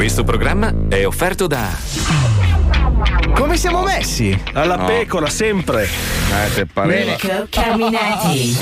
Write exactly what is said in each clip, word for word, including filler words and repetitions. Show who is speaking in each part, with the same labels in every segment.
Speaker 1: Questo programma è offerto da...
Speaker 2: Come siamo messi?
Speaker 3: Alla no. pecora, sempre.
Speaker 4: Eh, te pareva.
Speaker 5: Mirko Carminati.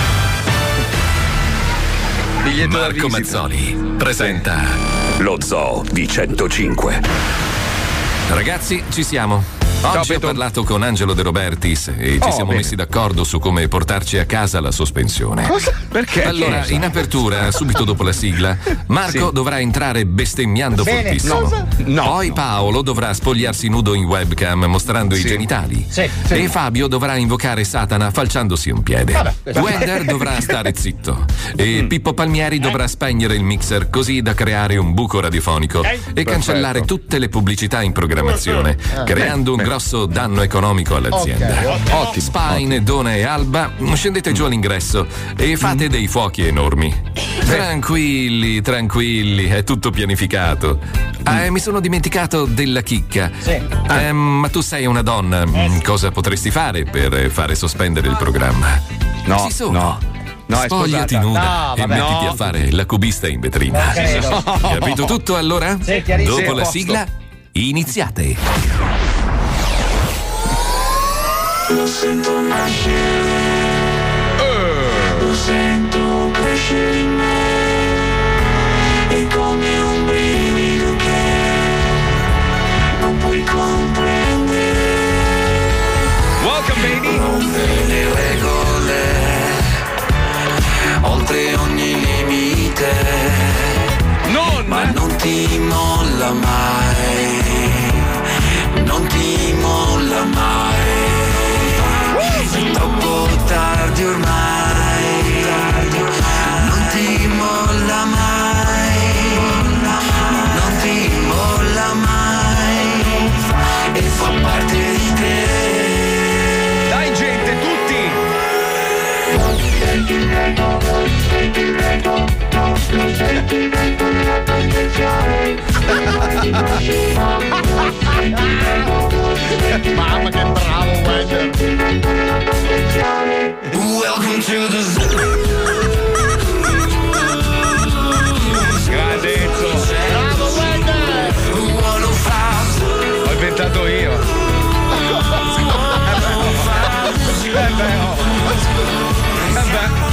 Speaker 1: Biglietto Marco Mazzoli presenta
Speaker 6: lo Zoo di centocinque.
Speaker 1: Ragazzi, ci siamo. Oggi
Speaker 4: Ciao,
Speaker 1: ho parlato con Angelo De Robertis e ci
Speaker 4: oh,
Speaker 1: siamo
Speaker 4: bene.
Speaker 1: messi d'accordo su come portarci a casa la sospensione.
Speaker 4: Cosa? Perché?
Speaker 1: Allora, in apertura, subito dopo la sigla, Marco
Speaker 4: Sì.
Speaker 1: dovrà entrare bestemmiando
Speaker 2: Bene.
Speaker 1: fortissimo.
Speaker 2: Cosa?
Speaker 4: No,
Speaker 1: Poi
Speaker 4: no.
Speaker 1: Paolo dovrà spogliarsi nudo in webcam mostrando
Speaker 4: Sì.
Speaker 1: i genitali.
Speaker 2: Sì, sì.
Speaker 1: E Fabio dovrà invocare Satana falciandosi un piede.
Speaker 2: Vabbè.
Speaker 1: Wender dovrà stare zitto. E Pippo Palmieri dovrà spegnere il mixer così da creare un buco radiofonico e cancellare tutte le pubblicità in programmazione, creando un grosso danno economico all'azienda.
Speaker 2: Ok,
Speaker 4: Ottimo.
Speaker 1: Spine, Dona e Alba, scendete giù all'ingresso e fate dei fuochi enormi. Tranquilli, tranquilli, è tutto pianificato. Ah, eh, mi sono dimenticato della chicca.
Speaker 2: Sì.
Speaker 1: Eh, ma tu sei una donna, mm, cosa potresti fare per fare sospendere il programma?
Speaker 4: No,
Speaker 1: Ci sono.
Speaker 4: no. No, è
Speaker 1: Spogliati
Speaker 4: sposata.
Speaker 1: nuda
Speaker 2: No,
Speaker 1: e
Speaker 2: vabbè.
Speaker 1: mettiti
Speaker 4: No.
Speaker 1: a fare la cubista in vetrina.
Speaker 2: credo.
Speaker 1: Capito tutto allora?
Speaker 2: Sì, chiarissimo.
Speaker 1: Dopo
Speaker 4: Sì, a
Speaker 1: la
Speaker 4: posto.
Speaker 1: sigla, iniziate.
Speaker 7: Lo sento nascere, lo sento crescere in me, è come un brivido che non puoi comprendere.
Speaker 4: Welcome, baby.
Speaker 7: Rompe le regole, oltre ogni limite,
Speaker 4: Non.
Speaker 7: ma non ti molla mai, non ti molla mai. È troppo tardi ormai, non ti molla mai, non ti molla mai, e fa parte di te.
Speaker 4: Dai, gente, tutti.
Speaker 2: Mamma che bravo, Wender.
Speaker 7: Welcome to the zoo.
Speaker 4: Grande Enzo.
Speaker 2: Bravo, Wender.
Speaker 4: Ho inventato io. Eh beh, oh. Eh beh.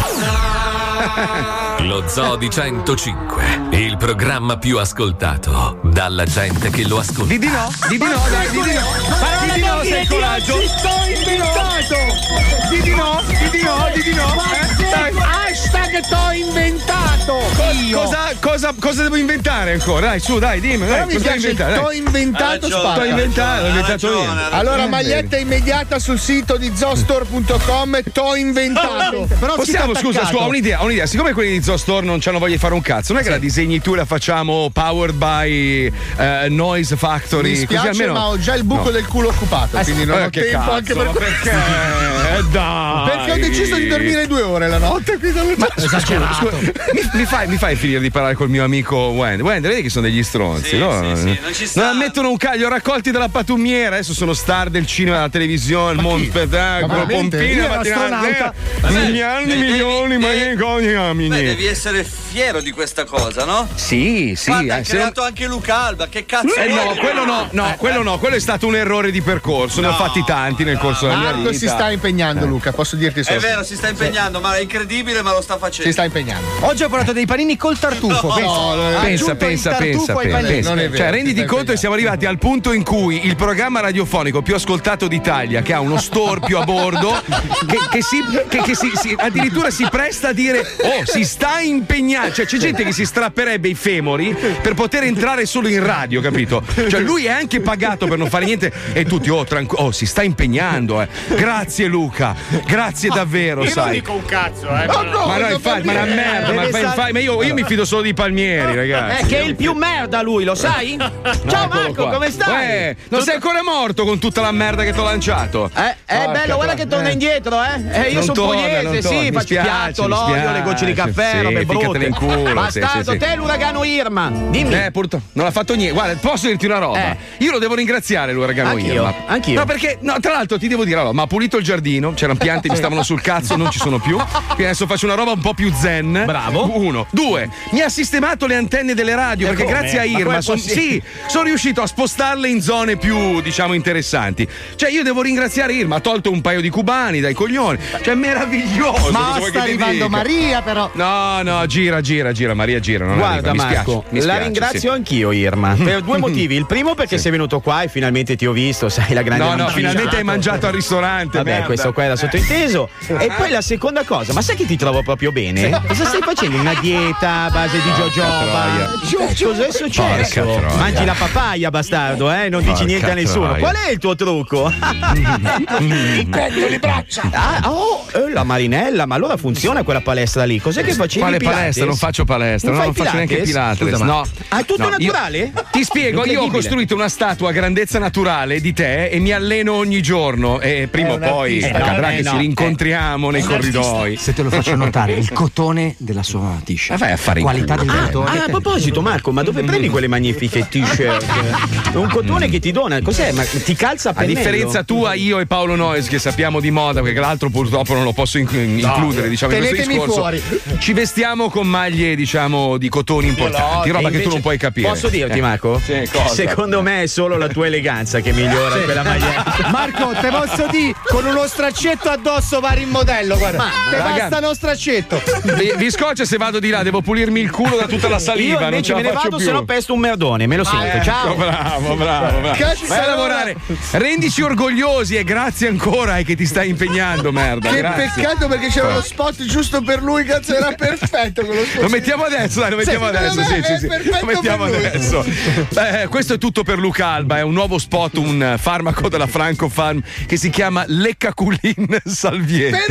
Speaker 1: Lo Zoo di centocinque, il programma più ascoltato dalla gente che lo ascolta.
Speaker 4: Di di no, di di no, dai, di di no. Di di no, sei coraggio.
Speaker 2: Ci sto inventato.
Speaker 4: Di di no, di di no, di di no. Eh, dai.
Speaker 2: Hashtag t'ho inventato. Io.
Speaker 4: Cosa, cosa, cosa devo inventare ancora? Dai, su, dai, dimmi.
Speaker 2: Però
Speaker 4: Dai,
Speaker 2: mi
Speaker 4: cosa devo
Speaker 2: piace il
Speaker 4: inventare? Dai.
Speaker 2: t'ho inventato
Speaker 4: T'ho
Speaker 2: spacca.
Speaker 4: inventato, l'ho inventato io.
Speaker 2: Allora, maglietta immediata sul sito di zoostore punto com. T'ho inventato. Però
Speaker 4: Possiamo,
Speaker 2: ci
Speaker 4: scusa,
Speaker 2: attaccato.
Speaker 4: scusa, ho un'idea, ho un'idea. Siccome quelli di Zoostore non c'hanno voglia di fare un cazzo, non è che la disegni tu e la facciamo powered by eh, Noise Factory?
Speaker 2: Mi spiace,
Speaker 4: così almeno...
Speaker 2: ma ho già il buco
Speaker 4: No.
Speaker 2: del culo occupato, quindi non
Speaker 4: Eh,
Speaker 2: ho
Speaker 4: che
Speaker 2: tempo
Speaker 4: cazzo,
Speaker 2: anche per
Speaker 4: ma perché? Eh, dai.
Speaker 2: Perché ho deciso di dormire due ore la notte, quindi non
Speaker 4: Ma scusa, scusa, mi, mi fai, mi fai finire di parlare col mio amico Wender? Wender, vedi che sono degli stronzi,
Speaker 3: Sì,
Speaker 4: no?
Speaker 3: sì, sì, non ci sta.
Speaker 4: Non ammettono un caglio, raccolti dalla patumiera, adesso sono star del cinema, della televisione, mon spettacolo,
Speaker 2: veramente?
Speaker 4: pompino,
Speaker 2: Io ero
Speaker 4: mattinata,
Speaker 2: astronauta.
Speaker 4: miliardi,
Speaker 3: Devi-
Speaker 4: milioni, ma
Speaker 3: devi-
Speaker 4: che cose camini?
Speaker 3: Beh, devi essere fiero di questa cosa, no?
Speaker 4: Sì, sì,
Speaker 3: Guarda,
Speaker 4: eh,
Speaker 3: hai
Speaker 4: se non-
Speaker 3: creato anche Luca Alba, che cazzo
Speaker 4: Eh no,
Speaker 3: vuoi?
Speaker 4: quello no, no, quello no, quello è stato un errore di percorso, ne ho
Speaker 3: No,
Speaker 4: fatti tanti nel corso della mia
Speaker 2: Marco
Speaker 4: vita.
Speaker 2: si sta impegnando, Luca, posso dirti solo.
Speaker 3: È vero, si sta impegnando, ma è incredibile, ma lo sta facendo.
Speaker 2: Si sta impegnando.
Speaker 8: Oggi ho portato dei panini col tartufo.
Speaker 3: No,
Speaker 8: pensa.
Speaker 2: no, no,
Speaker 8: Ha
Speaker 4: Pensa,
Speaker 8: aggiunto
Speaker 4: pensa,
Speaker 8: il tartufo
Speaker 4: pensa,
Speaker 8: ai
Speaker 4: pensa,
Speaker 8: panini.
Speaker 4: pensa.
Speaker 2: Non è vero,
Speaker 4: Cioè,
Speaker 2: si
Speaker 4: renditi
Speaker 2: sta
Speaker 4: conto che
Speaker 2: impegnando.
Speaker 4: siamo arrivati al punto in cui il programma radiofonico più ascoltato d'Italia, che ha uno store più a bordo, che, che si, che, che si, si- addirittura si presta a dire: oh, si sta impegnando. Cioè, c'è gente che si strapperebbe i femori per poter entrare solo in radio, capito? Cioè, lui è anche pagato per non fare niente, e tutti, oh, tranqu- oh si sta impegnando, eh. Grazie, Luca, grazie davvero,
Speaker 9: Io non
Speaker 4: sai.
Speaker 9: dico un cazzo, eh.
Speaker 2: No,
Speaker 9: ma-
Speaker 2: no,
Speaker 4: Ma no,
Speaker 2: non
Speaker 4: infatti, ma
Speaker 2: fa
Speaker 4: è una
Speaker 2: niente.
Speaker 4: merda, ma,
Speaker 8: Deve
Speaker 4: fa-
Speaker 8: stare-
Speaker 4: ma io, io mi fido solo di Palmieri, ragazzi.
Speaker 8: Eh, che è il più merda lui, lo sai? Ciao
Speaker 4: Eccolo
Speaker 8: Marco,
Speaker 4: qua.
Speaker 8: come stai?
Speaker 4: Eh, non sei ancora morto con tutta la merda che ti ho lanciato.
Speaker 8: Eh, è
Speaker 4: Porca
Speaker 8: bello, guarda
Speaker 4: tua-
Speaker 8: che torna
Speaker 4: eh.
Speaker 8: indietro, eh. Eh, io
Speaker 4: Non
Speaker 8: sono
Speaker 4: torna, non
Speaker 8: pugliese,
Speaker 4: torna.
Speaker 8: sì,
Speaker 4: Mi
Speaker 8: faccio
Speaker 4: spiace,
Speaker 8: piatto,
Speaker 4: mi
Speaker 8: l'olio, le
Speaker 4: spiace.
Speaker 8: gocce di caffè,
Speaker 4: Sì,
Speaker 8: robe
Speaker 4: ficatele
Speaker 8: brutte.
Speaker 4: in culo, sì,
Speaker 8: Bastardo,
Speaker 4: sì, sì.
Speaker 8: Cos'è l'uragano Irma? Dimmi.
Speaker 4: Eh, purtroppo non ha fatto niente. Guarda, posso dirti una roba?
Speaker 8: Eh.
Speaker 4: Io lo devo ringraziare l'uragano
Speaker 8: Anch'io,
Speaker 4: Irma.
Speaker 8: anch'io.
Speaker 4: No, perché, no, tra l'altro ti devo dire, allora, ma ha pulito il giardino, c'erano piante che mi stavano sul cazzo, non ci sono più. Quindi adesso faccio una roba un po' più zen.
Speaker 8: Bravo.
Speaker 4: Uno. Due, mi ha sistemato le antenne delle radio,
Speaker 8: E
Speaker 4: perché
Speaker 8: come?
Speaker 4: grazie a
Speaker 8: Ma
Speaker 4: Irma
Speaker 8: com'è
Speaker 4: son,
Speaker 8: possibile?
Speaker 4: sì, sono riuscito a spostarle in zone più, diciamo, interessanti. Cioè, io devo ringraziare Irma, ha tolto un paio di cubani dai coglioni. Cioè, meraviglioso.
Speaker 5: Ma
Speaker 4: cosa vuoi
Speaker 5: sta
Speaker 4: che ti
Speaker 5: arrivando
Speaker 4: dica?
Speaker 5: Maria, però.
Speaker 4: No, no, gira, gira, gira, Maria gira. Non
Speaker 8: Guarda
Speaker 4: arriva. Mi
Speaker 8: Marco,
Speaker 4: spiace, mi
Speaker 8: la
Speaker 4: spiace,
Speaker 8: ringrazio
Speaker 4: sì.
Speaker 8: anch'io Irma per due motivi. Il primo perché sei venuto qua e finalmente ti ho visto, sai la grande
Speaker 4: No, no,
Speaker 8: mancina.
Speaker 4: finalmente hai mangiato al ristorante.
Speaker 8: Vabbè,
Speaker 4: merda.
Speaker 8: questo qua era sottointeso. E poi la seconda cosa, ma sai che ti trovo proprio bene? Cosa stai facendo? Una dieta a base di jojoba? Cos'è successo?
Speaker 4: Porca troia.
Speaker 8: Mangi la papaya, bastardo, eh? Non dici
Speaker 4: Porca
Speaker 8: niente a nessuno.
Speaker 4: troia.
Speaker 8: Qual è il tuo trucco?
Speaker 2: Prendo le braccia.
Speaker 8: Ah, oh, eh, la marinella, ma allora funziona quella palestra lì? Cos'è che facevi?
Speaker 4: Quale
Speaker 8: Pilates?
Speaker 4: palestra? Non faccio palestra,
Speaker 8: Non
Speaker 4: no,
Speaker 8: fai
Speaker 4: non faccio neanche
Speaker 8: Pilates?
Speaker 4: Pilates.
Speaker 8: Scusa, ma-
Speaker 4: No.
Speaker 8: Ah, è tutto
Speaker 4: No, io-
Speaker 8: naturale?
Speaker 4: ti spiego, io ho
Speaker 8: Incredibile.
Speaker 4: costruito una statua a grandezza naturale di te e mi alleno ogni giorno e prima o poi
Speaker 8: artista.
Speaker 4: accadrà
Speaker 8: Eh,
Speaker 4: che
Speaker 8: no,
Speaker 4: ci
Speaker 8: eh.
Speaker 4: rincontriamo nei corridoi.
Speaker 5: Se te lo faccio notare, il cotone della sua t-shirt.
Speaker 4: Ma vai a fare in
Speaker 5: Qualità
Speaker 4: culo.
Speaker 5: del
Speaker 8: Ah,
Speaker 5: cotone.
Speaker 8: ah, a proposito, Marco, ma dove prendi quelle magnifiche t-shirt? Un cotone che ti dona, cos'è? Ma ti calza a
Speaker 4: A
Speaker 8: pennello?
Speaker 4: differenza tua, io e Paolo Noyes che sappiamo di moda, perché l'altro purtroppo non lo posso in- includere, diciamo, in questo
Speaker 2: tenetemi
Speaker 4: discorso.
Speaker 2: fuori.
Speaker 4: Ci vestiamo con maglie, diciamo, di cotoni importanti, roba
Speaker 8: E
Speaker 4: che tu
Speaker 8: invece-
Speaker 4: non puoi capire.
Speaker 8: Posso dirti,
Speaker 4: Eh.
Speaker 8: Marco?
Speaker 4: Sì, cosa?
Speaker 8: Secondo me è solo la tua eleganza che migliora quella maglietta.
Speaker 2: Marco, te posso dire, con uno straccetto addosso vari in modello, guarda. te
Speaker 4: ragazzi.
Speaker 2: basta uno straccetto.
Speaker 4: Vi, vi scoccia se vado di là, devo pulirmi il culo da tutta la saliva,
Speaker 8: Io
Speaker 4: non
Speaker 8: invece
Speaker 4: ce la
Speaker 8: me ne
Speaker 4: faccio
Speaker 8: vado,
Speaker 4: più.
Speaker 8: se no pesto un merdone, me lo sento. Ciao.
Speaker 4: Ecco, bravo, bravo, bravo.
Speaker 2: Cazzo,
Speaker 4: Vai a
Speaker 2: allora.
Speaker 4: lavorare. Rendici orgogliosi e grazie ancora eh, che ti stai impegnando, merda.
Speaker 2: Che
Speaker 4: grazie.
Speaker 2: peccato perché c'era lo spot giusto per lui, cazzo, era perfetto quello spot.
Speaker 4: Lo mettiamo adesso, dai, lo mettiamo
Speaker 2: Sì,
Speaker 4: adesso.
Speaker 2: secondo
Speaker 4: Sì,
Speaker 2: me
Speaker 4: sì,
Speaker 2: è
Speaker 4: sì.
Speaker 2: perfetto
Speaker 4: Lo mettiamo
Speaker 2: per lui.
Speaker 4: adesso. Beh, questo è tutto per Luca Alba. È un nuovo spot, un farmaco della Franco Farm che si chiama Leccaculin Salviette.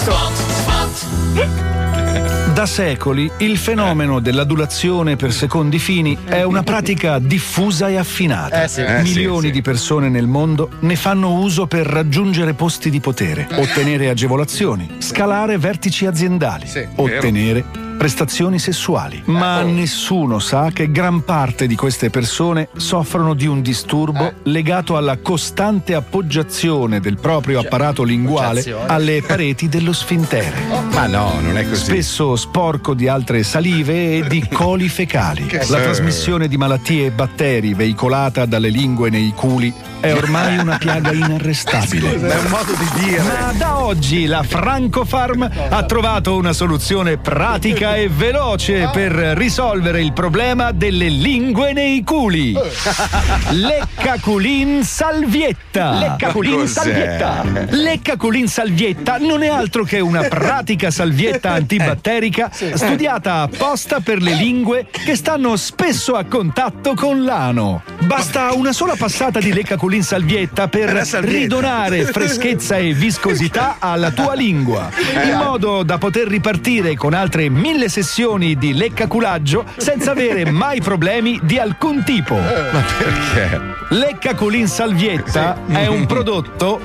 Speaker 9: Da secoli il fenomeno dell'adulazione per secondi fini è una pratica diffusa e affinata.
Speaker 2: Eh sì.
Speaker 4: Eh sì,
Speaker 9: Milioni
Speaker 4: sì.
Speaker 9: di persone nel mondo ne fanno uso per raggiungere posti di potere, ottenere agevolazioni, scalare vertici aziendali,
Speaker 2: Sì,
Speaker 9: ottenere prestazioni sessuali. Ma nessuno sa che gran parte di queste persone soffrono di un disturbo legato alla costante appoggiazione del proprio apparato linguale alle pareti dello sfintere.
Speaker 4: Ma no, non è così.
Speaker 9: Spesso sporco di altre salive e di coli fecali. La trasmissione di malattie e batteri veicolata dalle lingue nei culi è ormai una piaga inarrestabile.
Speaker 4: È un modo di dire.
Speaker 9: Ma da oggi la Franco Farm ha trovato una soluzione pratica e veloce per risolvere il problema delle lingue nei culi. Leccaculin Salvietta. Leccaculin
Speaker 4: Cos'è?
Speaker 9: Salvietta. Leccaculin Salvietta non è altro che una pratica salvietta antibatterica studiata apposta per le lingue che stanno spesso a contatto con l'ano. Basta una sola passata di Leccaculin Salvietta per
Speaker 4: la salvietta.
Speaker 9: ridonare freschezza e viscosità alla tua lingua, in modo da poter ripartire con altre mille sessioni di leccaculaggio senza avere mai problemi di alcun tipo.
Speaker 4: Ma perché?
Speaker 9: Leccaculin Salvietta è un prodotto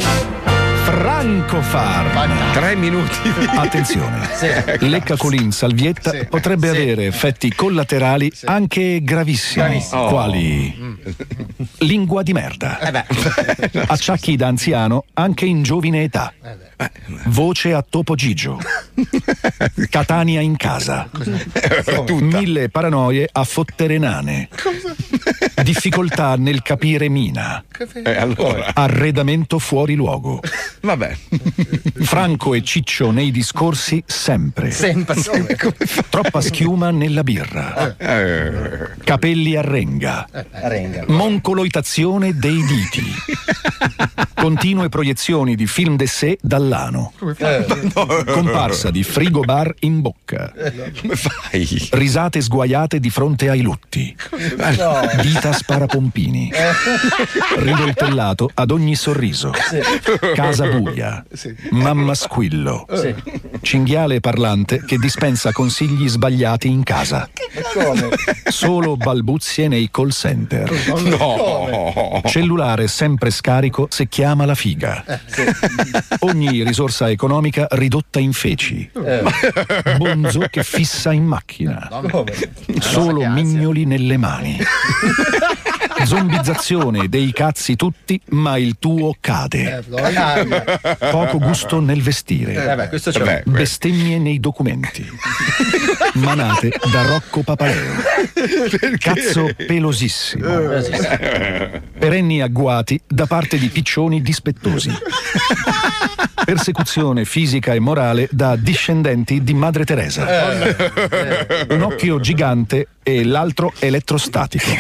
Speaker 9: Franco Farm.
Speaker 4: Tre minuti di...
Speaker 9: Attenzione, Leccaculin Salvietta
Speaker 2: Sì.
Speaker 9: potrebbe
Speaker 2: Sì.
Speaker 9: avere effetti collaterali anche gravissimi,
Speaker 2: Gravissimi.
Speaker 9: quali lingua di merda, acciacchi da anziano anche in giovine età, voce a Topo Gigio, Catania in casa, mille paranoie a fottere nane, difficoltà nel capire Mina,
Speaker 4: Eh, allora,
Speaker 9: arredamento fuori luogo.
Speaker 4: vabbè.
Speaker 9: Franco e Ciccio nei discorsi sempre.
Speaker 2: Sempre.
Speaker 9: Troppa schiuma nella birra.
Speaker 4: Eh,
Speaker 9: Capelli a renga. Moncoloitazione dei diti. Continue proiezioni di film d'essè dall'ano. Comparsa di frigobar in bocca.
Speaker 4: come fai?
Speaker 9: Risate sguaiate di fronte ai lutti. Dita sparapompini. Rivoltellato ad ogni sorriso. Casa buia. Mamma squillo. Cinghiale parlante che dispensa consigli sbagliati in casa. Solo balbuzie nei call center.
Speaker 4: No.
Speaker 9: Cellulare sempre scarico se chiami ama la figa.
Speaker 2: Eh, sì.
Speaker 9: Ogni risorsa economica ridotta in feci.
Speaker 2: Eh.
Speaker 9: Bonzo che fissa in macchina. Solo mignoli nelle mani. Zombizzazione dei cazzi tutti, ma il tuo cade. Poco gusto nel vestire.
Speaker 8: Eh, beh, questo c'è.
Speaker 9: Bestemmie nei documenti. Manate da Rocco Papaleo. Cazzo pelosissimo. Perenni agguati da parte di piccioni dispettosi. Persecuzione fisica e morale da discendenti di Madre Teresa. Un occhio gigante e l'altro elettrostatico.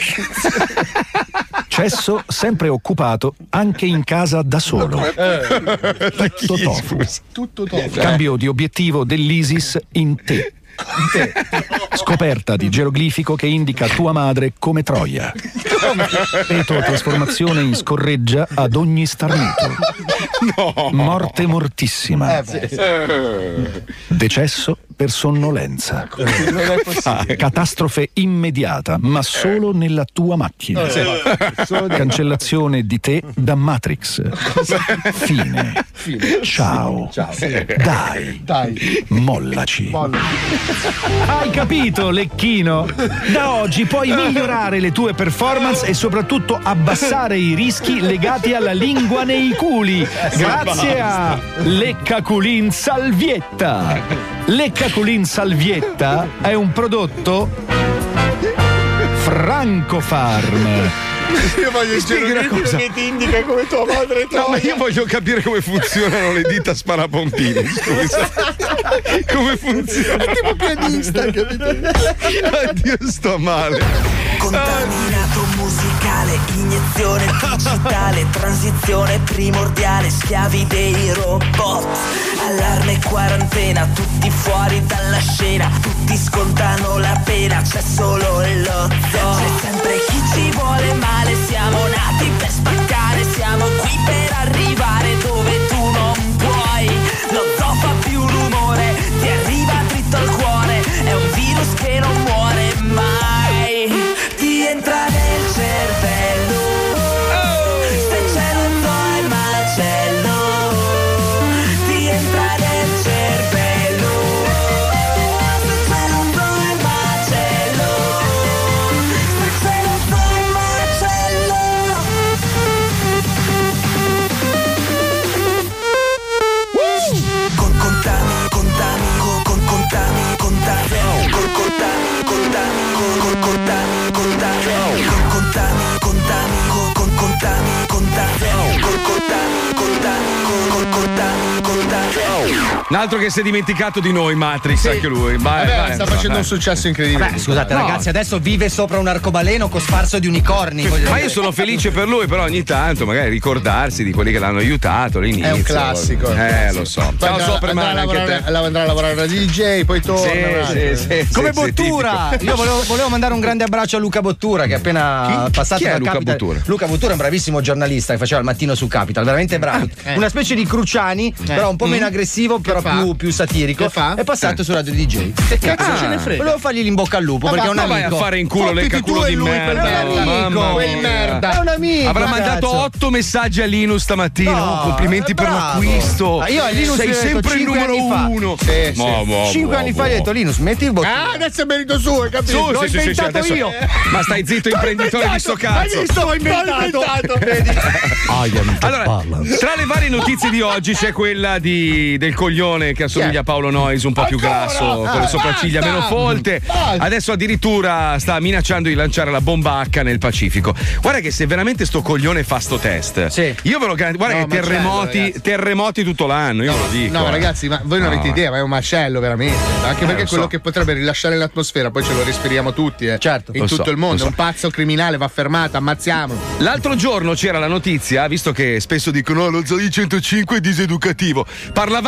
Speaker 9: Cesso sempre occupato anche in casa da solo. Tutto tofu.
Speaker 2: Tutto tofu.
Speaker 9: Cambio di obiettivo dell'ISIS in te. Scoperta di geroglifico che indica tua madre come Troia. Peto trasformazione in scorreggia ad ogni starnuto. Morte mortissima. Decesso per sonnolenza. Catastrofe immediata, ma solo nella tua macchina. Cancellazione di te da Matrix. Fine. Ciao. Dai.
Speaker 2: Dai.
Speaker 9: Mollaci. Hai capito, Lecchino? Da oggi puoi migliorare le tue performance e soprattutto abbassare i rischi legati alla lingua nei culi. Grazie a Leccaculin Salvietta. Leccaculin Salvietta è un prodotto Francofarm.
Speaker 2: Io voglio
Speaker 4: spiegare una cosa
Speaker 2: che ti indica come tua madre Troia.
Speaker 4: No, ma io voglio capire come funzionano le dita sparapompini. Scusa. Come funziona?
Speaker 2: È tipo pianista, capito?
Speaker 4: Oddio, sto male.
Speaker 7: Contaminato musicale, iniezione digitale, transizione primordiale, schiavi dei robot. Allarme quarantena, tutti fuori dalla scena, tutti scontano la pena, c'è solo lo zoo. C'è sempre chi ci vuole male, siamo nati per spaccare, siamo qui per arrivare dove tu non puoi. Lo zoo fa più rumore, ti arriva dritto al cuore, è un virus che non muore mai. Ti entra nel cervello, se c'è un zoo è macello. Ti entra nel cervello, se c'è un zoo è macello. Se c'è un zoo è macello. Con contami, contami, con con contami, contami, con contami, contami, con con contami, contami, con contami, contami, con con contami, contami, con contami, contami, con con contami, contami.
Speaker 4: Un altro che si è dimenticato di noi, Matrix,
Speaker 2: Sì.
Speaker 4: anche lui. Vai,
Speaker 2: Vabbè,
Speaker 4: vai,
Speaker 2: sta
Speaker 4: vai,
Speaker 2: facendo
Speaker 4: vai.
Speaker 2: un successo incredibile.
Speaker 5: Beh, scusate,
Speaker 4: No.
Speaker 5: ragazzi, adesso vive sopra un arcobaleno cosparso di unicorni. voglio
Speaker 4: Ma
Speaker 5: dire.
Speaker 4: io sono felice per lui, però ogni tanto magari ricordarsi di quelli che l'hanno aiutato all'inizio.
Speaker 2: È un classico.
Speaker 4: Eh, lo so.
Speaker 2: Poi
Speaker 4: Ciao
Speaker 2: andrà-
Speaker 4: Superman,
Speaker 2: andrà a
Speaker 4: anche a
Speaker 2: lavorare-
Speaker 4: te.
Speaker 2: alla- andrà a lavorare da D J, poi torna.
Speaker 4: Sì,
Speaker 2: un
Speaker 4: sì,
Speaker 2: attimo.
Speaker 4: sì,
Speaker 5: Come
Speaker 4: sì, sì,
Speaker 5: Bottura!
Speaker 4: tipico.
Speaker 5: Io volevo, volevo mandare un grande abbraccio a Luca Bottura che è appena
Speaker 4: Chi?
Speaker 5: passato
Speaker 4: Chi è
Speaker 5: dal
Speaker 4: Luca
Speaker 5: Capital.
Speaker 4: Bottura?
Speaker 5: Luca Bottura è un bravissimo giornalista che faceva il mattino su Capital, veramente bravo.
Speaker 2: Eh.
Speaker 5: Una specie di Cruciani, però un po' meno aggressivo, però
Speaker 2: fa?
Speaker 5: più, più satirico.
Speaker 2: Che fa?
Speaker 5: È passato su Radio D J.
Speaker 2: Che cazzo
Speaker 4: Ah.
Speaker 2: ce ne frega?
Speaker 5: Volevo fargli l'in bocca al lupo
Speaker 2: Ma
Speaker 5: perché è
Speaker 2: va-
Speaker 5: un
Speaker 2: ma
Speaker 4: Vai a
Speaker 5: amico.
Speaker 4: fare in culo
Speaker 2: Fottiti
Speaker 4: lecca
Speaker 2: tu
Speaker 4: culo
Speaker 2: e
Speaker 4: di
Speaker 2: lui,
Speaker 4: merda.
Speaker 2: quel merda.
Speaker 4: Mamma
Speaker 2: Quel
Speaker 4: mia.
Speaker 2: merda.
Speaker 5: È un amico.
Speaker 4: Avrà mandato
Speaker 5: cazzo.
Speaker 4: otto messaggi a Linus stamattina.
Speaker 5: No,
Speaker 4: Oh, complimenti
Speaker 5: è
Speaker 4: per
Speaker 5: bravo.
Speaker 4: l'acquisto.
Speaker 5: Ah, io a Linus
Speaker 4: sei
Speaker 5: gli ho detto
Speaker 4: sempre il
Speaker 5: cinque
Speaker 4: numero
Speaker 5: anni fa.
Speaker 4: uno.
Speaker 2: Sì, sì.
Speaker 4: Mo, mo,
Speaker 5: Cinque
Speaker 4: mo,
Speaker 5: anni fa
Speaker 4: mo.
Speaker 5: gli ho detto Linus, metti il bottino.
Speaker 2: Ah, adesso è merito suo, hai capito?
Speaker 4: Su,
Speaker 2: L'ho
Speaker 4: sì, sì, sì, sì,
Speaker 2: inventato
Speaker 4: adesso-
Speaker 2: io.
Speaker 4: Ma stai zitto, imprenditore di sto cazzo.
Speaker 2: Hai visto? L'ho inventato. Vedi?
Speaker 4: Allora, tra le varie notizie di oggi c'è quella di, del coglione che assomiglia a Paolo Noyes, un po' più
Speaker 2: Ancora?
Speaker 4: grasso, con le
Speaker 2: Ah,
Speaker 4: sopracciglia
Speaker 2: basta!
Speaker 4: meno folte.
Speaker 2: Basta!
Speaker 4: Adesso addirittura sta minacciando di lanciare la bomba H nel Pacifico. Guarda che se veramente sto coglione fa sto test,
Speaker 5: Sì.
Speaker 4: io ve lo garantisco. Guarda
Speaker 2: No,
Speaker 4: che
Speaker 2: macello,
Speaker 4: terremoti,
Speaker 2: ragazzi.
Speaker 4: terremoti tutto l'anno, io ve lo dico.
Speaker 2: No,
Speaker 4: eh.
Speaker 2: ragazzi, ma voi non
Speaker 4: No.
Speaker 2: avete idea, ma è un macello veramente. Anche perché
Speaker 4: lo
Speaker 2: è quello
Speaker 4: so.
Speaker 2: che potrebbe rilasciare l'atmosfera, poi ce lo respiriamo tutti, eh.
Speaker 5: Certo.
Speaker 2: In
Speaker 4: Lo
Speaker 2: tutto
Speaker 4: so,
Speaker 2: il mondo.
Speaker 4: lo so.
Speaker 2: È un pazzo criminale, va fermato, ammazziamolo.
Speaker 4: L'altro giorno c'era la notizia, visto che spesso dicono oh, lo Zoe centocinque è diseducativo. Parlavamo del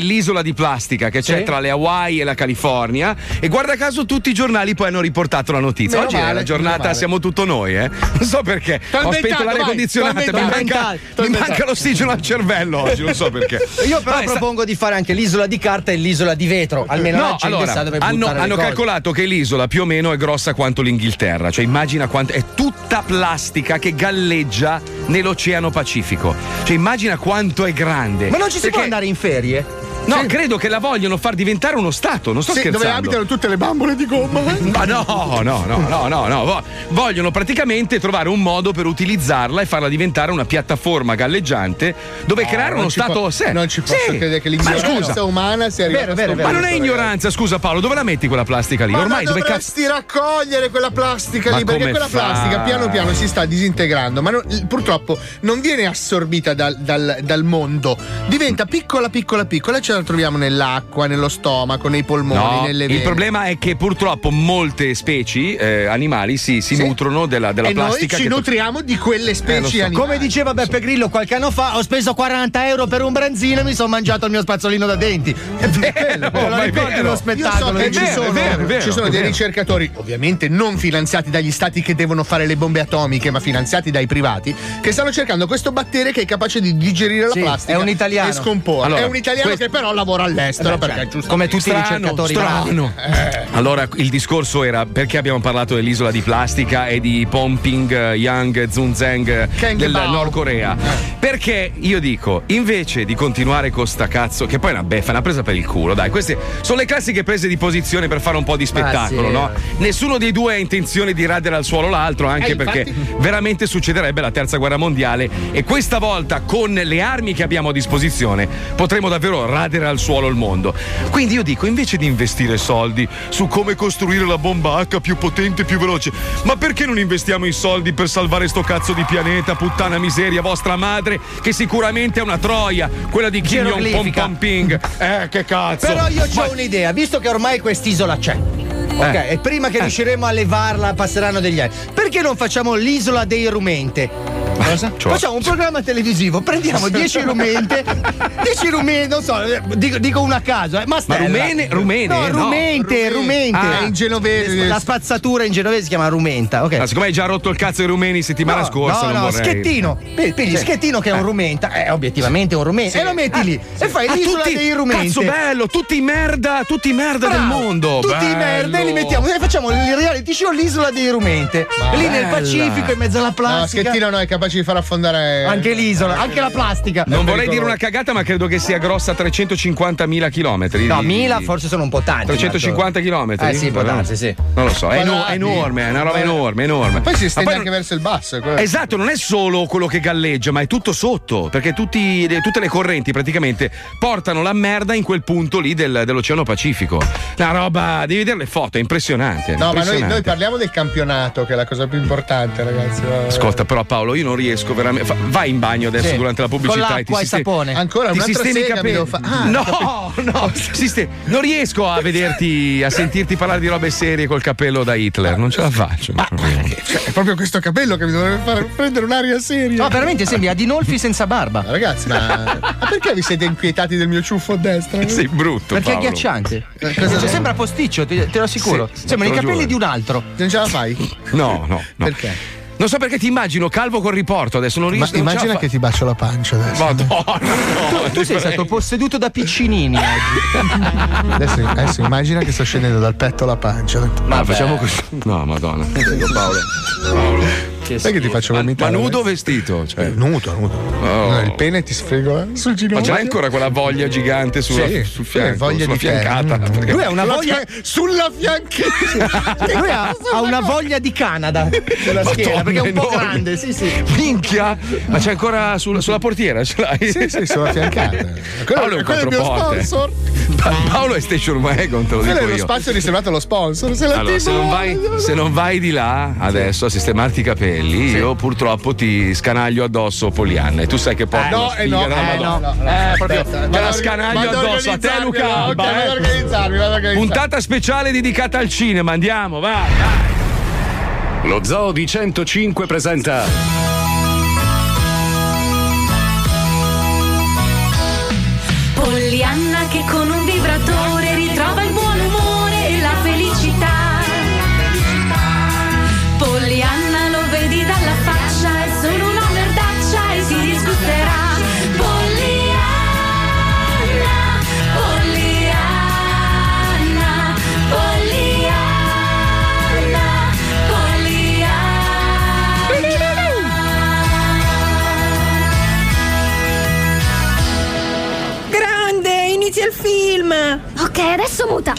Speaker 4: dell'isola di plastica che c'è
Speaker 5: Sì.
Speaker 4: tra le Hawaii e la California, e guarda caso tutti i giornali poi hanno riportato la notizia.
Speaker 2: Meno
Speaker 4: Oggi è
Speaker 2: male,
Speaker 4: la giornata,
Speaker 2: meno male.
Speaker 4: siamo tutto noi, eh. Non so perché.
Speaker 2: T'ho
Speaker 4: Ho spento
Speaker 2: inventato,
Speaker 4: l'aria
Speaker 2: vai,
Speaker 4: condizionata,
Speaker 2: t'ho
Speaker 4: mi manca,
Speaker 2: inventato. T'ho
Speaker 4: mi
Speaker 2: inventato.
Speaker 4: manca l'ossigeno al cervello oggi, non so perché.
Speaker 5: Io però
Speaker 4: Vabbè, sta-
Speaker 5: propongo di fare anche l'isola di carta e l'isola di vetro. Almeno la
Speaker 4: No,
Speaker 5: gente
Speaker 4: allora,
Speaker 5: sa dove
Speaker 4: hanno,
Speaker 5: buttare le
Speaker 4: hanno
Speaker 5: cose.
Speaker 4: calcolato che l'isola più o meno è grossa quanto l'Inghilterra, cioè immagina quanto è tutta plastica che galleggia nell'Oceano Pacifico. Cioè immagina quanto è grande.
Speaker 5: Ma non ci si
Speaker 4: Perché-
Speaker 5: può andare in ferie?
Speaker 4: No, credo che la vogliono far diventare uno stato, non sto
Speaker 2: Sì,
Speaker 4: scherzando.
Speaker 2: dove abitano tutte le bambole di gomma.
Speaker 4: Ma no, no, no, no, no, no. Vo- Vogliono praticamente trovare un modo per utilizzarla e farla diventare una piattaforma galleggiante dove creare uno
Speaker 2: non ci
Speaker 4: stato
Speaker 2: po-
Speaker 4: sé.
Speaker 2: Non ci posso
Speaker 4: Sì.
Speaker 2: credere che
Speaker 4: Ma
Speaker 2: l'ignoranza
Speaker 4: scusa,
Speaker 2: umana sia arrivata
Speaker 5: Vero,
Speaker 2: a
Speaker 5: vero,
Speaker 2: sto
Speaker 4: ma
Speaker 5: vero.
Speaker 4: non è
Speaker 2: punto,
Speaker 4: ignoranza, scusa Paolo, dove la metti quella plastica lì?
Speaker 2: Ma
Speaker 4: Ormai
Speaker 2: la
Speaker 4: dove cazzo.
Speaker 2: dovresti raccogliere quella plastica
Speaker 4: Ma
Speaker 2: lì, perché
Speaker 4: come
Speaker 2: quella
Speaker 4: fai?
Speaker 2: plastica piano piano si sta disintegrando, ma non- purtroppo non viene assorbita dal, dal- dal mondo, diventa piccola piccola piccola e ce la troviamo nell'acqua, nello stomaco, nei polmoni,
Speaker 4: No,
Speaker 2: nelle
Speaker 4: il
Speaker 2: vene.
Speaker 4: problema è che purtroppo molte specie eh, animali si, si
Speaker 2: Sì.
Speaker 4: nutrono della, della
Speaker 2: e noi
Speaker 4: plastica.
Speaker 2: ci
Speaker 4: che-
Speaker 2: nutriamo di quelle specie
Speaker 4: Eh, lo so.
Speaker 2: animali.
Speaker 5: Come diceva Beppe Grillo qualche anno fa, ho speso quaranta euro per un branzino e mi sono mangiato il mio spazzolino da denti. È vero,
Speaker 4: ma
Speaker 5: lo
Speaker 4: è
Speaker 5: ricordi
Speaker 4: vero.
Speaker 5: lo
Speaker 2: Io so
Speaker 5: spettacolo?
Speaker 2: che
Speaker 5: di-
Speaker 2: ci
Speaker 4: vero,
Speaker 2: sono,
Speaker 4: è vero, è vero,
Speaker 2: ci sono
Speaker 4: è
Speaker 2: dei
Speaker 4: vero.
Speaker 2: ricercatori, ovviamente non finanziati dagli stati che devono fare le bombe atomiche, ma finanziati dai privati, che stanno cercando questo batterio che è capace di digerire la
Speaker 5: Sì,
Speaker 2: plastica
Speaker 5: è un italiano.
Speaker 2: e scomporre.
Speaker 4: Allora,
Speaker 2: è un italiano
Speaker 4: questo-
Speaker 2: che però lavora all'estero,
Speaker 5: Eh beh,
Speaker 2: perché
Speaker 5: cioè,
Speaker 2: giusto.
Speaker 5: come tutti i
Speaker 4: Strano,
Speaker 5: ricercatori bravi.
Speaker 4: strano. Allora, il discorso era perché abbiamo parlato dell'isola di plastica e di Pomping eh, Yang Zunzeng
Speaker 2: Kang
Speaker 4: del
Speaker 2: Bao.
Speaker 4: Nord Corea. Perché io dico, invece di continuare con sta cazzo, che poi è una beffa, è una presa per il culo, dai, queste sono le classiche prese di posizione per fare un po' di spettacolo,
Speaker 5: sì.
Speaker 4: no? Nessuno dei due ha intenzione di radere al suolo l'altro, anche
Speaker 2: Eh,
Speaker 4: perché
Speaker 2: infatti.
Speaker 4: veramente succederebbe la terza guerra mondiale e questa volta con le armi che abbiamo a disposizione potremo davvero radere al suolo il mondo. Quindi io dico, invece di investire soldi su come costruire la bomba H più potente e più veloce, ma perché non investiamo i soldi per salvare sto cazzo di pianeta, puttana miseria, vostra madre, che sicuramente è una troia, quella di Kim Jong
Speaker 5: Geroglifica.
Speaker 4: Pom Ping. Eh, che cazzo.
Speaker 5: Però io
Speaker 4: Ma-
Speaker 5: ho un'idea, visto che ormai quest'isola c'è. Ok,
Speaker 4: Eh.
Speaker 5: e prima che riusciremo a levarla passeranno degli anni. Perché non facciamo l'isola dei rumente?
Speaker 2: Cosa?
Speaker 4: Cioè-
Speaker 5: Facciamo un programma televisivo, prendiamo dieci rumente, dieci rumente, non so, eh, dico, dico una a caso, eh,
Speaker 4: Ma
Speaker 5: Mastella.
Speaker 4: rumene? Rumene?
Speaker 5: No,
Speaker 4: No.
Speaker 5: rumente, rumente.
Speaker 2: Ah, in genovese.
Speaker 5: La spazzatura in genovese si chiama rumenta, ok.
Speaker 4: Ah, siccome hai già rotto il cazzo ai rumeni settimana
Speaker 5: No,
Speaker 4: scorsa,
Speaker 5: no,
Speaker 4: non
Speaker 5: no,
Speaker 4: vorrei.
Speaker 5: schettino. Vedi, vedi, schettino che è un rumenta, è obiettivamente un rumenta. E lo metti lì e fai
Speaker 4: Ah,
Speaker 5: l'isola
Speaker 4: tutti-
Speaker 5: dei rumenti.
Speaker 4: Cazzo bello, tutti i merda, tutti i merda del
Speaker 5: Bravo,
Speaker 4: mondo.
Speaker 5: Tutti i merda e li mettiamo e facciamo il reality show l'isola dei rumente. Lì nel
Speaker 4: Bella.
Speaker 5: Pacifico in mezzo alla
Speaker 2: No,
Speaker 5: plastica.
Speaker 2: Schettino no, è capace di far affondare
Speaker 5: Anche l'isola, anche la plastica.
Speaker 4: Non
Speaker 2: È
Speaker 4: vorrei dire
Speaker 2: pericoloso.
Speaker 4: una cagata, ma credo che sia grossa trecentocinquantamila chilometri.
Speaker 5: No,
Speaker 4: di-
Speaker 5: mila
Speaker 4: di-
Speaker 5: forse sono un po' tanti.
Speaker 4: trecentocinquanta chilometri?
Speaker 5: Eh sì, può darsi, sì.
Speaker 4: Non lo so, è, eno-
Speaker 2: Quadrati.
Speaker 4: è enorme, è una roba
Speaker 2: Eh.
Speaker 4: enorme, enorme.
Speaker 2: Poi si
Speaker 4: Ma
Speaker 2: estende
Speaker 4: poi
Speaker 2: anche
Speaker 4: non-
Speaker 2: verso il basso. è quello-
Speaker 4: Esatto, non è solo quello che galleggia, ma è tutto sotto, perché tutti- le- tutte le correnti praticamente portano la merda in quel punto lì del- dell'Oceano Pacifico. La roba, devi vedere le foto, è impressionante.
Speaker 2: No, ma noi,
Speaker 4: impressionante.
Speaker 2: noi parliamo del campionato, che è la cosa più importante, ragazzi.
Speaker 4: Ascolta, però Paolo, io non riesco veramente. fa- Vai in bagno adesso
Speaker 5: Sì.
Speaker 4: durante la pubblicità
Speaker 5: Con
Speaker 4: e ti
Speaker 5: l'acqua e
Speaker 4: sistemi-
Speaker 5: sapone.
Speaker 2: Ancora
Speaker 4: ti
Speaker 2: un'altra
Speaker 4: sistemi i
Speaker 2: sega mi
Speaker 4: capelli.
Speaker 2: devo fa- ah,
Speaker 4: no, no, siste- non riesco a vederti, a sentirti parlare di robe serie col capello da Hitler. Non ce la faccio.
Speaker 2: Cioè, è proprio questo capello che mi dovrebbe fare prendere un'aria seria.
Speaker 5: No, veramente sembri Adinolfi senza barba.
Speaker 2: Ragazzi, ma, ma perché vi siete inquietati del mio ciuffo a destra?
Speaker 4: Sei brutto.
Speaker 5: Perché è
Speaker 4: Paolo.
Speaker 5: agghiacciante.
Speaker 2: Eh, cosa-
Speaker 5: Cioè, sembra posticcio, te, te lo assicuro.
Speaker 4: Sì,
Speaker 5: Sembrano i
Speaker 4: te lo
Speaker 5: capelli
Speaker 4: giuro.
Speaker 5: di un altro.
Speaker 2: Non ce la fai?
Speaker 4: No, no, no.
Speaker 2: Perché?
Speaker 4: Non so perché ti immagino calvo col riporto adesso. Non
Speaker 2: Ma
Speaker 4: riesco non ce la
Speaker 2: immagina
Speaker 4: fa-
Speaker 2: che ti bacio la pancia adesso.
Speaker 4: Madonna, no,
Speaker 5: Tu sei stato posseduto da piccinini oggi.
Speaker 2: Adesso, adesso immagina che sto scendendo dal petto alla pancia.
Speaker 4: Ma facciamo così. No, Madonna. Paolo. Paolo.
Speaker 2: Sai che ti faccio
Speaker 4: Ma,
Speaker 2: vomitare?
Speaker 4: ma nudo o vestito? Cioè,
Speaker 2: Nudo, nudo.
Speaker 4: Oh.
Speaker 2: Il pene ti sfrego eh, sul
Speaker 4: ma
Speaker 2: ginocchio.
Speaker 4: c'è ancora quella voglia gigante sulla,
Speaker 2: Sì,
Speaker 4: sul
Speaker 2: sì,
Speaker 4: fianco,
Speaker 2: voglia
Speaker 4: sulla
Speaker 2: di te.
Speaker 4: fiancata.
Speaker 2: Mm.
Speaker 4: Perché-
Speaker 5: Lui ha una
Speaker 2: Sulla
Speaker 5: voglia.
Speaker 2: fia- sulla fianchetta.
Speaker 5: Lui ha, ha una voglia di Canada sulla schiena perché è un po'
Speaker 4: enorme.
Speaker 5: grande, sì, sì.
Speaker 4: Minchia! Ma c'è ancora sulla, sulla portiera? Ce l'hai?
Speaker 2: Sì, sì, sulla fiancata.
Speaker 4: Paolo è un
Speaker 2: quello è il mio
Speaker 4: controporte.
Speaker 2: sponsor.
Speaker 4: Pa- Paolo è Station Wagon, te lo
Speaker 2: Quello
Speaker 4: dico
Speaker 2: è lo
Speaker 4: io.
Speaker 2: spazio riservato allo sponsor. Se la
Speaker 4: Allora, se non, vai, se non vai di là adesso a sistemarti i capelli, io purtroppo ti scanaglio addosso Polianna. E tu sai che porta
Speaker 2: no,
Speaker 4: una
Speaker 2: eh,
Speaker 4: sfiga
Speaker 2: no,
Speaker 4: della
Speaker 2: eh,
Speaker 4: Madonna.
Speaker 2: no, no, no.
Speaker 4: Eh, proprio
Speaker 2: Aspetta,
Speaker 4: te
Speaker 2: vado
Speaker 4: la
Speaker 2: a-
Speaker 4: scanaglio
Speaker 2: vado a
Speaker 4: addosso a te,
Speaker 2: organizzarmi,
Speaker 4: Luca.
Speaker 2: ok,
Speaker 4: Alba,
Speaker 2: vado a
Speaker 4: eh.
Speaker 2: organizzarmi, vado a organizzarmi.
Speaker 4: Puntata speciale dedicata al cinema, andiamo, vai, vai.
Speaker 6: Lo Zoo di centocinque presenta
Speaker 10: Pogliani Pollyanna che con un vibratore ritrova il buon umore e la felicità. Pollyanna lo vedi dalla faccia, è solo una merdaccia e si disgusterà. Pollyanna, Pollyanna, Pollyanna, Pollyanna.
Speaker 11: Grande, inizia il film.
Speaker 12: Ok, adesso muta.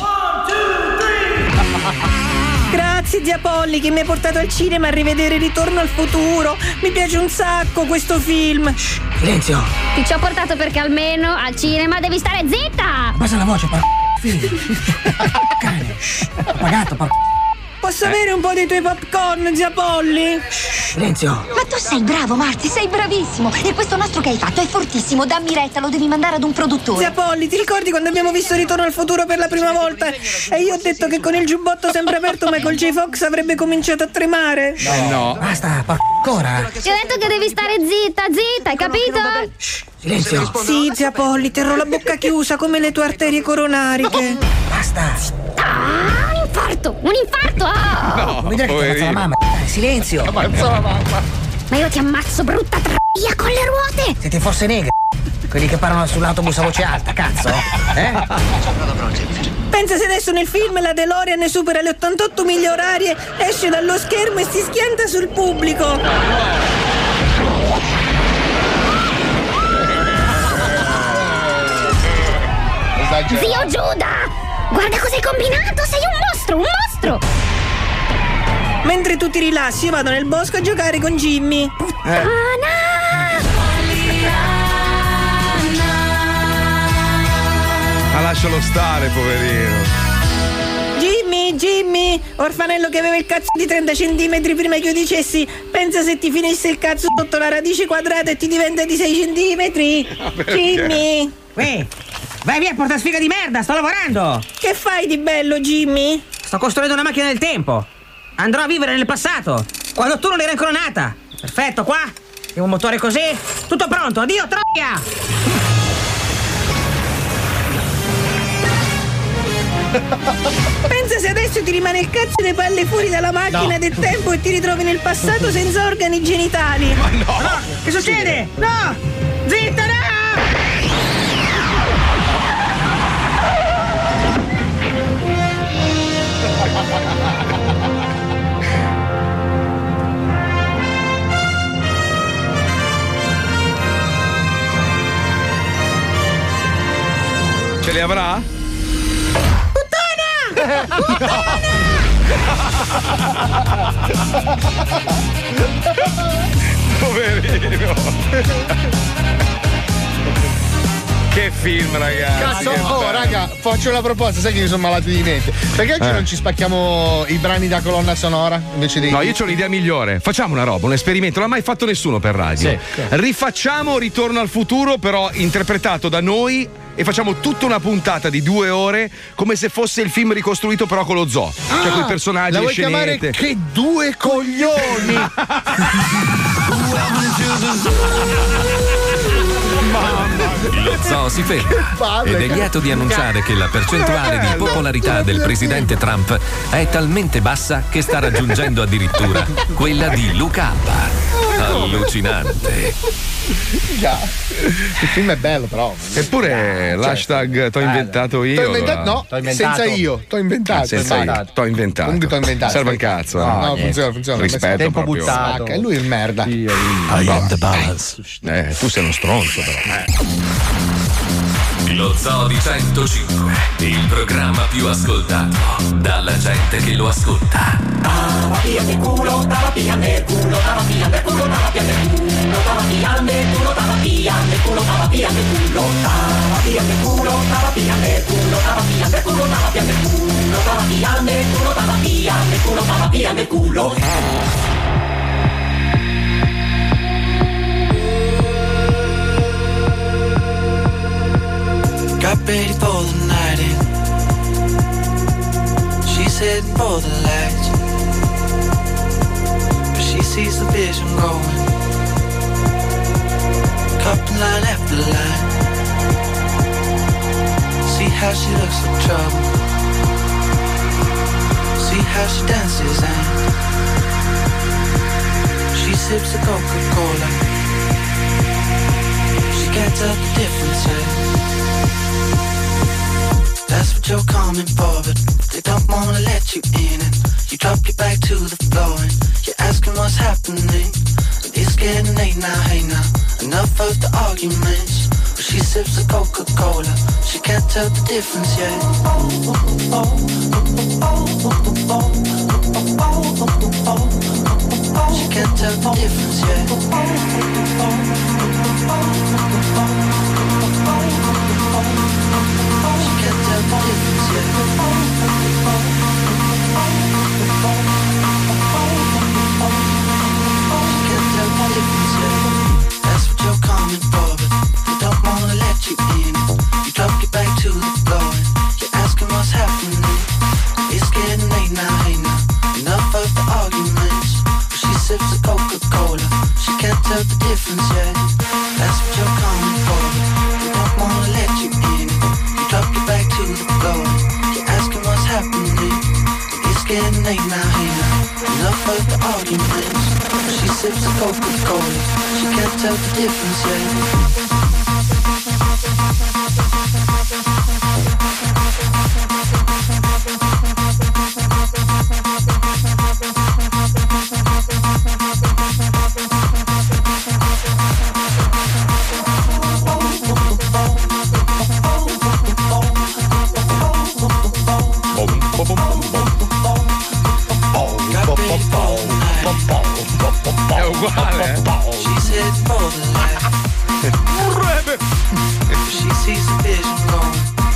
Speaker 11: Grazie zia Polly che mi ha portato al cinema a rivedere Ritorno al futuro. Mi piace un sacco questo film. Shh,
Speaker 13: silenzio.
Speaker 12: Ti ci ho portato perché almeno al cinema devi stare zitta.
Speaker 13: Abbassa la voce, porco figlio. Cane, shh, ho pagato, porco.
Speaker 11: Posso eh. avere un po' dei tuoi popcorn, zia Polly?
Speaker 13: Shh, silenzio.
Speaker 14: Ma tu sei bravo, Marty, sei bravissimo. E questo nastro che hai fatto è fortissimo. Dammi retta, lo devi mandare ad un produttore.
Speaker 11: Zia Polly, ti ricordi quando abbiamo visto Ritorno al futuro per la prima volta? E io ho detto che con il giubbotto sempre aperto Michael J. Fox avrebbe cominciato a tremare.
Speaker 13: No, eh no. Basta, porco ancora.
Speaker 12: Ti ho detto che devi stare zitta, zitta, hai capito?
Speaker 13: Shh, silenzio.
Speaker 11: Sì, zia Polly, terrò la bocca chiusa come le tue arterie coronariche.
Speaker 13: Basta.
Speaker 12: Ah, un infarto, un infarto. Ah.
Speaker 13: No, mi dire che ti ammazza la mamma. Dai, silenzio.
Speaker 2: Ammazza la mamma.
Speaker 12: Ma io ti ammazzo, brutta troia con le ruote.
Speaker 13: Siete forse negri? Quelli che parlano sull'autobus a voce alta, cazzo? Eh?
Speaker 11: Pensa se adesso nel film la DeLorean supera le ottantotto miglia orarie, esce dallo schermo e si schianta sul pubblico.
Speaker 12: Zio Giuda! Guarda cosa hai combinato! Sei un mostro, un mostro!
Speaker 11: Mentre tu ti rilassi, io vado nel bosco a giocare con Jimmy.
Speaker 12: Puttana!
Speaker 4: Ma lascialo stare, poverino.
Speaker 11: Jimmy, Jimmy, orfanello che aveva il cazzo di trenta centimetri prima che io dicessi pensa se ti finisse il cazzo sotto la radice quadrata e ti diventa di sei centimetri. Jimmy!
Speaker 13: Uè, vai via, porta sfiga di merda, sto lavorando.
Speaker 11: Che fai di bello, Jimmy?
Speaker 13: Sto costruendo una macchina del tempo. Andrò a vivere nel passato, quando tu non eri ancora nata. Perfetto, qua. E un motore così. Tutto pronto, addio, troia!
Speaker 11: Pensa se adesso ti rimane il cazzo e le palle fuori dalla macchina no. del tempo e ti ritrovi nel passato senza organi genitali.
Speaker 13: Ma no! no che succede? No! Zitta, no!
Speaker 4: Ce le avrà?
Speaker 11: Puttana! Puttana!
Speaker 4: Poverino. Che film, ragazzi.
Speaker 2: Cazzo,
Speaker 4: che
Speaker 2: oh,
Speaker 4: bello.
Speaker 2: raga, faccio una proposta, sai che io sono malato di mente. Perché oggi
Speaker 4: Eh.
Speaker 2: non ci spacchiamo i brani da colonna sonora invece dei.
Speaker 4: No, io ho l'idea migliore. Facciamo una roba, un esperimento, non l'ha mai fatto nessuno per radio.
Speaker 2: Sì.
Speaker 4: Rifacciamo Ritorno al futuro, però interpretato da noi. E facciamo tutta una puntata di due ore come se fosse il film ricostruito però con lo zoo.
Speaker 2: Ah,
Speaker 4: cioè con i personaggi,
Speaker 2: la
Speaker 4: le
Speaker 2: vuoi chiamare
Speaker 4: scenette.
Speaker 2: Che due coglioni!
Speaker 1: Lo zoo si ferma ed è lieto di annunciare che la percentuale di popolarità del presidente Trump è talmente bassa che sta raggiungendo addirittura quella di Luca Alba. Allucinante.
Speaker 2: Già. Il film è bello, però.
Speaker 4: Eppure l'hashtag t'ho inventato io.
Speaker 2: T'ho inventato,
Speaker 4: allora.
Speaker 2: no,
Speaker 5: T'ho inventato.
Speaker 2: senza io, t'ho inventato.
Speaker 4: Ah, senza io.
Speaker 2: Inventato.
Speaker 4: T'ho inventato.
Speaker 2: Comunque t'ho inventato.
Speaker 4: Serve un cazzo.
Speaker 2: No,
Speaker 4: eh.
Speaker 2: no,
Speaker 5: niente.
Speaker 2: funziona, funziona.
Speaker 4: Rispetto
Speaker 5: Tempo
Speaker 4: proprio.
Speaker 5: buttato.
Speaker 2: Spacca, lui è il merda.
Speaker 5: Io,
Speaker 1: I am the balance.
Speaker 4: Eh, tu sei uno stronzo, però. Eh.
Speaker 1: Lo Zoo di centocinque, il programma più ascoltato dalla gente che lo ascolta.
Speaker 7: Tava via nel culo, tava via nel culo, tava via nel culo, tava via nel culo, tava via nel culo, tava via nel culo, tava via nel culo, tava via nel culo, tava via nel culo, tava via nel culo, tava via nel culo, tava via nel culo, tava via nel culo, tava via nel culo.
Speaker 15: Got ready for the night in. She's heading for the lights, but she sees the vision going, cupping line after line. how she looks like trouble. See how she dances and she sips a Coca-Cola. She can't tell the difference yet. That's what you're coming for, but they don't wanna let you in. And you drop your back to the floor and you're asking what's happening. And it's getting late now, hey now. Enough of the arguments. But she sips a Coca-Cola. She can't tell the difference yet. She can't tell the difference yet. She can't tell the difference yet. She can't tell the difference yet. That's what you're coming for, but they don't wanna let you in. You drop your back to the floor and you're asking what's happening. It's getting late now, hey now. Enough of the arguments. But she sips a Coca-Cola. She can't tell the difference yet. That's what you're coming for, but they don't wanna let you in. You drop your back to the floor. You're asking what's happening. It's getting late now, hey now. Enough of the arguments. But she sips a Coca-Cola. She can't tell the difference yet.
Speaker 4: È uguale, eh?
Speaker 15: She's heading for the light. She sees the vision going.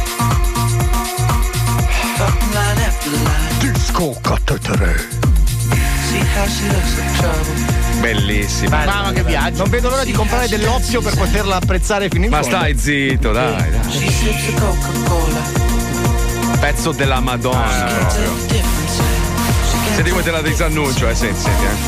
Speaker 15: Up line after line.
Speaker 5: Disco Catetere.
Speaker 15: See how she looks like trouble.
Speaker 4: Bellissima.
Speaker 5: Mamma che viaggio. Non vedo l'ora di comprare dell'oppio per poterla apprezzare fino in
Speaker 4: Ma
Speaker 5: fondo.
Speaker 4: stai zitto, dai, dai.
Speaker 15: She sips a Coca-Cola.
Speaker 4: Pezzo della Madonna proprio. Senti come te la disannuncio, eh, senti, senti, eh.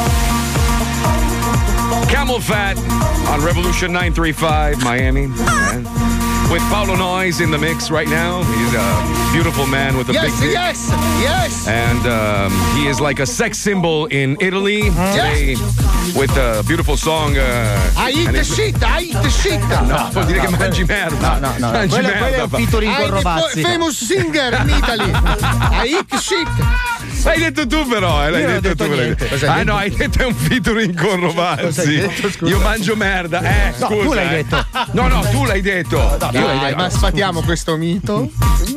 Speaker 4: Camel Fat on Revolution nine thirty-five Miami. Eh? With Paulo Noyes in the mix right now. He's a beautiful man with a
Speaker 2: yes,
Speaker 4: big dick.
Speaker 2: Yes, yes,
Speaker 4: And um, he is like a sex symbol in Italy today
Speaker 2: yes.
Speaker 4: with a beautiful song. Uh,
Speaker 2: I eat the shit, I eat the shit.
Speaker 4: No, vuol dire che mangi merda.
Speaker 5: No, no, no.
Speaker 4: Mangi
Speaker 5: Quello,
Speaker 4: merda.
Speaker 5: quello è un featuring con Rovazzi.
Speaker 2: I the famous singer in Italy. I eat shit.
Speaker 4: L'hai detto tu però, eh, l'hai
Speaker 5: Io non ho
Speaker 4: detto,
Speaker 5: detto
Speaker 4: tu.
Speaker 5: niente.
Speaker 4: Ah
Speaker 5: detto?
Speaker 4: no, hai detto è un featuring con Rovazzi.
Speaker 5: Detto,
Speaker 4: Io mangio merda. Eh,
Speaker 5: No,
Speaker 4: scusa.
Speaker 5: tu l'hai
Speaker 4: eh.
Speaker 5: detto.
Speaker 4: No, no, tu l'hai detto.
Speaker 5: No,
Speaker 4: Io l'hai
Speaker 2: Dai,
Speaker 4: detto.
Speaker 2: ma sfatiamo questo mito.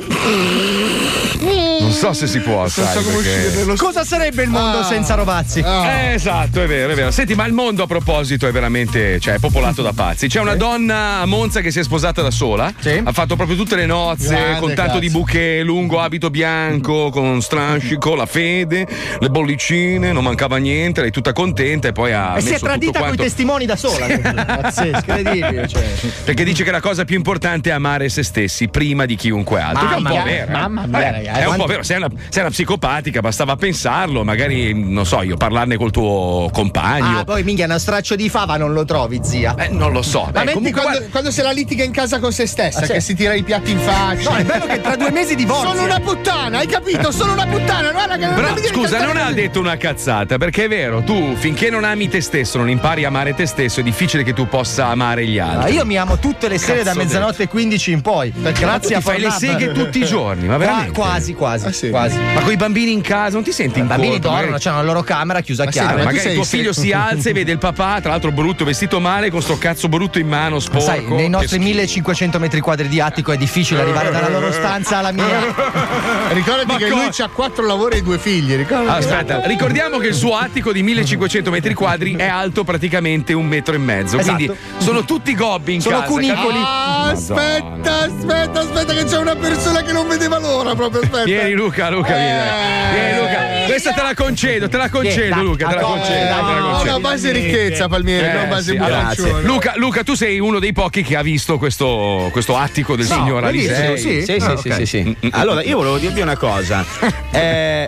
Speaker 4: Non so se si può, sai,
Speaker 2: so come
Speaker 4: perché-
Speaker 2: uscire dallo-
Speaker 5: Cosa sarebbe il mondo
Speaker 2: Ah.
Speaker 5: senza Rovazzi?
Speaker 4: Eh, esatto, è vero, è vero. Senti, ma il mondo a proposito è veramente, cioè, è popolato da pazzi. C'è una donna a Monza che si è sposata da sola.
Speaker 5: Sì.
Speaker 4: Ha fatto proprio tutte le nozze
Speaker 2: Grande
Speaker 4: con tanto
Speaker 2: cazzo.
Speaker 4: di bouquet, lungo abito bianco, con strascico, la fede, le bollicine, non mancava niente, lei tutta contenta e poi ha
Speaker 5: E si è
Speaker 4: messo
Speaker 5: tradita
Speaker 4: tutto
Speaker 5: con i
Speaker 4: quanto.
Speaker 5: testimoni da sola. Pazzesco, incredibile. Cioè.
Speaker 4: Perché dice che la cosa più importante è amare se stessi prima di chiunque altro. Che è un po'
Speaker 5: mia,
Speaker 4: vero. eh.
Speaker 5: mamma mia,
Speaker 4: Vabbè,
Speaker 5: ragazzi.
Speaker 4: È un po'
Speaker 5: Quanto-
Speaker 4: vero. Sei una, sei una psicopatica, bastava pensarlo, magari, non so io, parlarne col tuo compagno.
Speaker 5: Ah, poi minchia, uno straccio di fava non lo trovi, zia.
Speaker 4: Eh, non lo so.
Speaker 2: Ma
Speaker 4: Beh,
Speaker 2: metti
Speaker 4: comunque,
Speaker 2: quando,
Speaker 4: guarda-
Speaker 2: quando se la litiga in casa con se stessa,
Speaker 5: Ah, sì.
Speaker 2: che si tira i piatti in faccia.
Speaker 5: No, è bello che tra due mesi divorzi.
Speaker 2: Sono una puttana, hai capito? Sono una puttana, guarda che non
Speaker 4: Però
Speaker 2: mi devi
Speaker 4: scusa,
Speaker 2: trattare
Speaker 4: non ha
Speaker 2: così.
Speaker 4: detto una cazzata, perché è vero, tu finché non ami te stesso, non impari a amare te stesso, è difficile che tu possa amare gli
Speaker 5: Ah,
Speaker 4: altri.
Speaker 5: io mi amo tutte le sere
Speaker 4: Cazzo
Speaker 5: da mezzanotte e quindici in poi. Grazie
Speaker 4: tu
Speaker 5: a
Speaker 4: ti fai le
Speaker 5: Pornhub.
Speaker 4: seghe tutti i giorni, ma
Speaker 5: Qua-
Speaker 4: veramente?
Speaker 5: Quasi, quasi,
Speaker 2: Ah, sì.
Speaker 5: quasi.
Speaker 4: Ma con i bambini in casa non ti senti in
Speaker 5: I bambini
Speaker 4: colpa?
Speaker 5: dormono,
Speaker 4: Magari-
Speaker 5: c'hanno la loro camera chiusa a
Speaker 2: Ma sì,
Speaker 5: chiave.
Speaker 2: ma tu
Speaker 4: Magari
Speaker 2: sei-
Speaker 4: tuo
Speaker 2: sei-
Speaker 4: figlio si alza e vede il papà, tra l'altro brutto, vestito male, con sto cazzo brutto in mano,
Speaker 5: Ma
Speaker 4: sporco.
Speaker 5: sai, nei nostri
Speaker 4: Che schifo.
Speaker 5: millecinquecento metri quadri di attico è difficile arrivare dalla loro stanza alla mia.
Speaker 2: Ricordati
Speaker 4: Ma
Speaker 2: che
Speaker 4: co-
Speaker 2: lui ha quattro lavori e due figli, ricordati.
Speaker 4: Aspetta, ricordiamo che il suo attico di millecinquecento metri quadri è alto praticamente un metro e mezzo.
Speaker 5: Esatto.
Speaker 4: Quindi sono tutti gobbi in
Speaker 5: Sono
Speaker 4: casa.
Speaker 5: cunicoli.
Speaker 2: Ah, aspetta,
Speaker 4: Madonna.
Speaker 2: aspetta, aspetta, che c'è una persona che non vedeva l'ora proprio. Aspetta.
Speaker 4: Vieni Luca, Luca, vieni. dai. Vieni Luca. Questa te la concedo, te la concedo,
Speaker 5: Vieni,
Speaker 4: Luca, te la
Speaker 5: dai,
Speaker 4: concedo.
Speaker 5: dai,
Speaker 4: te la
Speaker 5: dai,
Speaker 4: concedo.
Speaker 2: No, base ricchezza, Palmieri,
Speaker 4: Eh,
Speaker 2: non base
Speaker 4: sì, allora,
Speaker 2: buraccione.
Speaker 4: Luca, Luca, tu sei uno dei pochi che ha visto questo, questo attico del
Speaker 5: No,
Speaker 4: signor
Speaker 5: l'hai visto?
Speaker 4: Alisei.
Speaker 5: Sì?
Speaker 8: Sì, sì,
Speaker 5: Ah,
Speaker 8: sì,
Speaker 5: ok.
Speaker 8: sì, sì. Allora, io volevo dirvi una cosa. Eh,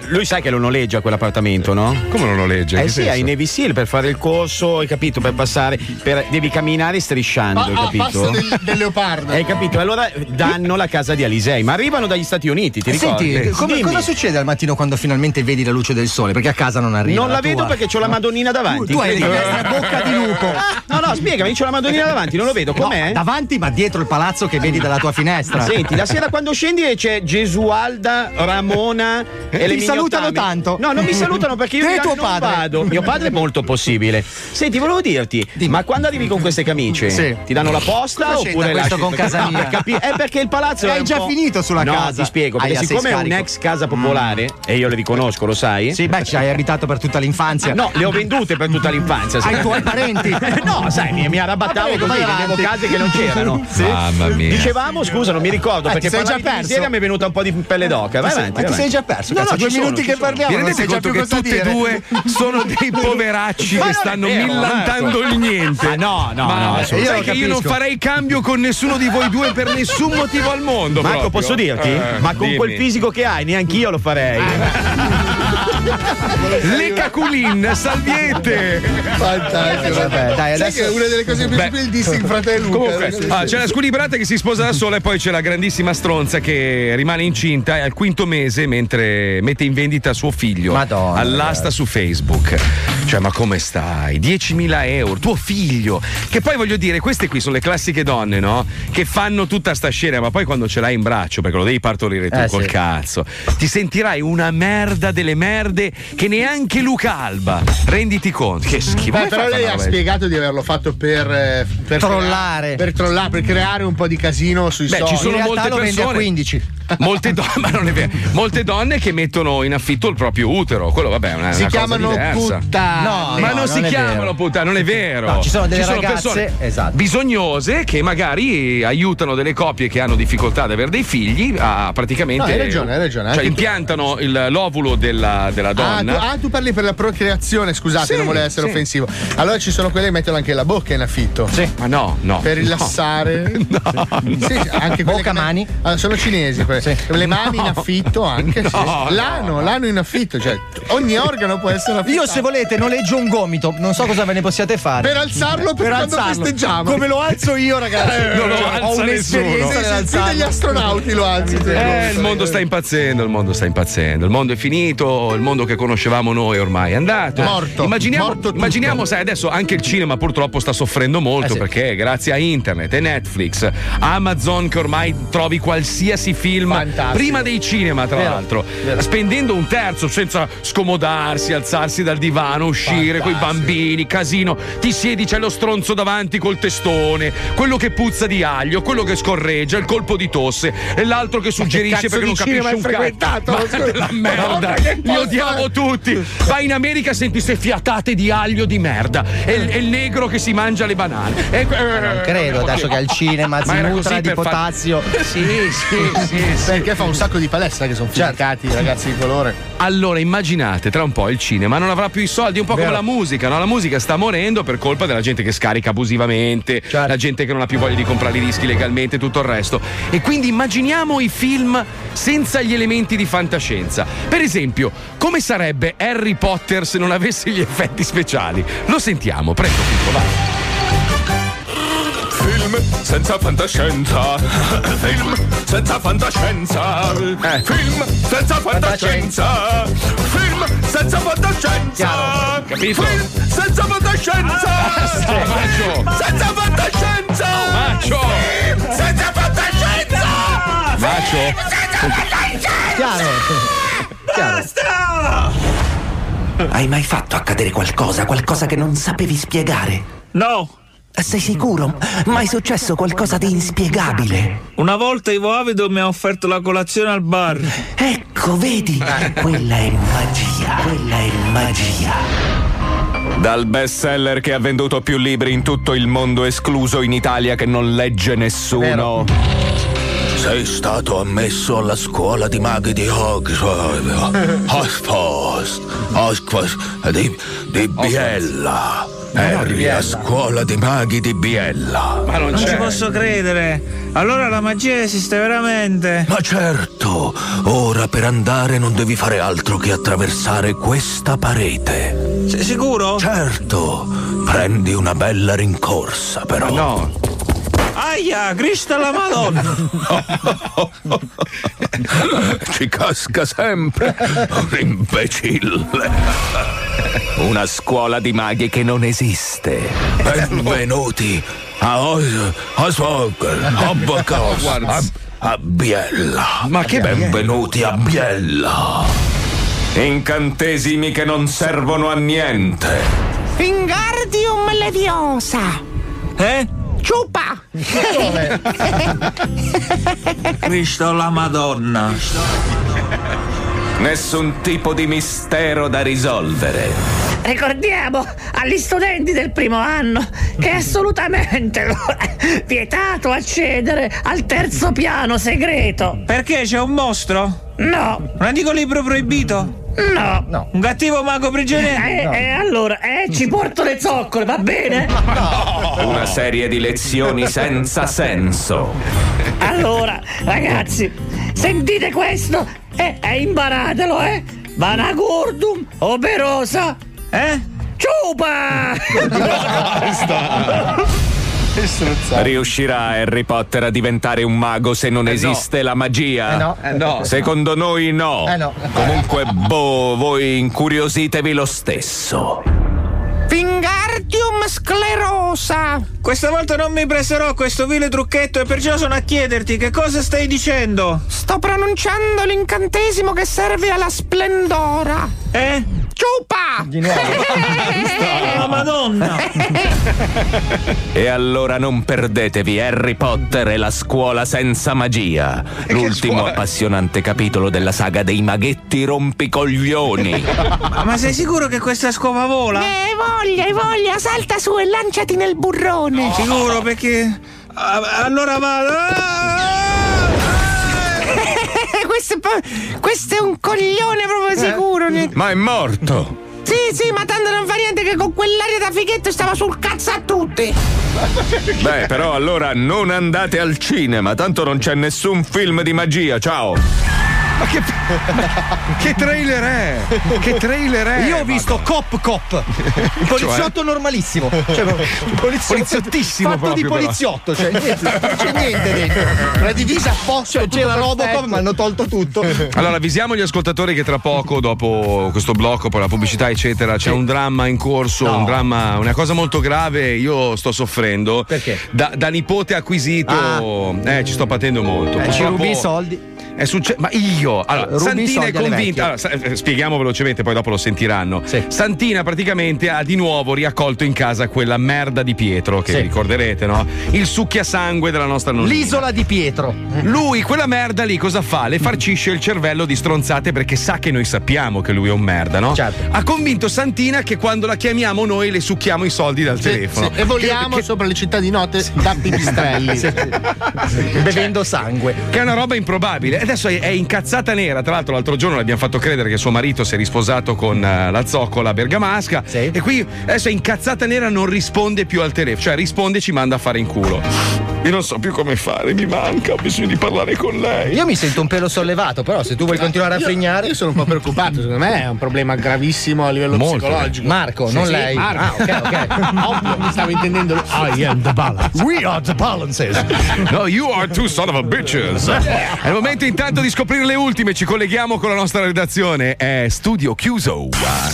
Speaker 8: lui sai che lo noleggia quell'appartamento, no?
Speaker 4: Come lo noleggia?
Speaker 8: Eh
Speaker 4: Che
Speaker 8: sì,
Speaker 4: senso?
Speaker 8: ai Navy Seal per fare il corso, hai capito? Per passare, per, devi camminare strisciando, hai
Speaker 2: Ah,
Speaker 8: capito?
Speaker 2: passo del, del leopardo.
Speaker 8: Hai capito? Allora danno la casa di Alisei, ma arrivano dagli Stati Uniti, ti ricordi?
Speaker 5: Senti, come-
Speaker 8: Dimmi.
Speaker 5: cosa succede al mattino quando finalmente vedi la luce del sole? Perché a casa non arriva.
Speaker 8: Non la vedo
Speaker 5: tua.
Speaker 8: perché c'ho la Madonnina davanti.
Speaker 5: Tu hai
Speaker 8: Quindi-
Speaker 5: la bocca di lupo.
Speaker 8: No, no, spiegami, c'ho la Madonnina davanti, non lo vedo, com'è?
Speaker 5: No, davanti, ma dietro il palazzo che vedi dalla tua finestra.
Speaker 8: Senti, la sera quando scendi c'è Gesualda, Ramona e le
Speaker 5: Ti salutano
Speaker 8: mignottami.
Speaker 5: tanto.
Speaker 8: No, non mi salutano perché io
Speaker 5: Te e
Speaker 8: di là
Speaker 5: tuo
Speaker 8: non
Speaker 5: padre.
Speaker 8: vado. Mio padre è molto possibile. Senti, volevo dirti, ma quando arrivi con queste camicie,
Speaker 5: Sì.
Speaker 8: ti danno la posta
Speaker 5: Cosa
Speaker 8: oppure
Speaker 5: c'entra questo
Speaker 8: lasci-
Speaker 5: con casa
Speaker 8: No,
Speaker 5: mia?
Speaker 8: per capi- È perché il palazzo
Speaker 5: Hai
Speaker 8: è un
Speaker 5: già
Speaker 8: po'-
Speaker 5: finito sulla
Speaker 8: no,
Speaker 5: casa.
Speaker 8: ti spiego, perché
Speaker 5: Aia, sei
Speaker 8: siccome è
Speaker 5: scarico.
Speaker 8: un'ex casa popolare e io le riconosco, lo sai?
Speaker 5: Sì, beh, ci hai abitato per tutta l'infanzia.
Speaker 8: No, le ho vendute per tutta l'infanzia.
Speaker 5: Ai tuoi parenti?
Speaker 8: No, sai, mi, mi arrabattavo
Speaker 5: Vabbè,
Speaker 8: così,
Speaker 5: vai
Speaker 8: vendevo
Speaker 5: avanti.
Speaker 8: case che non c'erano.
Speaker 5: Sì.
Speaker 4: Mamma mia.
Speaker 8: Dicevamo, scusa, non mi ricordo
Speaker 5: Eh,
Speaker 8: perché
Speaker 5: ti sei già
Speaker 8: parlavi di
Speaker 5: perso?
Speaker 8: miseria mi è venuta un po' di pelle d'oca. Vai
Speaker 5: Ti sei-
Speaker 8: avanti.
Speaker 5: ma ti
Speaker 8: vai
Speaker 5: sei già
Speaker 8: avanti.
Speaker 5: perso?
Speaker 8: No,
Speaker 5: Cazzo,
Speaker 8: no,
Speaker 5: due
Speaker 8: ci sono,
Speaker 5: minuti
Speaker 8: ci
Speaker 5: che
Speaker 8: sono.
Speaker 5: parliamo.
Speaker 4: Vi
Speaker 5: non
Speaker 4: rendete
Speaker 5: sai già
Speaker 4: conto
Speaker 5: più
Speaker 4: che
Speaker 5: cosa
Speaker 4: tutti e
Speaker 5: dire.
Speaker 4: due sono dei poveracci
Speaker 8: Ma
Speaker 4: che
Speaker 8: non è
Speaker 4: stanno
Speaker 8: vero,
Speaker 4: millantando
Speaker 8: Marco.
Speaker 4: il niente?
Speaker 8: Ma no, no,
Speaker 4: Ma
Speaker 8: no,
Speaker 4: no,
Speaker 8: assolutamente.
Speaker 4: sai
Speaker 5: Io
Speaker 4: che
Speaker 5: lo
Speaker 4: io non
Speaker 5: capisco.
Speaker 4: farei cambio con nessuno di voi due per nessun motivo al mondo.
Speaker 8: Marco,
Speaker 4: proprio.
Speaker 8: posso dirti?
Speaker 4: Eh,
Speaker 8: Ma con
Speaker 4: dimmi.
Speaker 8: quel fisico che hai, neanch'io lo farei.
Speaker 4: Le caculin, salviette.
Speaker 2: Fantastico.
Speaker 5: Vabbè, dai,
Speaker 2: Sai
Speaker 5: adesso-
Speaker 2: che è una delle cose più
Speaker 4: Beh,
Speaker 2: più il dissing fratello Luca.
Speaker 4: Comunque, ah, c'è la squilibrata che si sposa da sola e poi c'è la grandissima stronza che rimane incinta al quinto mese mentre mette in vendita suo figlio
Speaker 5: Madonna,
Speaker 4: all'asta su Facebook. Cioè, ma come stai? diecimila euro, tuo figlio. Che poi voglio dire, queste qui sono le classiche donne, no? Che fanno tutta sta scena, ma poi quando ce l'hai in braccio, perché lo devi partorire tu
Speaker 5: Eh,
Speaker 4: col
Speaker 5: sì.
Speaker 4: cazzo, ti sentirai una merda delle merde che neanche Luca Alba. Renditi conto. Che schifo.
Speaker 2: Beh,
Speaker 4: Come
Speaker 2: però
Speaker 4: fai a
Speaker 2: lei
Speaker 4: fare
Speaker 2: ha
Speaker 4: una roba?
Speaker 2: spiegato di averlo fatto per, eh, per
Speaker 5: Trollare.
Speaker 2: Per trollare, per creare un po' di casino sui
Speaker 4: Beh,
Speaker 2: social.
Speaker 4: ci sono
Speaker 5: In realtà
Speaker 4: molte
Speaker 5: lo vende a
Speaker 4: persone.
Speaker 5: quindici.
Speaker 4: Molte donne, ma non è vero. Molte donne che mettono in affitto il proprio utero. Quello, vabbè, è una,
Speaker 2: Si
Speaker 4: una cosa
Speaker 2: chiamano
Speaker 4: diversa.
Speaker 2: puttane.
Speaker 5: No,
Speaker 4: Ma
Speaker 5: no,
Speaker 4: non si
Speaker 5: è
Speaker 4: chiamano
Speaker 5: vero.
Speaker 4: puttane, non è vero.
Speaker 5: No, ci sono delle ragazze-
Speaker 4: persone
Speaker 5: esatto.
Speaker 4: bisognose che magari aiutano delle coppie che hanno difficoltà ad avere dei figli a praticamente.
Speaker 2: No, hai ragione, hai ragione.
Speaker 4: Cioè,
Speaker 2: Anche-
Speaker 4: impiantano il- l'ovulo della, della
Speaker 2: Ah
Speaker 4: donna.
Speaker 2: tu, ah, tu parli per la procreazione, scusate,
Speaker 4: Sì,
Speaker 2: non volevo essere
Speaker 4: sì.
Speaker 2: offensivo. Allora ci sono quelle che mettono anche la bocca in affitto.
Speaker 5: Sì.
Speaker 4: Ma no, no.
Speaker 2: Per
Speaker 4: no.
Speaker 2: rilassare. Sì, sì, anche quelle
Speaker 5: Bocca,
Speaker 2: che met-
Speaker 5: mani.
Speaker 2: Allora, sono cinesi quelle.
Speaker 5: Sì.
Speaker 2: Le mani in affitto anche. sì.
Speaker 4: No,
Speaker 2: L'ano,
Speaker 4: no.
Speaker 2: l'ano in affitto, cioè ogni organo può essere affitto.
Speaker 5: Io, se volete, noleggio un gomito. Non so cosa ve ne possiate fare.
Speaker 2: Per alzarlo per, quando
Speaker 5: alzarlo.
Speaker 2: festeggiamo.
Speaker 5: Come lo alzo io, ragazzi?
Speaker 4: non lo
Speaker 5: Cioè,
Speaker 4: alza
Speaker 5: ho
Speaker 4: nessuno.
Speaker 5: un'esperienza
Speaker 2: Sì, sì,
Speaker 5: nell'alzarlo.
Speaker 2: più degli astronauti lo alzi.
Speaker 4: Eh, il mondo sta impazzendo, il mondo sta impazzendo, il mondo è finito, il mondo che conoscevamo noi ormai è andato.
Speaker 2: Morto,
Speaker 4: Immaginiamo,
Speaker 2: morto tutto.
Speaker 4: immaginiamo sai, adesso anche il cinema purtroppo sta soffrendo molto
Speaker 5: Eh sì.
Speaker 4: perché grazie a internet e Netflix, Amazon che ormai trovi qualsiasi film
Speaker 2: Fantastico.
Speaker 4: prima dei cinema, tra
Speaker 5: Vero,
Speaker 4: l'altro,
Speaker 5: vero.
Speaker 4: spendendo un terzo senza scomodarsi, alzarsi dal divano, uscire coi bambini, casino, ti siedi, c'è lo stronzo davanti col testone, quello che puzza di aglio, quello che scorreggia, il colpo di tosse e l'altro che suggerisce
Speaker 2: cazzo
Speaker 4: perché non
Speaker 2: di cinema
Speaker 4: capisce un
Speaker 2: hai
Speaker 4: cazzo.
Speaker 2: frequentato?
Speaker 4: Ma
Speaker 2: Scusa.
Speaker 4: la merda,
Speaker 2: Madonna, che
Speaker 4: li
Speaker 2: posto
Speaker 4: odiamo
Speaker 2: è?
Speaker 4: tutti. Vai in America, senti ste fiatate di aglio di merda e, il- e il negro che si mangia le banane. E,
Speaker 5: Non credo, adesso che al cinema si
Speaker 4: Ma era
Speaker 5: nutra
Speaker 4: così
Speaker 5: di
Speaker 4: per far-
Speaker 5: potassio.
Speaker 4: Sì, sì, sì, sì.
Speaker 2: Perché fa un sacco di palestra che sono fisicati i ragazzi di colore.
Speaker 4: Allora immaginate, tra un po' il cinema non avrà più i soldi, un po' come
Speaker 5: Vero.
Speaker 4: la musica, no? La musica sta morendo per colpa della gente che scarica abusivamente,
Speaker 5: Certo.
Speaker 4: la gente che non ha più voglia di comprare i dischi legalmente e tutto il resto. E quindi immaginiamo i film senza gli elementi di fantascienza. Per esempio, come sarebbe Harry Potter se non avesse gli effetti speciali? Lo sentiamo, prego Pippo, vai.
Speaker 16: Film senza fantascienza. Film senza fantascienza.
Speaker 4: Eh.
Speaker 16: Film senza fantascienza. Film senza fantascienza.
Speaker 5: Chiaro,
Speaker 4: capito?
Speaker 16: Film senza fantascienza.
Speaker 4: Basta, Macio.
Speaker 16: Senza fantascienza.
Speaker 4: Macio.
Speaker 16: Film senza fantascienza.
Speaker 4: Macio.
Speaker 5: Chiaro.
Speaker 16: Basta!
Speaker 7: Hai mai fatto accadere qualcosa, qualcosa che non sapevi spiegare?
Speaker 17: No,
Speaker 7: Sei sicuro? Mai successo qualcosa di inspiegabile?
Speaker 17: una volta Ivo Avido mi ha offerto la colazione al bar.
Speaker 7: Ecco, vedi? Quella è magia, quella è magia.
Speaker 16: Dal bestseller che ha venduto più libri in tutto il mondo, escluso in Italia che non legge nessuno. Sei stato ammesso alla scuola di maghi di Hogwarts, Hogwarts, Hogwarts di, di Biella. Eri a scuola di maghi di Biella.
Speaker 17: Ma non, non ci posso credere. Allora la magia esiste veramente.
Speaker 16: Ma certo, ora per andare non devi fare altro che attraversare questa parete.
Speaker 17: Sei sicuro?
Speaker 16: Certo, prendi una bella rincorsa però.
Speaker 17: No. Aia, Cristo alla Madonna!
Speaker 16: Ci casca sempre un imbecille. Una scuola di maghi che non esiste. Benvenuti a Os- Oswald, a Bacos, a, a Biella.
Speaker 4: Ma che
Speaker 16: benvenuti a Biella. Incantesimi che non servono a niente.
Speaker 11: Wingardium Leviosa!
Speaker 17: Eh?
Speaker 11: Ciupa!
Speaker 17: Cristo la Madonna!
Speaker 16: Nessun tipo di mistero da risolvere.
Speaker 11: Ricordiamo agli studenti del primo anno che è assolutamente vietato accedere al terzo piano segreto.
Speaker 17: Perché c'è un mostro?
Speaker 11: No.
Speaker 17: Un antico libro proibito?
Speaker 11: No. no.
Speaker 17: Un cattivo mago prigioniero?
Speaker 11: E eh, no. eh, allora, eh, ci porto le zoccole, va bene?
Speaker 16: No. Una serie di lezioni senza senso.
Speaker 11: Allora, ragazzi, sentite questo e eh, eh, imparatelo, eh? Vanagurdum operosa.
Speaker 17: Eh?
Speaker 11: Ciupa!
Speaker 16: Riuscirà Harry Potter a diventare un mago se non
Speaker 5: eh
Speaker 16: esiste
Speaker 5: no.
Speaker 16: la magia?
Speaker 5: Eh no, eh no.
Speaker 16: Secondo noi no.
Speaker 5: Eh no.
Speaker 16: Comunque, boh, voi incuriositevi lo stesso.
Speaker 11: Wingardium sclerosa!
Speaker 17: Questa volta non mi presterò a questo vile trucchetto e perciò sono a chiederti che cosa stai dicendo?
Speaker 11: Sto pronunciando l'incantesimo che serve alla splendora.
Speaker 17: Eh?
Speaker 11: Ciupa!
Speaker 5: Di nuovo.
Speaker 17: Oh, Madonna!
Speaker 16: E allora non perdetevi Harry Potter e la scuola senza magia. L'ultimo appassionante capitolo della saga dei maghetti rompicoglioni.
Speaker 17: Ma, ma sei sicuro che questa scopa vola?
Speaker 11: Eh, voglia, hai voglia, salta su e lanciati nel burrone.
Speaker 17: No. Sicuro perché... Allora vado...
Speaker 11: questo, è, questo è un coglione proprio sicuro.
Speaker 16: Eh? Ma è morto.
Speaker 11: Sì, sì, ma tanto non fa niente che con quell'aria da fighetto stava sul cazzo a tutti.
Speaker 16: Beh, però allora non andate al cinema, tanto non c'è nessun film di magia, ciao.
Speaker 4: Ma che, ma che trailer è? Che trailer è?
Speaker 5: Io ho visto Cop Cop, un poliziotto cioè? normalissimo, cioè, un poliziotto,
Speaker 4: poliziottissimo
Speaker 5: fatto
Speaker 4: proprio,
Speaker 5: di poliziotto, cioè, niente, non c'è niente dentro. La divisa apposta, cioè, c'era Robocop, ma hanno tolto tutto.
Speaker 4: Allora avvisiamo gli ascoltatori che tra poco, dopo questo blocco, poi la pubblicità eccetera, c'è sì. un dramma in corso, no. un dramma, una cosa molto grave. Io sto soffrendo.
Speaker 5: Perché?
Speaker 4: Da, da nipote acquisito, ah. eh, ci sto patendo molto.
Speaker 5: Eh, ci rubi i soldi.
Speaker 4: È succe- ma io allora,
Speaker 5: Rubi
Speaker 4: Santina è convinta. Allora, spieghiamo velocemente, poi dopo lo sentiranno.
Speaker 5: Sì.
Speaker 4: Santina praticamente ha di nuovo riaccolto in casa quella merda di Pietro, che sì. ricorderete, no? Il succhiasangue della nostra nonnina.
Speaker 5: L'isola di Pietro.
Speaker 4: Lui, quella merda lì, cosa fa? Le farcisce il cervello di stronzate perché sa che noi sappiamo che lui è un merda, no?
Speaker 5: Certo.
Speaker 4: Ha convinto Santina che quando la chiamiamo noi le succhiamo i soldi dal sì, telefono.
Speaker 2: Sì. E voliamo che, sopra le città di notte sì. da pipistrelli.
Speaker 5: sì. Bevendo sangue.
Speaker 4: Che è una roba improbabile. Adesso è incazzata nera. Tra l'altro l'altro giorno l'abbiamo fatto credere che suo marito si è risposato con uh, la zoccola bergamasca
Speaker 5: sì.
Speaker 4: e qui adesso è incazzata nera, non risponde più al telefono, cioè risponde e ci manda a fare in culo. Io non so più come fare, mi manca, ho bisogno di parlare con lei.
Speaker 5: Io mi sento un pelo sollevato, però se tu vuoi continuare a frignare.
Speaker 2: Io sono un po' preoccupato, secondo me è un problema gravissimo a livello
Speaker 5: Molto
Speaker 2: psicologico.
Speaker 5: Marco,
Speaker 2: sì,
Speaker 5: non
Speaker 2: sì,
Speaker 5: lei.
Speaker 2: Marco.
Speaker 5: Ah, ok, ok.
Speaker 2: Ovvio, mi stavo intendendo.
Speaker 5: I am the balance. We are the balances.
Speaker 4: No, you are two son of a bitches. È il momento intanto di scoprire le ultime, ci colleghiamo con la nostra redazione. È Studio Chiuso.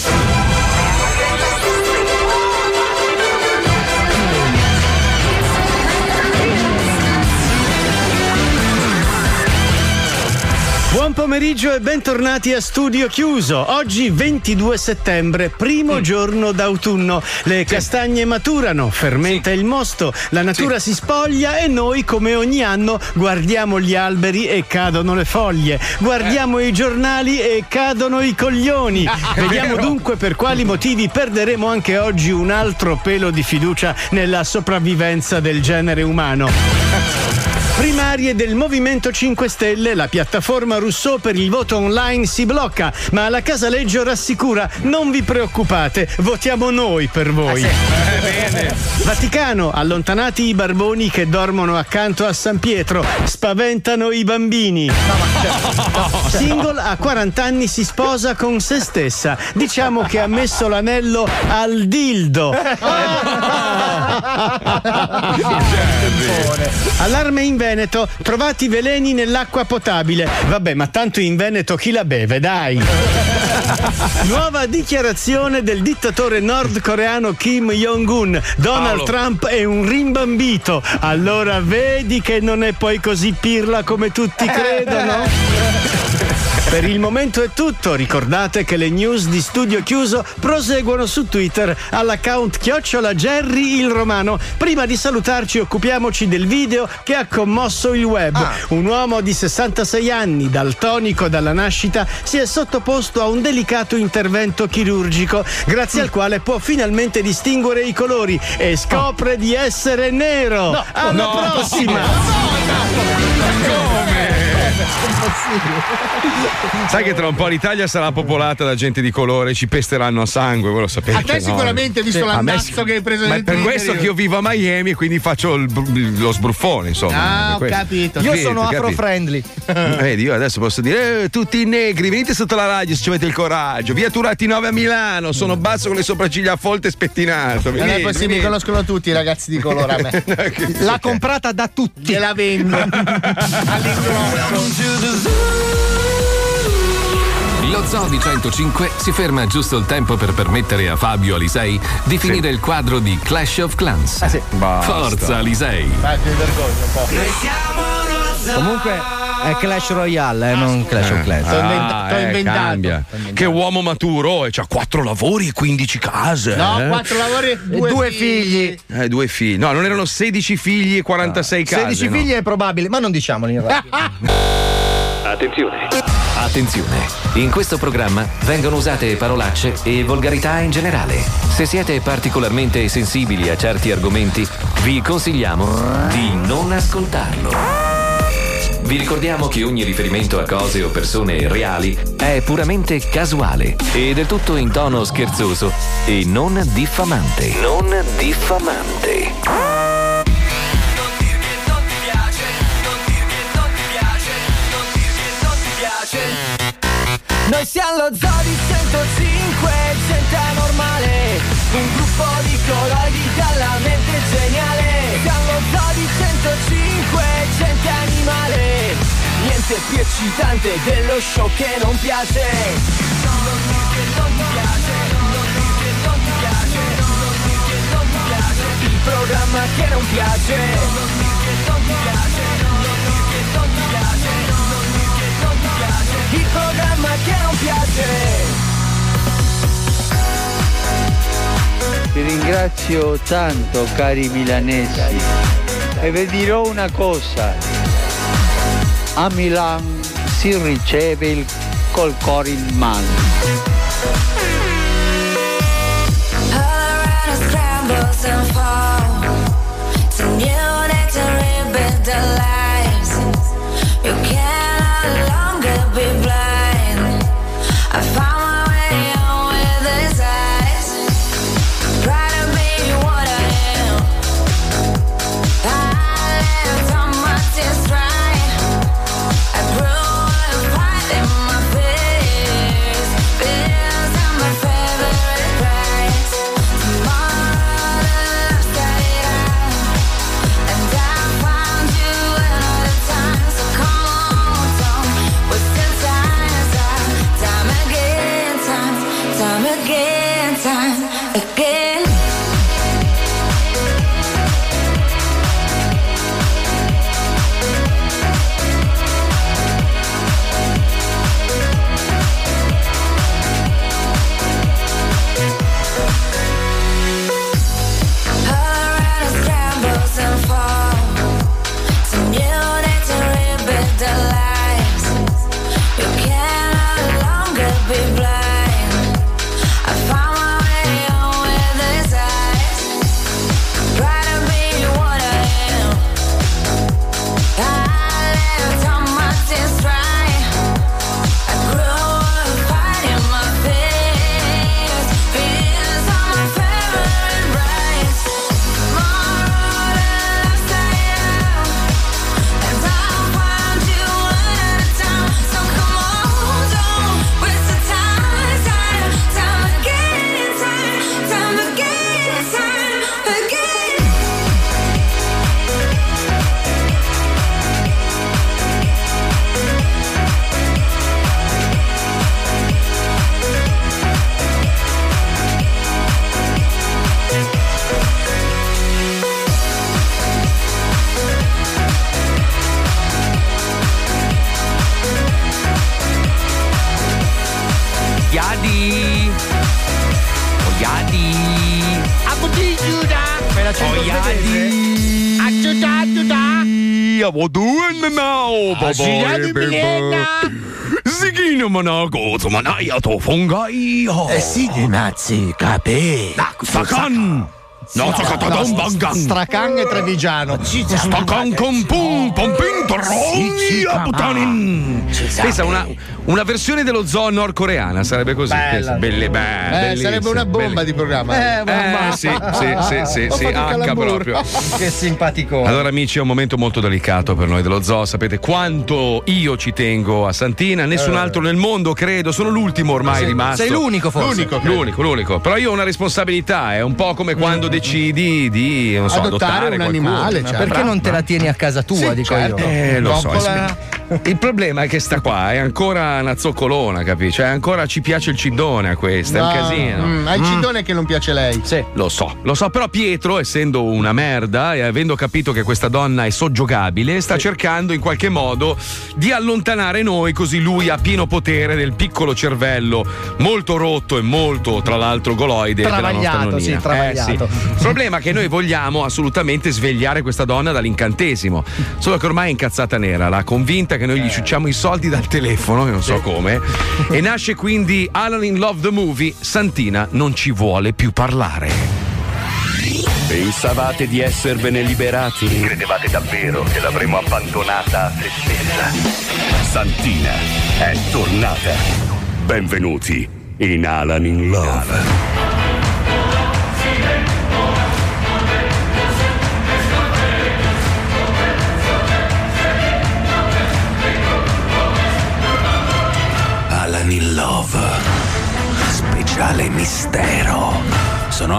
Speaker 18: Buon pomeriggio e bentornati a Studio Chiuso. Oggi ventidue settembre, primo giorno d'autunno. Le castagne maturano, fermenta il mosto, la natura si spoglia e noi, come ogni anno, guardiamo gli alberi e cadono le foglie. Guardiamo i giornali e cadono i coglioni. Vediamo dunque per quali motivi perderemo anche oggi un altro pelo di fiducia nella sopravvivenza del genere umano. Primarie del Movimento cinque Stelle, la piattaforma Rousseau per il voto online si blocca, ma la Casaleggio rassicura: non vi preoccupate, votiamo noi per voi.
Speaker 4: Ah, sì. eh, bene.
Speaker 18: Vaticano, allontanati i barboni che dormono accanto a San Pietro, spaventano i bambini. Single a quaranta anni si sposa con se stessa, diciamo che ha messo l'anello al dildo. Allarme in Veneto, trovati veleni nell'acqua potabile. Vabbè, ma tanto in Veneto chi la beve, dai. Nuova dichiarazione del dittatore nordcoreano Kim Jong-un. Donald
Speaker 4: Paolo.
Speaker 18: Trump è un rimbambito. Allora vedi che non è poi così pirla come tutti credono. Per il momento è tutto. Ricordate che le news di Studio Chiuso proseguono su Twitter all'account chiocciola Jerry il Romano. Prima di salutarci occupiamoci del video che ha commosso il web. Ah. Un uomo di sessantasei anni, daltonico dalla nascita, si è sottoposto a un delicato intervento chirurgico, grazie al quale può finalmente distinguere i colori e scopre di essere nero.
Speaker 4: No.
Speaker 18: Alla
Speaker 4: No.
Speaker 18: prossima!
Speaker 4: Come? Sai che tra un po' l'Italia sarà popolata da gente di colore, ci pesteranno a sangue, voi lo sapete.
Speaker 2: A te
Speaker 4: no?
Speaker 2: sicuramente, visto
Speaker 4: Sì.
Speaker 2: l'andazzo
Speaker 4: A me-
Speaker 2: che hai preso
Speaker 4: Ma
Speaker 2: nel
Speaker 4: è per
Speaker 2: Twitter,
Speaker 4: questo
Speaker 2: io-
Speaker 4: che io vivo a Miami e quindi faccio il br- lo sbruffone, insomma.
Speaker 2: Ah, ho
Speaker 4: Per questo.
Speaker 2: capito.
Speaker 5: Io
Speaker 4: Capito,
Speaker 5: sono
Speaker 4: capito.
Speaker 5: afro-friendly.
Speaker 4: Vedi, io adesso posso dire eh, tutti i negri, venite sotto la radio se ci avete il coraggio. Via Turati nove a Milano, sono basso con le sopracciglia a folte e spettinato.
Speaker 2: Non è possibile, mi conoscono tutti i ragazzi di colore a me.
Speaker 5: L'ha comprata da tutti.
Speaker 2: Gliela vendo.
Speaker 1: Lo Zoo di centocinque si ferma giusto il tempo per permettere a Fabio Alisei di finire il quadro di Clash of Clans.
Speaker 5: Ah, sì.
Speaker 1: Forza Alisei!
Speaker 2: Vai, ti vergogno un po'.
Speaker 5: Comunque è Clash Royale, eh, non Clash of Clans.
Speaker 2: T'ho inventa- t'ho
Speaker 4: eh,
Speaker 2: inventato.
Speaker 4: cambia. Che uomo maturo, e c'ha quattro lavori e quindici case.
Speaker 2: No,
Speaker 4: eh?
Speaker 2: quattro lavori e due,
Speaker 5: Due
Speaker 2: figli.
Speaker 5: figli.
Speaker 4: Eh, due figli. No, non erano sedici figli e quarantasei case.
Speaker 5: sedici
Speaker 4: no?
Speaker 5: figli è probabile, ma non diciamoli in radio.
Speaker 6: Attenzione.
Speaker 1: Attenzione, in questo programma vengono usate parolacce e volgarità in generale. Se siete particolarmente sensibili a certi argomenti, vi consigliamo di non ascoltarlo. Vi ricordiamo che ogni riferimento a cose o persone reali è puramente casuale e del tutto in tono scherzoso e non diffamante. Non diffamante.
Speaker 7: Noi siamo lo Zoo di centocinque, gente anormale, un gruppo di colloidi dalla mente geniale. Siamo lo Zoo di centocinque, gente animale, niente più eccitante dello show che non piace. Non dir che non ti piace, non dir che non ti piace, non dir che non ti piace, il programma che non piace. Non dir che non ti piace, non dir che non ti piace, non dir che non ti piace, il programma che non piace.
Speaker 19: Vi ringrazio tanto, cari milanesi, e vi dirò una cosa: a Milan si riceve il col cuore in mano.
Speaker 10: I grew up fighting my fears, fears and
Speaker 5: facendo vedere.
Speaker 4: Zigino manago, manaya to fongai.
Speaker 5: Eh sì, di mazzi, capì.
Speaker 4: Stacan. No, Sacatadon Bangan.
Speaker 5: Stracan e Trevigiano.
Speaker 4: Stacan con pum, pompin, torroni, putanin. Pensa, una, una versione dello zoo nordcoreana sarebbe così.
Speaker 2: Bella.
Speaker 4: Belle,
Speaker 2: Eh,
Speaker 4: belle,
Speaker 2: sarebbe una bomba
Speaker 4: belle.
Speaker 2: di programma.
Speaker 5: Eh, mamma.
Speaker 4: Eh, sì, sì, sì, sì,
Speaker 5: Ho
Speaker 4: sì,
Speaker 5: fatto
Speaker 4: H
Speaker 5: calambur.
Speaker 4: proprio.
Speaker 5: Che simpatico.
Speaker 4: Allora amici, è un momento molto delicato per noi dello zoo, sapete quanto io ci tengo a Santina, nessun
Speaker 5: Eh.
Speaker 4: altro nel mondo credo, sono l'ultimo ormai
Speaker 5: Sei-
Speaker 4: rimasto.
Speaker 5: sei l'unico forse.
Speaker 4: L'unico, l'unico, l'unico. Però io ho una responsabilità, è un po' come quando decidi di, non so,
Speaker 2: Adottare
Speaker 4: adottare
Speaker 2: un
Speaker 4: qualcuno.
Speaker 2: animale,
Speaker 5: Ma
Speaker 2: cioè,
Speaker 5: perché
Speaker 2: bravo,
Speaker 5: non te la
Speaker 2: bravo.
Speaker 5: tieni a casa tua,
Speaker 2: Sì,
Speaker 5: dico
Speaker 2: certo.
Speaker 5: io?
Speaker 4: Eh, lo so.
Speaker 2: Coccola.
Speaker 4: Il problema è che sta qua è ancora una zoccolona, capisci? Cioè ancora ci piace il ciddone a questa, è un
Speaker 2: No,
Speaker 4: casino.
Speaker 2: mm, hai il ciddone che non piace a lei.
Speaker 5: Sì.
Speaker 4: Lo so, lo so, però Pietro, essendo una merda e avendo capito che questa donna è soggiogabile, sta cercando in qualche modo di allontanare noi, così lui ha pieno potere del piccolo cervello molto rotto e molto, tra l'altro, goloide della nostra
Speaker 5: Travagliato,
Speaker 4: nonnina.
Speaker 5: sì, travagliato.
Speaker 4: Eh, sì. Il problema è che noi vogliamo assolutamente svegliare questa donna dall'incantesimo, solo che ormai è incazzata nera, l'ha convinta che noi gli ciucciamo i soldi dal telefono, io non so come, e nasce quindi Alan in Love the Movie. Santina non ci vuole più parlare.
Speaker 16: Pensavate di esservene liberati? Credevate davvero che l'avremmo abbandonata a se stessa? Santina è tornata. Benvenuti in Alan in Love.
Speaker 7: Alan in Love. Speciale mistero. Sono.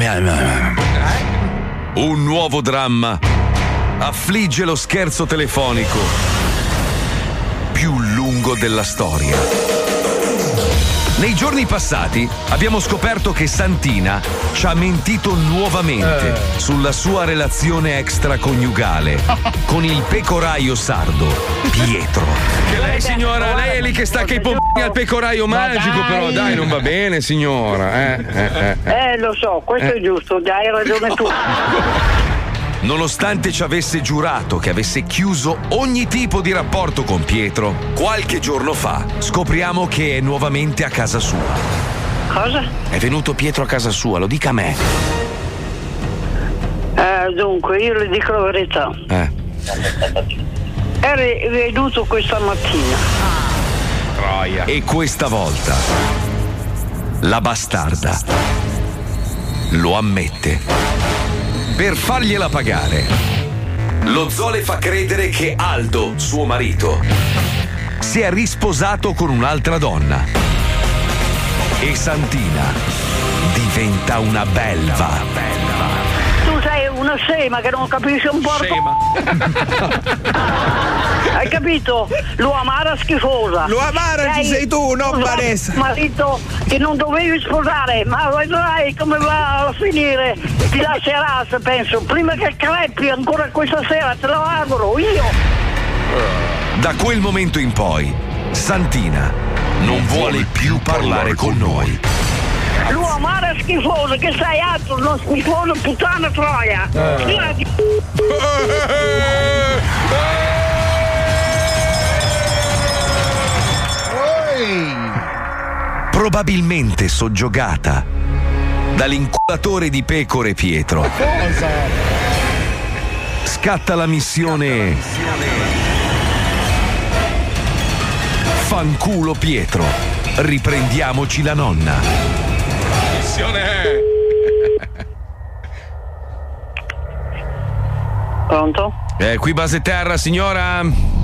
Speaker 1: Un nuovo dramma affligge lo scherzo telefonico più lungo della storia. Nei giorni passati abbiamo scoperto che Santina ci ha mentito nuovamente
Speaker 7: Eh.
Speaker 1: sulla sua relazione extraconiugale con il pecoraio sardo Pietro.
Speaker 4: Che lei signora, lei è lì che stacca i pompini al pecoraio magico, però dai, non va bene signora. Eh, eh, eh.
Speaker 20: Eh, lo so, questo
Speaker 4: Eh.
Speaker 20: è giusto, dai, hai ragione tu.
Speaker 1: Nonostante ci avesse giurato che avesse chiuso ogni tipo di rapporto con Pietro, qualche giorno fa scopriamo che è nuovamente a casa sua.
Speaker 20: Cosa?
Speaker 1: È venuto Pietro a casa sua, lo dica a me.
Speaker 20: Eh, dunque, io le dico la verità.
Speaker 1: Eh.
Speaker 20: Eri venuto questa mattina.
Speaker 1: Troia. E questa volta la bastarda lo ammette. Per fargliela pagare, lo zoo le fa credere che Aldo, suo marito, si è risposato con un'altra donna. E Santina diventa una belva.
Speaker 20: Tu sei una sema che non capisce un porco. Hai capito? Lo amara schifosa.
Speaker 17: Lo amara ci sei tu, non Vanessa.
Speaker 20: Marito che non dovevi sposare, ma vedrai come va a finire. Ti lascerà, se penso. Prima che crepi ancora questa sera, te lo auguro, io.
Speaker 1: Da quel momento in poi, Santina non vuole più parlare con noi.
Speaker 20: Lo amara schifosa, che sei altro, non schifoso, puttana troia.
Speaker 1: Eh. Probabilmente soggiogata dall'inculatore di pecore Pietro.
Speaker 2: Cosa?
Speaker 1: Scatta la missione Fanculo Pietro, riprendiamoci la nonna.
Speaker 4: Missione.
Speaker 20: Pronto?
Speaker 4: Eh, qui base terra, signora?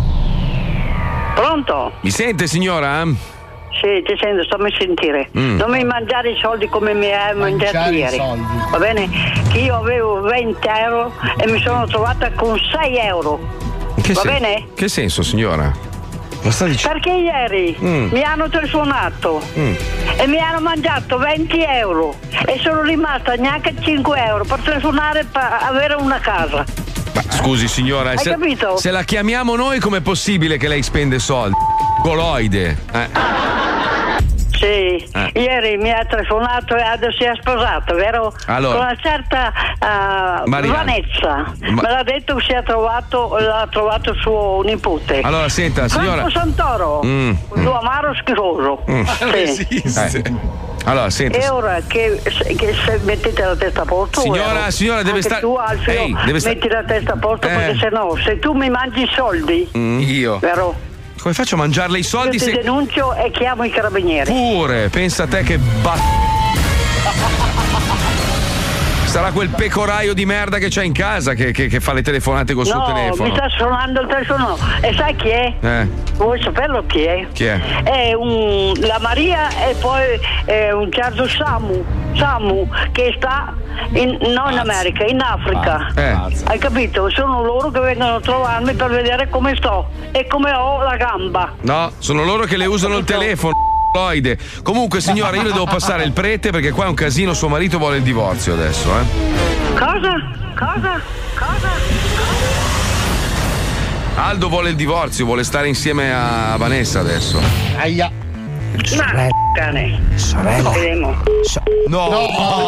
Speaker 20: Pronto?
Speaker 4: Mi sente, signora?
Speaker 20: Sì, ti sento, stammi a sentire.
Speaker 4: Mm.
Speaker 20: Non mi mangiare i soldi come mi hai mangiato
Speaker 2: Mangiare i
Speaker 20: ieri.
Speaker 2: soldi.
Speaker 20: Va bene? Che io avevo venti euro e mi sono trovata con sei euro.
Speaker 4: Che
Speaker 20: Va
Speaker 4: sen-
Speaker 20: bene?
Speaker 4: Che senso, signora? Ma sta dicendo?
Speaker 20: Perché ieri
Speaker 4: Mm.
Speaker 20: mi hanno telefonato
Speaker 4: Mm.
Speaker 20: e mi hanno mangiato venti euro e sono rimasta neanche cinque euro per telefonare per avere una casa.
Speaker 4: Ma scusi, signora,
Speaker 20: Hai
Speaker 4: se,
Speaker 20: capito?
Speaker 4: se la chiamiamo noi, com'è possibile che lei spende soldi? Goloide. Eh.
Speaker 20: Sì,
Speaker 16: Eh.
Speaker 20: ieri mi ha telefonato e adesso si è sposato, vero?
Speaker 4: Allora.
Speaker 20: Con una certa uh,
Speaker 4: Mariana.
Speaker 20: Vanessa.
Speaker 4: Ma-
Speaker 20: Me l'ha detto che si è trovato, l'ha trovato suo nipote.
Speaker 4: Allora, senta, signora.
Speaker 20: Franco Santoro,
Speaker 4: Mm,
Speaker 20: un amaro schifoso.
Speaker 4: Mm.
Speaker 20: Sì.
Speaker 4: Eh. Allora, senta.
Speaker 20: E ora che, che se mettete la testa a posto,
Speaker 4: Signora,
Speaker 20: vero?
Speaker 4: signora, deve
Speaker 20: Anche
Speaker 4: stare-
Speaker 20: tu, Alfio,
Speaker 4: Ehi, deve sta-
Speaker 20: metti la testa a posto
Speaker 4: Eh.
Speaker 20: perché se no, se tu mi mangi i soldi,
Speaker 4: Mm, io.
Speaker 20: vero?
Speaker 4: Come faccio a mangiarle i soldi
Speaker 20: Io ti
Speaker 4: se.
Speaker 20: denuncio e chiamo i carabinieri.
Speaker 4: Pure, pensa a te che ba. Sarà quel pecoraio di merda che c'hai in casa che, che- che fa le telefonate col suo
Speaker 20: No,
Speaker 4: telefono.
Speaker 20: mi sta suonando il telefono. E sai chi è?
Speaker 4: Eh,
Speaker 20: Vuoi saperlo chi è?
Speaker 4: chi è?
Speaker 20: È un, la Maria e poi è un certo Samu, Samu che sta in, non in America, in Africa.
Speaker 4: Eh.
Speaker 20: Hai capito? Sono loro che vengono a trovarmi per vedere come sto e come ho la gamba.
Speaker 4: No, sono loro che le usano il telefono. Loide. Comunque, signora, io le devo passare il prete perché qua è un casino. Suo marito vuole il divorzio adesso, eh.
Speaker 20: Cosa? Cosa? Cosa?
Speaker 4: Aldo vuole il divorzio, vuole stare insieme a Vanessa adesso.
Speaker 2: Aia.
Speaker 20: Ma cane.
Speaker 4: Sorella.
Speaker 20: Vedremo.
Speaker 4: No.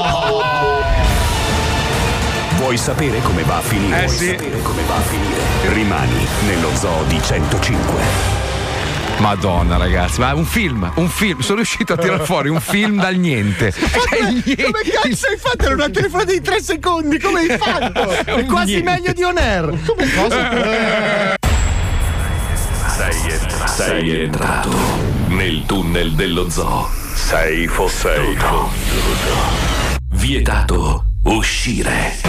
Speaker 6: Vuoi sapere come va a finire?
Speaker 4: Eh,
Speaker 6: Vuoi
Speaker 4: sì.
Speaker 6: sapere come va a finire? Rimani nello zoo di centocinque.
Speaker 4: Madonna, ragazzi, ma un film, un film. Sono riuscito a tirar fuori un film dal niente. Cioè, niente.
Speaker 2: Come cazzo hai fatto? Era una telefonata di tre secondi, come hai fatto? È quasi
Speaker 4: niente.
Speaker 2: meglio di On Air. Come cosa?
Speaker 1: Sei entrato, sei entrato nel tunnel dello zoo. Sei fosseto. Vietato uscire.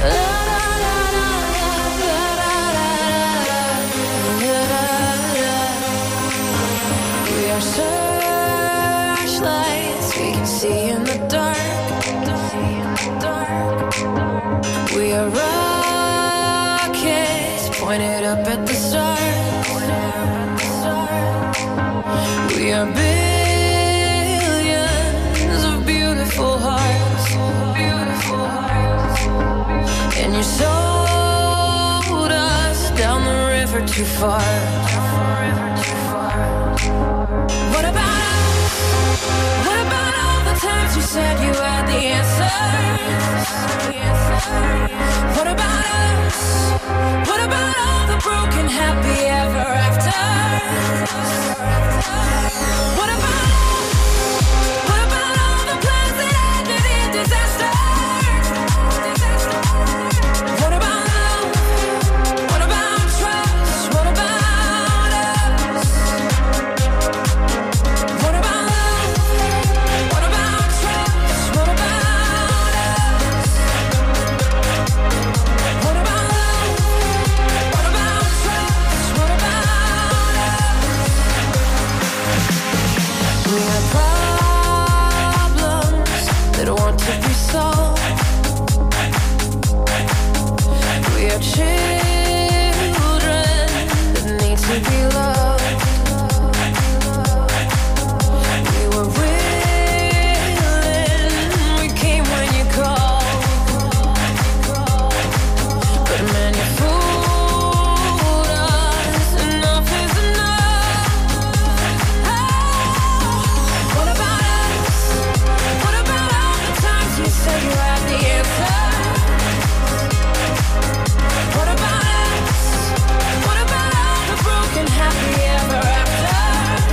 Speaker 10: We are searchlights we can see in the dark. We are rockets pointed up at the stars. We are billions of beautiful hearts. And you sold us down the river too far. What about us? What about all the times you said you had the answers? What about us? What about all the broken happy ever afters? What about us? What about all the plans that ended in disaster? What about love? What about trust? What about us? What about love? What about trust? What about us? What about love? What about trust? What about us? We have problems that want to be solved. We are children that need to be loved. We were willing, we came when you called. But man, you fooled us. Enough is enough. What about us? What about all the times you said you had the answer? What about us? What about all the broken happy ever after?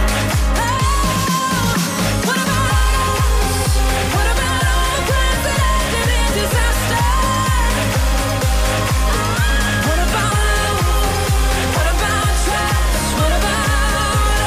Speaker 10: What about us? What about all the plans that ended in disaster? What about love? What about trust? What about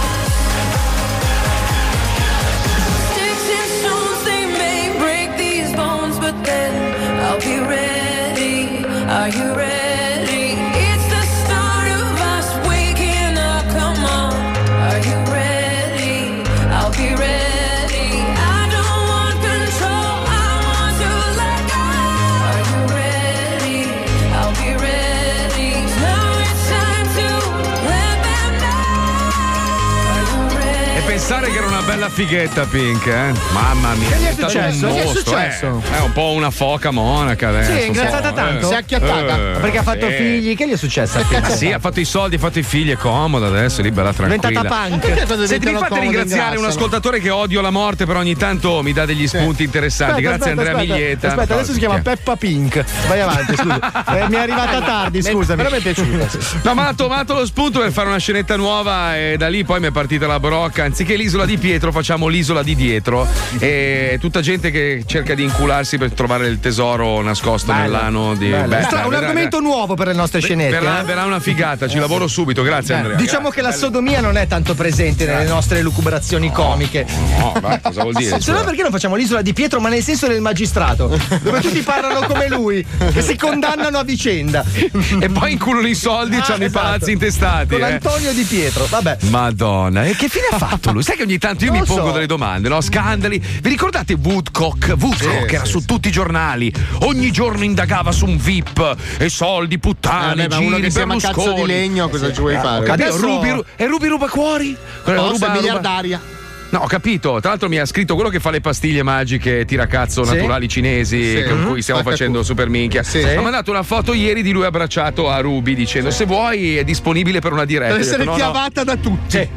Speaker 10: us? Sticks and stones, they may break these bones, but then I'll be ready. Are you ready? It's the start of us waking up. Come on. Are you ready? I'll be ready. I don't want control. I want to let go. Are you ready? I'll be ready. Now it's time to let them know. Are you ready?
Speaker 4: E pensare che era una bella fighetta Pink, eh? Mamma mia.
Speaker 5: Che gli è
Speaker 4: stato
Speaker 5: successo?
Speaker 4: un
Speaker 5: Che è
Speaker 4: mostro,
Speaker 5: successo?
Speaker 4: eh. È un po' una foca monaca adesso.
Speaker 5: Sì, è ingrassata
Speaker 4: un po',
Speaker 5: tanto?
Speaker 4: eh.
Speaker 5: Si è acchiattata?
Speaker 4: Eh,
Speaker 5: Perché ha fatto
Speaker 4: sì.
Speaker 5: figli? Che gli è successo a Pink?
Speaker 4: Ma sì, ha fatto i soldi, ha fatto i figli, è comoda adesso, libera tranquilla.
Speaker 5: Diventata punk.
Speaker 2: Perché quando
Speaker 4: Senti, mi
Speaker 2: diventano
Speaker 4: fate
Speaker 2: comodi
Speaker 4: ringraziare un
Speaker 2: ingrassano?
Speaker 4: ascoltatore che odio la morte, però ogni tanto mi dà degli spunti interessanti.
Speaker 5: Aspetta,
Speaker 4: Grazie
Speaker 5: aspetta,
Speaker 4: Andrea
Speaker 5: aspetta,
Speaker 4: Miglieta.
Speaker 5: Aspetta, adesso si chiama
Speaker 4: Chi è?
Speaker 5: Peppa Pink. Vai avanti, scusa. Eh, mi è arrivata tardi, scusami. Però mi è piaciuta. sì.
Speaker 4: No, ma ha tomato lo spunto per fare una scenetta nuova e da lì poi mi è partita la brocca. Anziché l'isola di Pietro, facciamo l'isola di dietro. E tutta gente che cerca di incularsi per trovare il tesoro nascosto
Speaker 5: Bello.
Speaker 4: nell'ano di.
Speaker 5: Bello.
Speaker 4: Beh,
Speaker 5: Questo è un
Speaker 4: verrà-
Speaker 5: argomento nuovo per le nostre scenette.
Speaker 4: verrà,
Speaker 5: eh?
Speaker 4: verrà una figata, ci lavoro subito. Grazie
Speaker 5: Beh,
Speaker 4: Andrea.
Speaker 5: diciamo che la sodomia non è tanto presente nelle nostre lucubrazioni comiche.
Speaker 4: No, vai, cosa vuol dire?
Speaker 5: Se no, perché non facciamo l'isola di Pietro, ma nel senso del magistrato, dove tutti parlano come lui e si condannano a vicenda.
Speaker 4: E poi inculano i soldi e
Speaker 5: Ah,
Speaker 4: c'hanno i
Speaker 5: esatto.
Speaker 4: palazzi intestati.
Speaker 5: Con
Speaker 4: eh.
Speaker 5: Antonio Di Pietro, vabbè.
Speaker 4: Madonna, e che fine ha fatto lui? Sai che ogni tanto io
Speaker 5: Non
Speaker 4: mi
Speaker 5: lo
Speaker 4: pongo
Speaker 5: so.
Speaker 4: delle domande, no? Scandali. Vi ricordate Woodcock? Woodcock
Speaker 2: Sì,
Speaker 4: era
Speaker 2: sì,
Speaker 4: su
Speaker 2: sì.
Speaker 4: tutti i giornali, ogni giorno indagava su un V I P e soldi, puttane,
Speaker 2: Eh, beh, ma
Speaker 4: giri,
Speaker 2: uno che si chiama cazzo
Speaker 4: Berlusconi.
Speaker 2: di legno, cosa ci vuoi fare?
Speaker 4: Capito?
Speaker 5: Adesso-
Speaker 4: Rubi, Ru- e Rubi ruba cuori? Quella
Speaker 2: Forse
Speaker 4: ruba- ruba-
Speaker 2: miliardaria.
Speaker 4: No, ho capito. Tra l'altro mi ha scritto quello che fa le pastiglie magiche tiracazzo
Speaker 5: Sì?
Speaker 4: naturali cinesi
Speaker 2: Sì.
Speaker 4: con
Speaker 2: Mhm.
Speaker 4: cui stiamo
Speaker 2: Spacca
Speaker 4: facendo
Speaker 2: tutto.
Speaker 4: super minchia.
Speaker 2: Sì.
Speaker 4: Ha mandato una foto ieri di lui abbracciato a Ruby dicendo se vuoi è disponibile per una diretta.
Speaker 2: Deve
Speaker 4: Io ho
Speaker 2: essere
Speaker 4: detto, no, no.
Speaker 2: chiavata da tutti.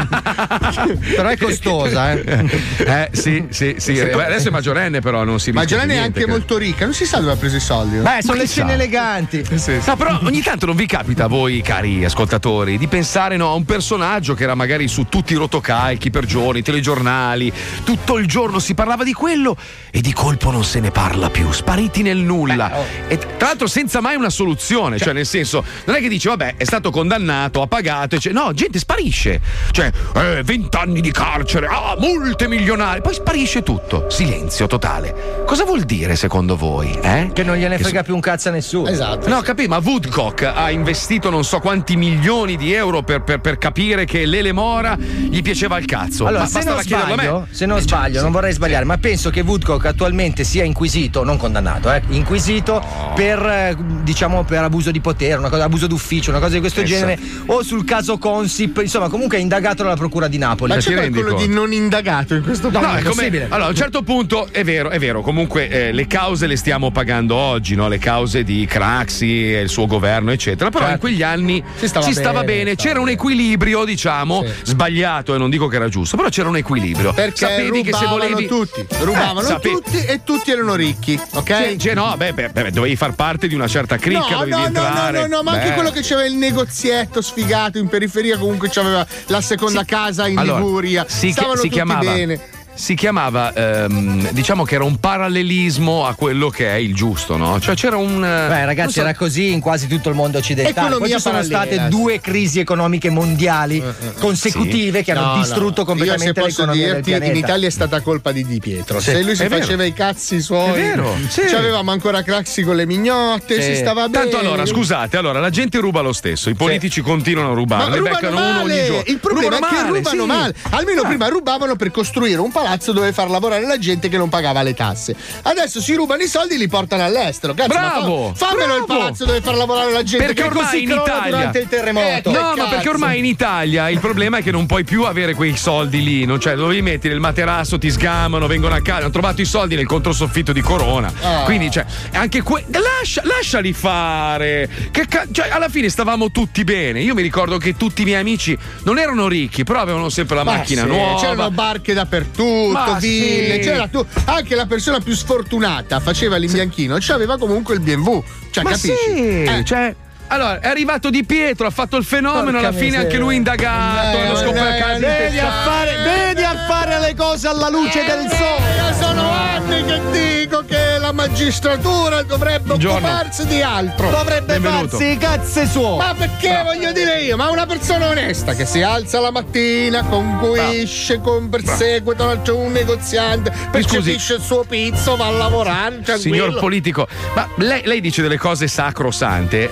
Speaker 5: Però è costosa, eh.
Speaker 4: Eh sì, sì, sì. Beh, adesso è maggiorenne però, non si rischia
Speaker 2: Ma Giovanni
Speaker 4: più
Speaker 2: è
Speaker 4: niente,
Speaker 2: anche
Speaker 4: credo.
Speaker 2: molto ricca, non si sa dove ha preso i soldi. no?
Speaker 5: Beh, sono
Speaker 4: Ma
Speaker 5: le
Speaker 4: chissà.
Speaker 5: scene eleganti.
Speaker 4: No, però ogni tanto non vi capita a voi, cari ascoltatori, di pensare no, a un personaggio che era magari su tutti i rotocalchi per giorni, telegiornali, tutto il giorno si parlava di quello e di colpo non se ne parla più, spariti nel nulla. E tra l'altro senza mai una soluzione, cioè nel senso, non è che dice vabbè è stato condannato, ha pagato, e dice, no, gente sparisce. Cioè, eh, vent'anni di carcere, ah, multe milionarie, poi sparisce tutto, silenzio totale. Cosa vuol dire secondo voi? Eh?
Speaker 5: Che non gliene
Speaker 4: Che
Speaker 5: frega
Speaker 4: so-
Speaker 5: più un cazzo a nessuno.
Speaker 2: Esatto.
Speaker 4: No, capito, ma Woodcock ha investito non so quanti milioni di euro per, per- per capire che Lele Mora gli piaceva il cazzo.
Speaker 5: Allora,
Speaker 4: ma
Speaker 5: se
Speaker 4: bastava
Speaker 5: non
Speaker 4: chiederlo a me.
Speaker 5: sbaglio, se non
Speaker 4: Eh, cioè,
Speaker 5: sbaglio,
Speaker 4: sì.
Speaker 5: non vorrei sbagliare, ma penso che Woodcock attualmente sia inquisito, non condannato, eh, inquisito per eh, diciamo per abuso di potere, una cosa, abuso d'ufficio, una cosa di questo
Speaker 4: Pensa.
Speaker 5: genere, o sul caso Consip, insomma, comunque è indagato dalla Procura di Napoli.
Speaker 2: Ma
Speaker 4: ti
Speaker 2: c'è
Speaker 4: rendi
Speaker 2: qualcuno
Speaker 4: conto?
Speaker 2: di non indagato in questo
Speaker 5: No,
Speaker 2: momento?
Speaker 4: No,
Speaker 5: è
Speaker 4: è come,
Speaker 5: possibile.
Speaker 4: allora, a un certo punto è vero, è vero. Comunque eh, le cause le stiamo pagando oggi, no? Le cause di Craxi e il suo governo, eccetera. Però
Speaker 5: Certo.
Speaker 4: in quegli anni
Speaker 2: Si stava
Speaker 4: si stava
Speaker 2: bene,
Speaker 4: bene,
Speaker 2: stava
Speaker 4: c'era un
Speaker 2: bene.
Speaker 4: equilibrio, diciamo, sbagliato, e non dico che era giusto, però c'era un equilibrio.
Speaker 2: Perché
Speaker 4: Sapevi che se
Speaker 2: rubavano
Speaker 4: volevi.
Speaker 2: tutti, rubavano
Speaker 4: Eh, sape-
Speaker 2: tutti e tutti erano ricchi, ok?
Speaker 4: Cioè, cioè, no, beh, beh, beh, dovevi far parte di una certa cricca,
Speaker 2: No,
Speaker 4: dovevi
Speaker 2: no, no, no,
Speaker 4: entrare.
Speaker 2: no, no, ma anche
Speaker 4: Beh.
Speaker 2: quello che c'aveva il negozietto sfigato in periferia, comunque c'aveva la seconda casa in
Speaker 4: Allora,
Speaker 2: Liguria.
Speaker 4: si, chi-
Speaker 2: Stavano
Speaker 4: si
Speaker 2: tutti
Speaker 4: chiamava
Speaker 2: bene.
Speaker 4: si chiamava ehm, diciamo che era un parallelismo a quello che è il giusto, no? Cioè c'era un
Speaker 5: Beh, ragazzi,
Speaker 4: non so-
Speaker 5: era così in quasi tutto il mondo occidentale. Poi
Speaker 2: Economia
Speaker 5: ci sono
Speaker 2: parallela,
Speaker 5: state
Speaker 2: sì.
Speaker 5: due crisi economiche mondiali consecutive che hanno
Speaker 2: No, no.
Speaker 5: distrutto completamente
Speaker 2: Io se posso
Speaker 5: l'economia del
Speaker 2: dirti,
Speaker 5: pianeta.
Speaker 2: in Italia è stata colpa di Di Pietro.
Speaker 5: Sì,
Speaker 2: Se lui si
Speaker 4: è vero.
Speaker 2: faceva i cazzi suoi,
Speaker 4: È vero, sì.
Speaker 2: c'avevamo ancora Craxi con le mignotte,
Speaker 5: Sì.
Speaker 2: si stava bene.
Speaker 4: Tanto allora, scusate, allora la gente ruba lo stesso, i politici continuano a rubare,
Speaker 2: Ma
Speaker 4: ne
Speaker 2: rubano
Speaker 4: beccano uno ogni
Speaker 2: male.
Speaker 4: giorno.
Speaker 2: Il problema
Speaker 4: Rubano
Speaker 2: è che
Speaker 4: male,
Speaker 2: rubano
Speaker 4: sì.
Speaker 2: male. Almeno
Speaker 4: Ah.
Speaker 2: prima rubavano per costruire un palazzo dove far lavorare la gente che non pagava le tasse. Adesso si rubano i soldi e li portano all'estero. Cazzo,
Speaker 4: Bravo,
Speaker 2: ma fa- fammelo il
Speaker 4: bravo.
Speaker 2: palazzo dove far lavorare la gente
Speaker 4: Perché
Speaker 2: che
Speaker 4: ormai
Speaker 2: così
Speaker 4: in
Speaker 2: crolla
Speaker 4: Italia-
Speaker 2: durante il terremoto.
Speaker 4: Eh, no,
Speaker 2: Che
Speaker 4: ma
Speaker 2: cazzo.
Speaker 4: perché ormai in Italia il problema è che non puoi più avere quei soldi lì, non cioè dove li metti nel materasso, ti sgamano, vengono a casa, hanno trovato i soldi nel controsoffitto di Corona.
Speaker 2: Ah.
Speaker 4: Quindi cioè anche que- lascia, lasciali fare. Che ca- cioè, alla fine stavamo tutti bene. Io mi ricordo che tutti i miei amici non erano ricchi, però avevano sempre la
Speaker 2: Ma
Speaker 4: macchina
Speaker 2: sì,
Speaker 4: nuova.
Speaker 2: c'erano barche dappertutto,
Speaker 4: Ma
Speaker 2: ville,
Speaker 4: sì.
Speaker 2: c'era tu. Anche la persona più sfortunata faceva l'imbianchino, c'aveva comunque il B M W. Cioè,
Speaker 4: Ma
Speaker 2: capisci?
Speaker 4: sì,
Speaker 2: Eh.
Speaker 4: cioè allora è arrivato Di Pietro, ha fatto il fenomeno,
Speaker 5: Porca
Speaker 4: alla fine
Speaker 5: miseria.
Speaker 4: anche lui indagato,
Speaker 2: Eh,
Speaker 4: hanno scoperto
Speaker 2: eh,
Speaker 4: casi
Speaker 5: Vedi a,
Speaker 4: intestati.
Speaker 5: fare, vedi a fare le cose alla luce del sole.
Speaker 2: Io sono anni che dico che la magistratura dovrebbe
Speaker 4: Buongiorno.
Speaker 2: occuparsi di altro.
Speaker 5: Dovrebbe
Speaker 4: Benvenuto.
Speaker 5: farsi i cazzi suoi.
Speaker 2: Ma perché voglio dire io? Ma una persona onesta che si alza la mattina, conguisce, con perseguita c'è un negoziante, percepisce il suo pizzo, va a lavorare, tranquillo.
Speaker 4: Signor politico, ma lei, lei dice delle cose sacrosante e
Speaker 2: Eh.
Speaker 4: vorremmo sapere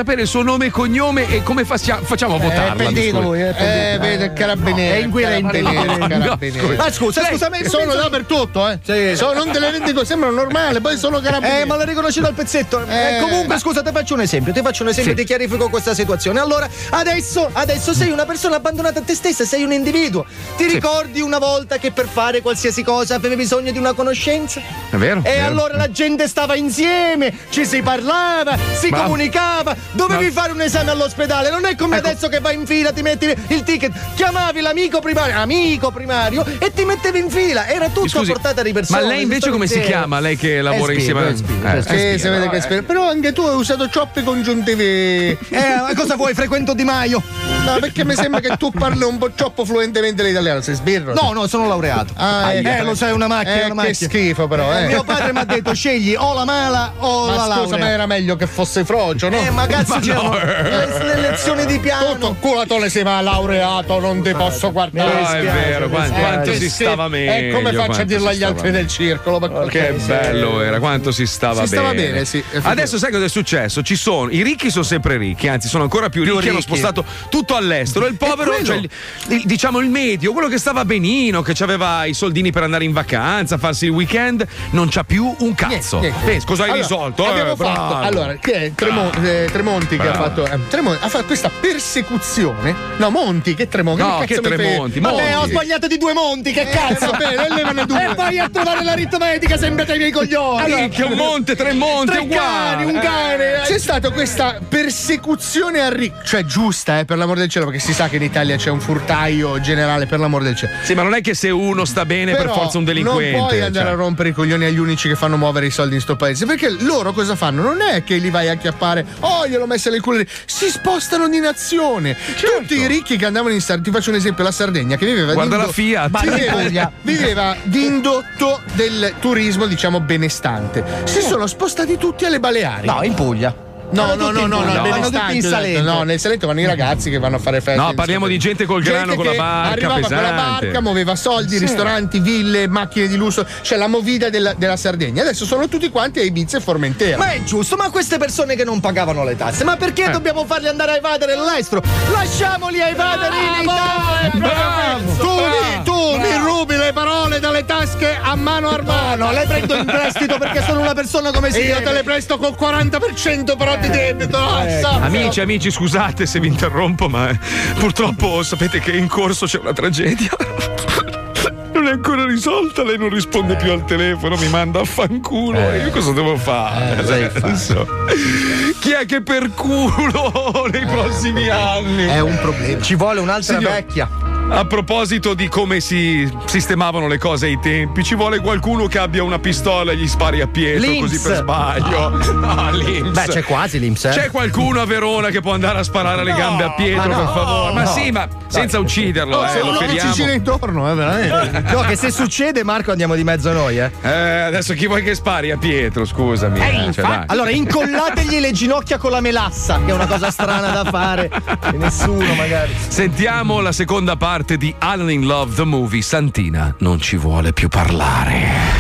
Speaker 4: sapere il suo nome e cognome e come faccia- facciamo a votarla.
Speaker 2: È pendino lui, è pendino. Eh, vede il carabiniere.
Speaker 18: È inquirente.
Speaker 2: Carabiniere.
Speaker 18: Ah, scusa,
Speaker 2: Lei-
Speaker 18: scusa, me-
Speaker 2: sono dappertutto, eh.
Speaker 18: Sì.
Speaker 2: Sono, non te le rendi conto, sembrano normale, poi sono carabinieri.
Speaker 5: Eh, ma lo riconosci dal pezzetto.
Speaker 2: Eh,
Speaker 5: Eh, comunque,
Speaker 2: ma-
Speaker 5: scusa, ti faccio un esempio. Ti faccio un esempio,
Speaker 4: Sì.
Speaker 5: ti chiarifico questa situazione. Allora, adesso, adesso sei una persona abbandonata a te stessa, sei un individuo. Ti ricordi una volta che per fare qualsiasi cosa avevi bisogno di una conoscenza?
Speaker 4: È vero?
Speaker 5: E
Speaker 4: è vero.
Speaker 5: allora la gente stava insieme, ci si parlava, si
Speaker 4: Ma-
Speaker 5: comunicava, dovevi
Speaker 4: Ma-
Speaker 5: fare un esame all'ospedale, non è come
Speaker 4: Ecco.
Speaker 5: adesso che vai in fila, ti metti il ticket, chiamavi l'amico primario, amico primario e ti mettevi in fila, era tutto
Speaker 4: Scusi,
Speaker 5: a portata di persone.
Speaker 4: ma lei invece come si chiama? Lei che lavora
Speaker 5: È
Speaker 4: insieme a
Speaker 5: Spiro, è Spiro,
Speaker 4: Eh,
Speaker 5: è Spiro.
Speaker 4: eh,
Speaker 2: Sì, si vede che è spero. Però anche tu hai usato cioppi congiuntivi.
Speaker 5: Eh, ma cosa vuoi? Frequento Di Maio.
Speaker 2: No, perché mi sembra che tu parli un po' troppo fluentemente l'italiano, sei sbirro.
Speaker 5: No, no, sono laureato.
Speaker 2: Ah,
Speaker 5: eh,
Speaker 2: eh,
Speaker 5: lo sai, una macchina,
Speaker 2: eh,
Speaker 5: una macchina.
Speaker 2: Che schifo, però, eh.
Speaker 5: Mio padre mi ha detto: scegli o la mala o
Speaker 2: Ma
Speaker 5: la
Speaker 2: scusa,
Speaker 5: laurea.
Speaker 2: ma era meglio che fosse frocio, no?
Speaker 5: Eh, ma cazzo,
Speaker 4: Ma
Speaker 5: c'erano
Speaker 4: no.
Speaker 5: le, le lezioni di piano.
Speaker 2: Tutto culatone si va laureato, non ti posso guardare.
Speaker 4: No, è vero, quanto,
Speaker 2: Eh,
Speaker 4: quanto
Speaker 2: che
Speaker 4: si
Speaker 2: sì.
Speaker 4: stava meglio.
Speaker 2: E come faccio a
Speaker 4: quanto
Speaker 2: dirlo
Speaker 4: si
Speaker 2: agli
Speaker 4: stava
Speaker 2: altri del circolo? Ma
Speaker 4: Che bello era, quanto si stava
Speaker 2: Si stava
Speaker 4: bene.
Speaker 2: bene, sì,
Speaker 4: Adesso sai cosa è successo? Ci sono, i ricchi sono sempre ricchi, anzi sono ancora più,
Speaker 5: Più
Speaker 4: ricchi, hanno
Speaker 5: ricchi.
Speaker 4: spostato tutto all'estero. E il povero,
Speaker 5: quello-
Speaker 4: cioè il, il- diciamo il medio, quello che stava benino, che aveva i soldini per andare in vacanza, farsi il weekend, non c'ha più un cazzo.
Speaker 2: Niente, niente.
Speaker 4: Pensa, cosa hai
Speaker 2: Allora,
Speaker 4: risolto?
Speaker 2: Abbiamo
Speaker 4: Eh,
Speaker 2: fatto,
Speaker 4: bravo.
Speaker 2: allora, che è Tremo- eh, Tremonti che ha
Speaker 4: Bravo.
Speaker 2: fatto, eh, Tremo- ha fatto questa persecuzione. No, Monti, che Tremonti?
Speaker 4: No,
Speaker 2: che
Speaker 4: che
Speaker 2: cazzo mi fai?
Speaker 4: Tremonti,
Speaker 2: Ma
Speaker 4: Monti.
Speaker 5: Eh, ho sbagliato di due monti, che cazzo!
Speaker 2: va bene, levane due.
Speaker 5: E vai a trovare l'aritmetica, sempre ai miei coglioni.
Speaker 4: Minchia, un monte, tre monti,
Speaker 5: Tre
Speaker 4: uguale.
Speaker 5: cani, un cane.
Speaker 2: C'è stata questa persecuzione a ricco, cioè giusta, eh, per l'amor del cielo, perché si sa che in Italia c'è un furtaio generale, per l'amor del cielo.
Speaker 4: Sì, ma non è che se uno sta bene per
Speaker 2: Però
Speaker 4: forza un delinquente.
Speaker 2: non puoi andare
Speaker 4: cioè.
Speaker 2: a rompere i coglioni agli unici che fanno muovere i soldi in sto paese, perché loro cosa fanno? Non è che li vai a chiappare, oh gliel'ho messa nel culo, si spostano di nazione.
Speaker 4: Certo.
Speaker 2: Tutti i ricchi che andavano in Sardegna, ti faccio un esempio, la Sardegna che viveva
Speaker 4: Guarda
Speaker 2: di
Speaker 4: la Fiat.
Speaker 2: viveva, viveva di indotto del turismo, diciamo, benestante. Si sono spostati tutti alle Baleari.
Speaker 5: No, in Puglia.
Speaker 2: No,
Speaker 5: Vanno
Speaker 2: no,
Speaker 5: tutti
Speaker 2: no,
Speaker 5: in
Speaker 2: no,
Speaker 5: Puglia.
Speaker 2: no,
Speaker 5: Vanno tutti in
Speaker 2: benestante,
Speaker 5: Salento.
Speaker 2: no, nel Salento vanno i ragazzi che vanno a fare feste.
Speaker 4: No, parliamo di gente col grano,
Speaker 2: Gente
Speaker 4: con la
Speaker 2: che
Speaker 4: barca
Speaker 2: arrivava
Speaker 4: pesante.
Speaker 2: con la barca, muoveva soldi,
Speaker 4: Sì.
Speaker 2: ristoranti, ville, macchine di lusso, cioè la movida della, della Sardegna. Adesso sono tutti quanti a Ibiza e Formentera.
Speaker 5: Ma è giusto, ma queste persone che non pagavano le tasse, ma perché
Speaker 2: Eh.
Speaker 5: dobbiamo farli andare a evadere all'estero? Lasciamoli a evadere in Italia!
Speaker 2: Bravo! Tu, mi, tu mi rubi le parole dalle tasche a mano armata.
Speaker 5: No, le prendo in prestito perché sono una persona come si
Speaker 2: E io
Speaker 5: deve.
Speaker 2: te le presto col quaranta per cento però di debito.
Speaker 4: Amici, amici, scusate se vi interrompo, ma eh, purtroppo sapete che in corso c'è una tragedia. Non è ancora risolta, lei non risponde più al telefono, mi manda a fanculo.
Speaker 5: Eh.
Speaker 4: Io cosa devo fare?
Speaker 5: Eh, cosa devi fare?
Speaker 4: Adesso, chi è che per culo nei prossimi anni?
Speaker 5: È un problema. Ci vuole un'altra
Speaker 4: Signor-
Speaker 5: vecchia.
Speaker 4: A proposito di come si sistemavano le cose ai tempi, ci vuole qualcuno che abbia una pistola e gli spari a Pietro
Speaker 5: L'I N P S.
Speaker 4: così per sbaglio. No, l'I N P S.
Speaker 5: Beh, c'è quasi l'I N P S. Eh?
Speaker 4: C'è qualcuno a Verona che può andare a sparare alle
Speaker 5: No,
Speaker 4: gambe a Pietro,
Speaker 5: ma no,
Speaker 4: per favore? Ma
Speaker 5: no.
Speaker 4: sì, ma senza ucciderlo,
Speaker 2: Oh,
Speaker 4: eh,
Speaker 2: sono
Speaker 4: lo
Speaker 2: che ci
Speaker 4: feriamo.
Speaker 2: gira intorno, eh, veramente.
Speaker 5: No, che se succede, Marco, andiamo di mezzo noi, eh.
Speaker 4: Eh, adesso chi vuoi che spari a Pietro, scusami. eh, cioè, dai.
Speaker 5: Allora, incollategli le ginocchia con la melassa, che è una cosa strana da fare. E nessuno, magari.
Speaker 4: Sentiamo la seconda parte di Alan in Love the Movie. Santina non ci vuole più parlare.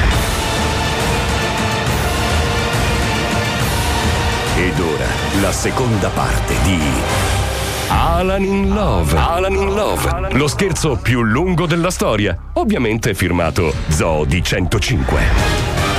Speaker 6: Ed ora la seconda parte di Alan in Love. Alan in Love, lo scherzo più lungo della storia, ovviamente firmato Zoo di centocinque.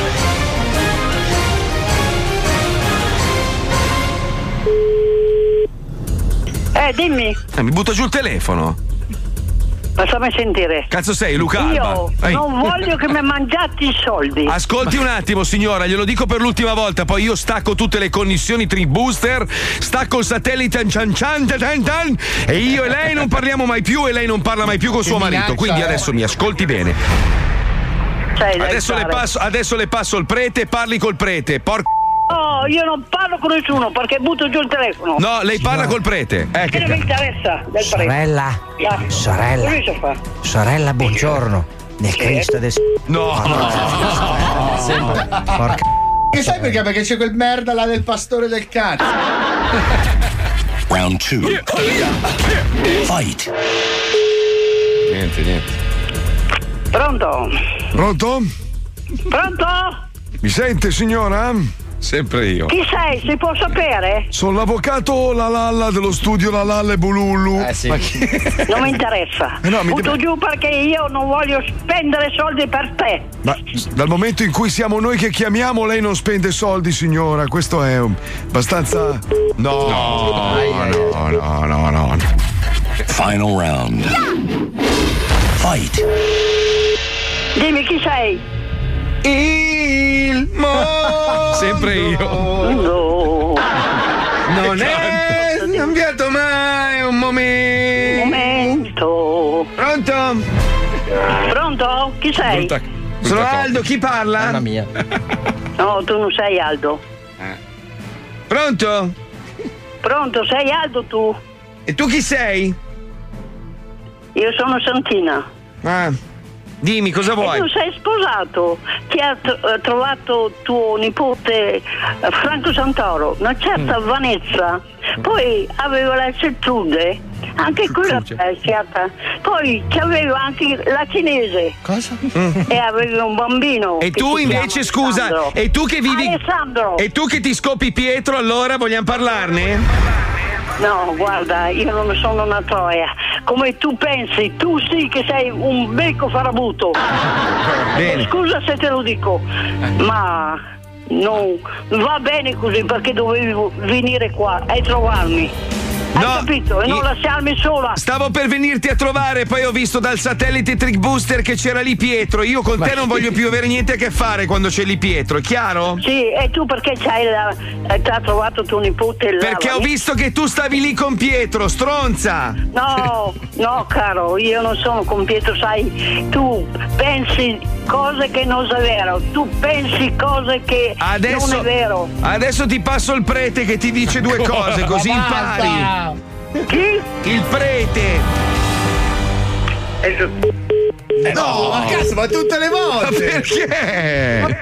Speaker 20: Eh, dimmi,
Speaker 4: Eh, mi butto giù il telefono.
Speaker 20: ma fammi sentire.
Speaker 4: Cazzo sei, Luca Alba?
Speaker 20: Io
Speaker 4: Ehi.
Speaker 20: non voglio che mi mangiate i soldi.
Speaker 4: Ascolti un attimo, signora, glielo dico per l'ultima volta. Poi io stacco tutte le connessioni Tree Booster, stacco il satellite cian cian, cian, cian, cian, e io e lei non parliamo mai più e lei non parla mai più con suo marito.
Speaker 2: minaccia,
Speaker 4: Quindi
Speaker 2: eh.
Speaker 4: adesso mi ascolti bene.
Speaker 20: Sai, dai,
Speaker 4: Adesso le,
Speaker 20: fare.
Speaker 4: passo, adesso le passo il prete e parli col prete. Porca.
Speaker 20: No, io non parlo con nessuno perché butto giù il telefono.
Speaker 4: No, lei parla col prete. Eh,
Speaker 20: Che
Speaker 4: che
Speaker 20: non mi
Speaker 4: ca-
Speaker 20: interessa del prete.
Speaker 5: Sorella,
Speaker 20: Ya.
Speaker 5: sorella.
Speaker 20: Cosa si fa?
Speaker 5: Sorella, buongiorno. Nel Cristo del.
Speaker 4: No.
Speaker 5: Sempre. Porca.
Speaker 2: Che sai perché? Perché c'è quel merda là del pastore del cazzo.
Speaker 6: Round two. Fight.
Speaker 4: Niente, niente.
Speaker 20: Pronto?
Speaker 4: Pronto?
Speaker 20: Pronto?
Speaker 4: Mi sente, signora? Sempre io.
Speaker 20: Chi sei? Si può sapere?
Speaker 21: Sono l'avvocato La Lalla dello studio La Lalla e Bulullu.
Speaker 4: Eh sì.
Speaker 20: Non mi interessa.
Speaker 21: Eh no, mi
Speaker 20: Butto
Speaker 21: deve-
Speaker 20: giù perché io non voglio spendere soldi per te.
Speaker 21: Ma dal momento in cui siamo noi che chiamiamo, lei non spende soldi, signora. Questo è um, abbastanza. No, no, no, no, no.
Speaker 6: Final round. Fight.
Speaker 20: Dimmi chi sei?
Speaker 2: Il mondo.
Speaker 4: Sempre io.
Speaker 20: No.
Speaker 2: Non è cambiato mai un momento.
Speaker 20: Momento.
Speaker 2: Pronto?
Speaker 20: Pronto? Chi sei?
Speaker 2: Brutta- Sono Aldo, chi parla?
Speaker 5: Mamma mia.
Speaker 20: No, tu non sei Aldo.
Speaker 2: Pronto?
Speaker 20: Pronto, sei Aldo tu?
Speaker 2: E tu chi sei?
Speaker 20: Io sono Santina.
Speaker 2: Ah. Dimmi, cosa
Speaker 20: E
Speaker 2: vuoi?
Speaker 20: tu sei sposato? Ti ha tro- eh, trovato tuo nipote eh, Franco Santoro, una certa
Speaker 2: Mm.
Speaker 20: Vanessa. Poi aveva la Gertrude, anche quella è certa. Poi c'aveva anche la cinese.
Speaker 5: Cosa?
Speaker 20: E aveva un bambino.
Speaker 4: E
Speaker 20: che
Speaker 4: tu
Speaker 20: si
Speaker 4: invece,
Speaker 20: chiama
Speaker 4: scusa,
Speaker 20: Alessandro.
Speaker 4: e tu che vivi.
Speaker 20: Alessandro!
Speaker 4: E tu che ti scopi Pietro, allora vogliamo parlarne?
Speaker 20: No, guarda, io non sono una troia. Come tu pensi, tu sì che sei un becco farabuto.
Speaker 2: Bene.
Speaker 20: Scusa se te lo dico, ma non va bene così perché dovevi venire qua e trovarmi. Hai
Speaker 4: No,
Speaker 20: capito? E non
Speaker 4: io-
Speaker 20: lasciarmi sola.
Speaker 4: Stavo per venirti a trovare, poi ho visto dal satellite Trick Booster che c'era lì Pietro. Io con te non voglio più avere niente a che fare quando c'è lì Pietro, è chiaro?
Speaker 20: Sì, e tu perché c'hai la, eh, ti ha trovato tuo nipote là?
Speaker 4: Perché ho visto che tu stavi lì con Pietro, stronza!
Speaker 20: No, no caro, io non sono con Pietro, sai, tu pensi cose che non sono vero, tu pensi cose che
Speaker 4: Adesso,
Speaker 20: non è vero.
Speaker 4: adesso ti passo il prete che ti dice due cose, così
Speaker 20: Ma
Speaker 4: impari.
Speaker 20: basta! Chi?
Speaker 4: Il prete!
Speaker 2: Eh no, ma cazzo, ma tutte le volte!
Speaker 4: Ma perché?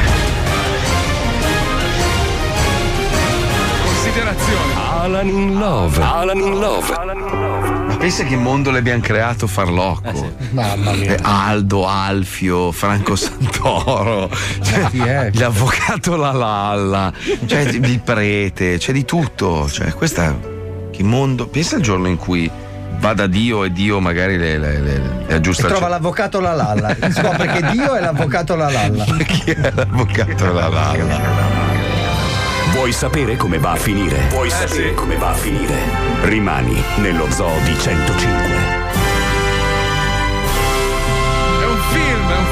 Speaker 4: Considerazione.
Speaker 6: Alan in Love. Alan in Love.
Speaker 4: Ma pensa che mondo le abbiamo creato farlocco.
Speaker 5: Mamma
Speaker 4: Eh, Aldo, Alfio, Franco Santoro, cioè, l'avvocato La Lalla, cioè, il prete, c'è di tutto. Cioè, questa che mondo. Pensa al giorno in cui va da Dio e Dio magari le, le, le, le aggiusta
Speaker 5: E
Speaker 4: il
Speaker 5: trova
Speaker 4: cer-
Speaker 5: l'avvocato La Lalla. Scopre che Dio è l'avvocato La Lalla.
Speaker 4: Chi è l'avvocato La Lalla?
Speaker 6: Vuoi sapere come va a finire? Vuoi sapere come va a finire? Rimani nello Zoo di centocinque.
Speaker 4: È un film, è un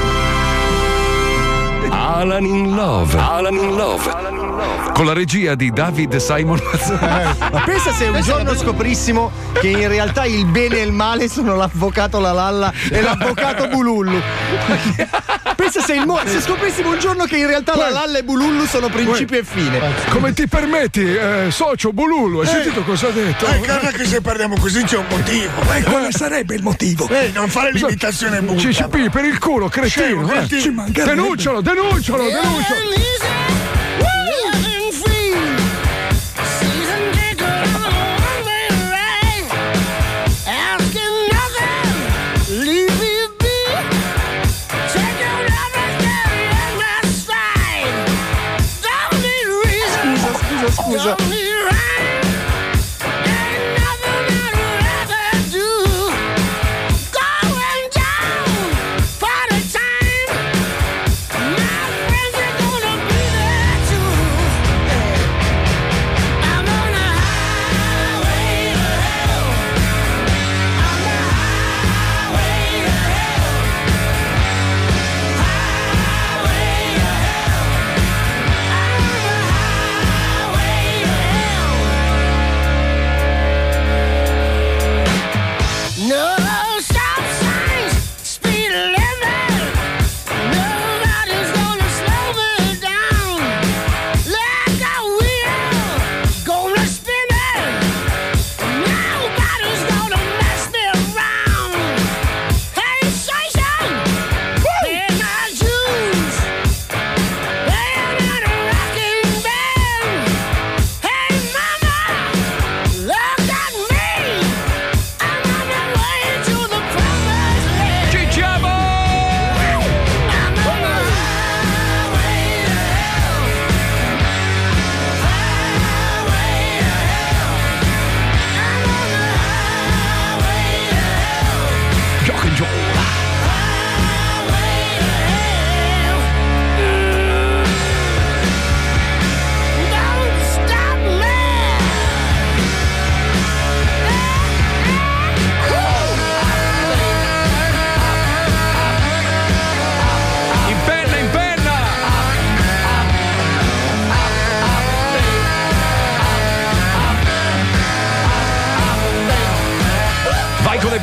Speaker 4: film.
Speaker 6: Alan in Love. Alan in Love.
Speaker 1: Con la regia di David Simon
Speaker 5: Ma pensa se un giorno scoprissimo che in realtà il bene e il male sono l'avvocato La Lalla e l'avvocato Bulullu. Pensa se, il mo- se scoprissimo un giorno che in realtà La Lalla e Bulullu sono principio e fine.
Speaker 21: Come ti permetti, eh, socio Bulullu? Hai
Speaker 22: Eh.
Speaker 21: sentito cosa ha detto?
Speaker 22: Eh, guarda che se parliamo così c'è un motivo. E quale sarebbe il motivo? Eh, non fare l'imitazione buona.
Speaker 21: C C P per il culo, cretino.
Speaker 22: Scemo,
Speaker 21: eh.
Speaker 22: cretino. Ci mancherebbe.
Speaker 21: Denuncialo, denuncialo, denuncialo.
Speaker 5: Scusa, scusa.
Speaker 10: Highway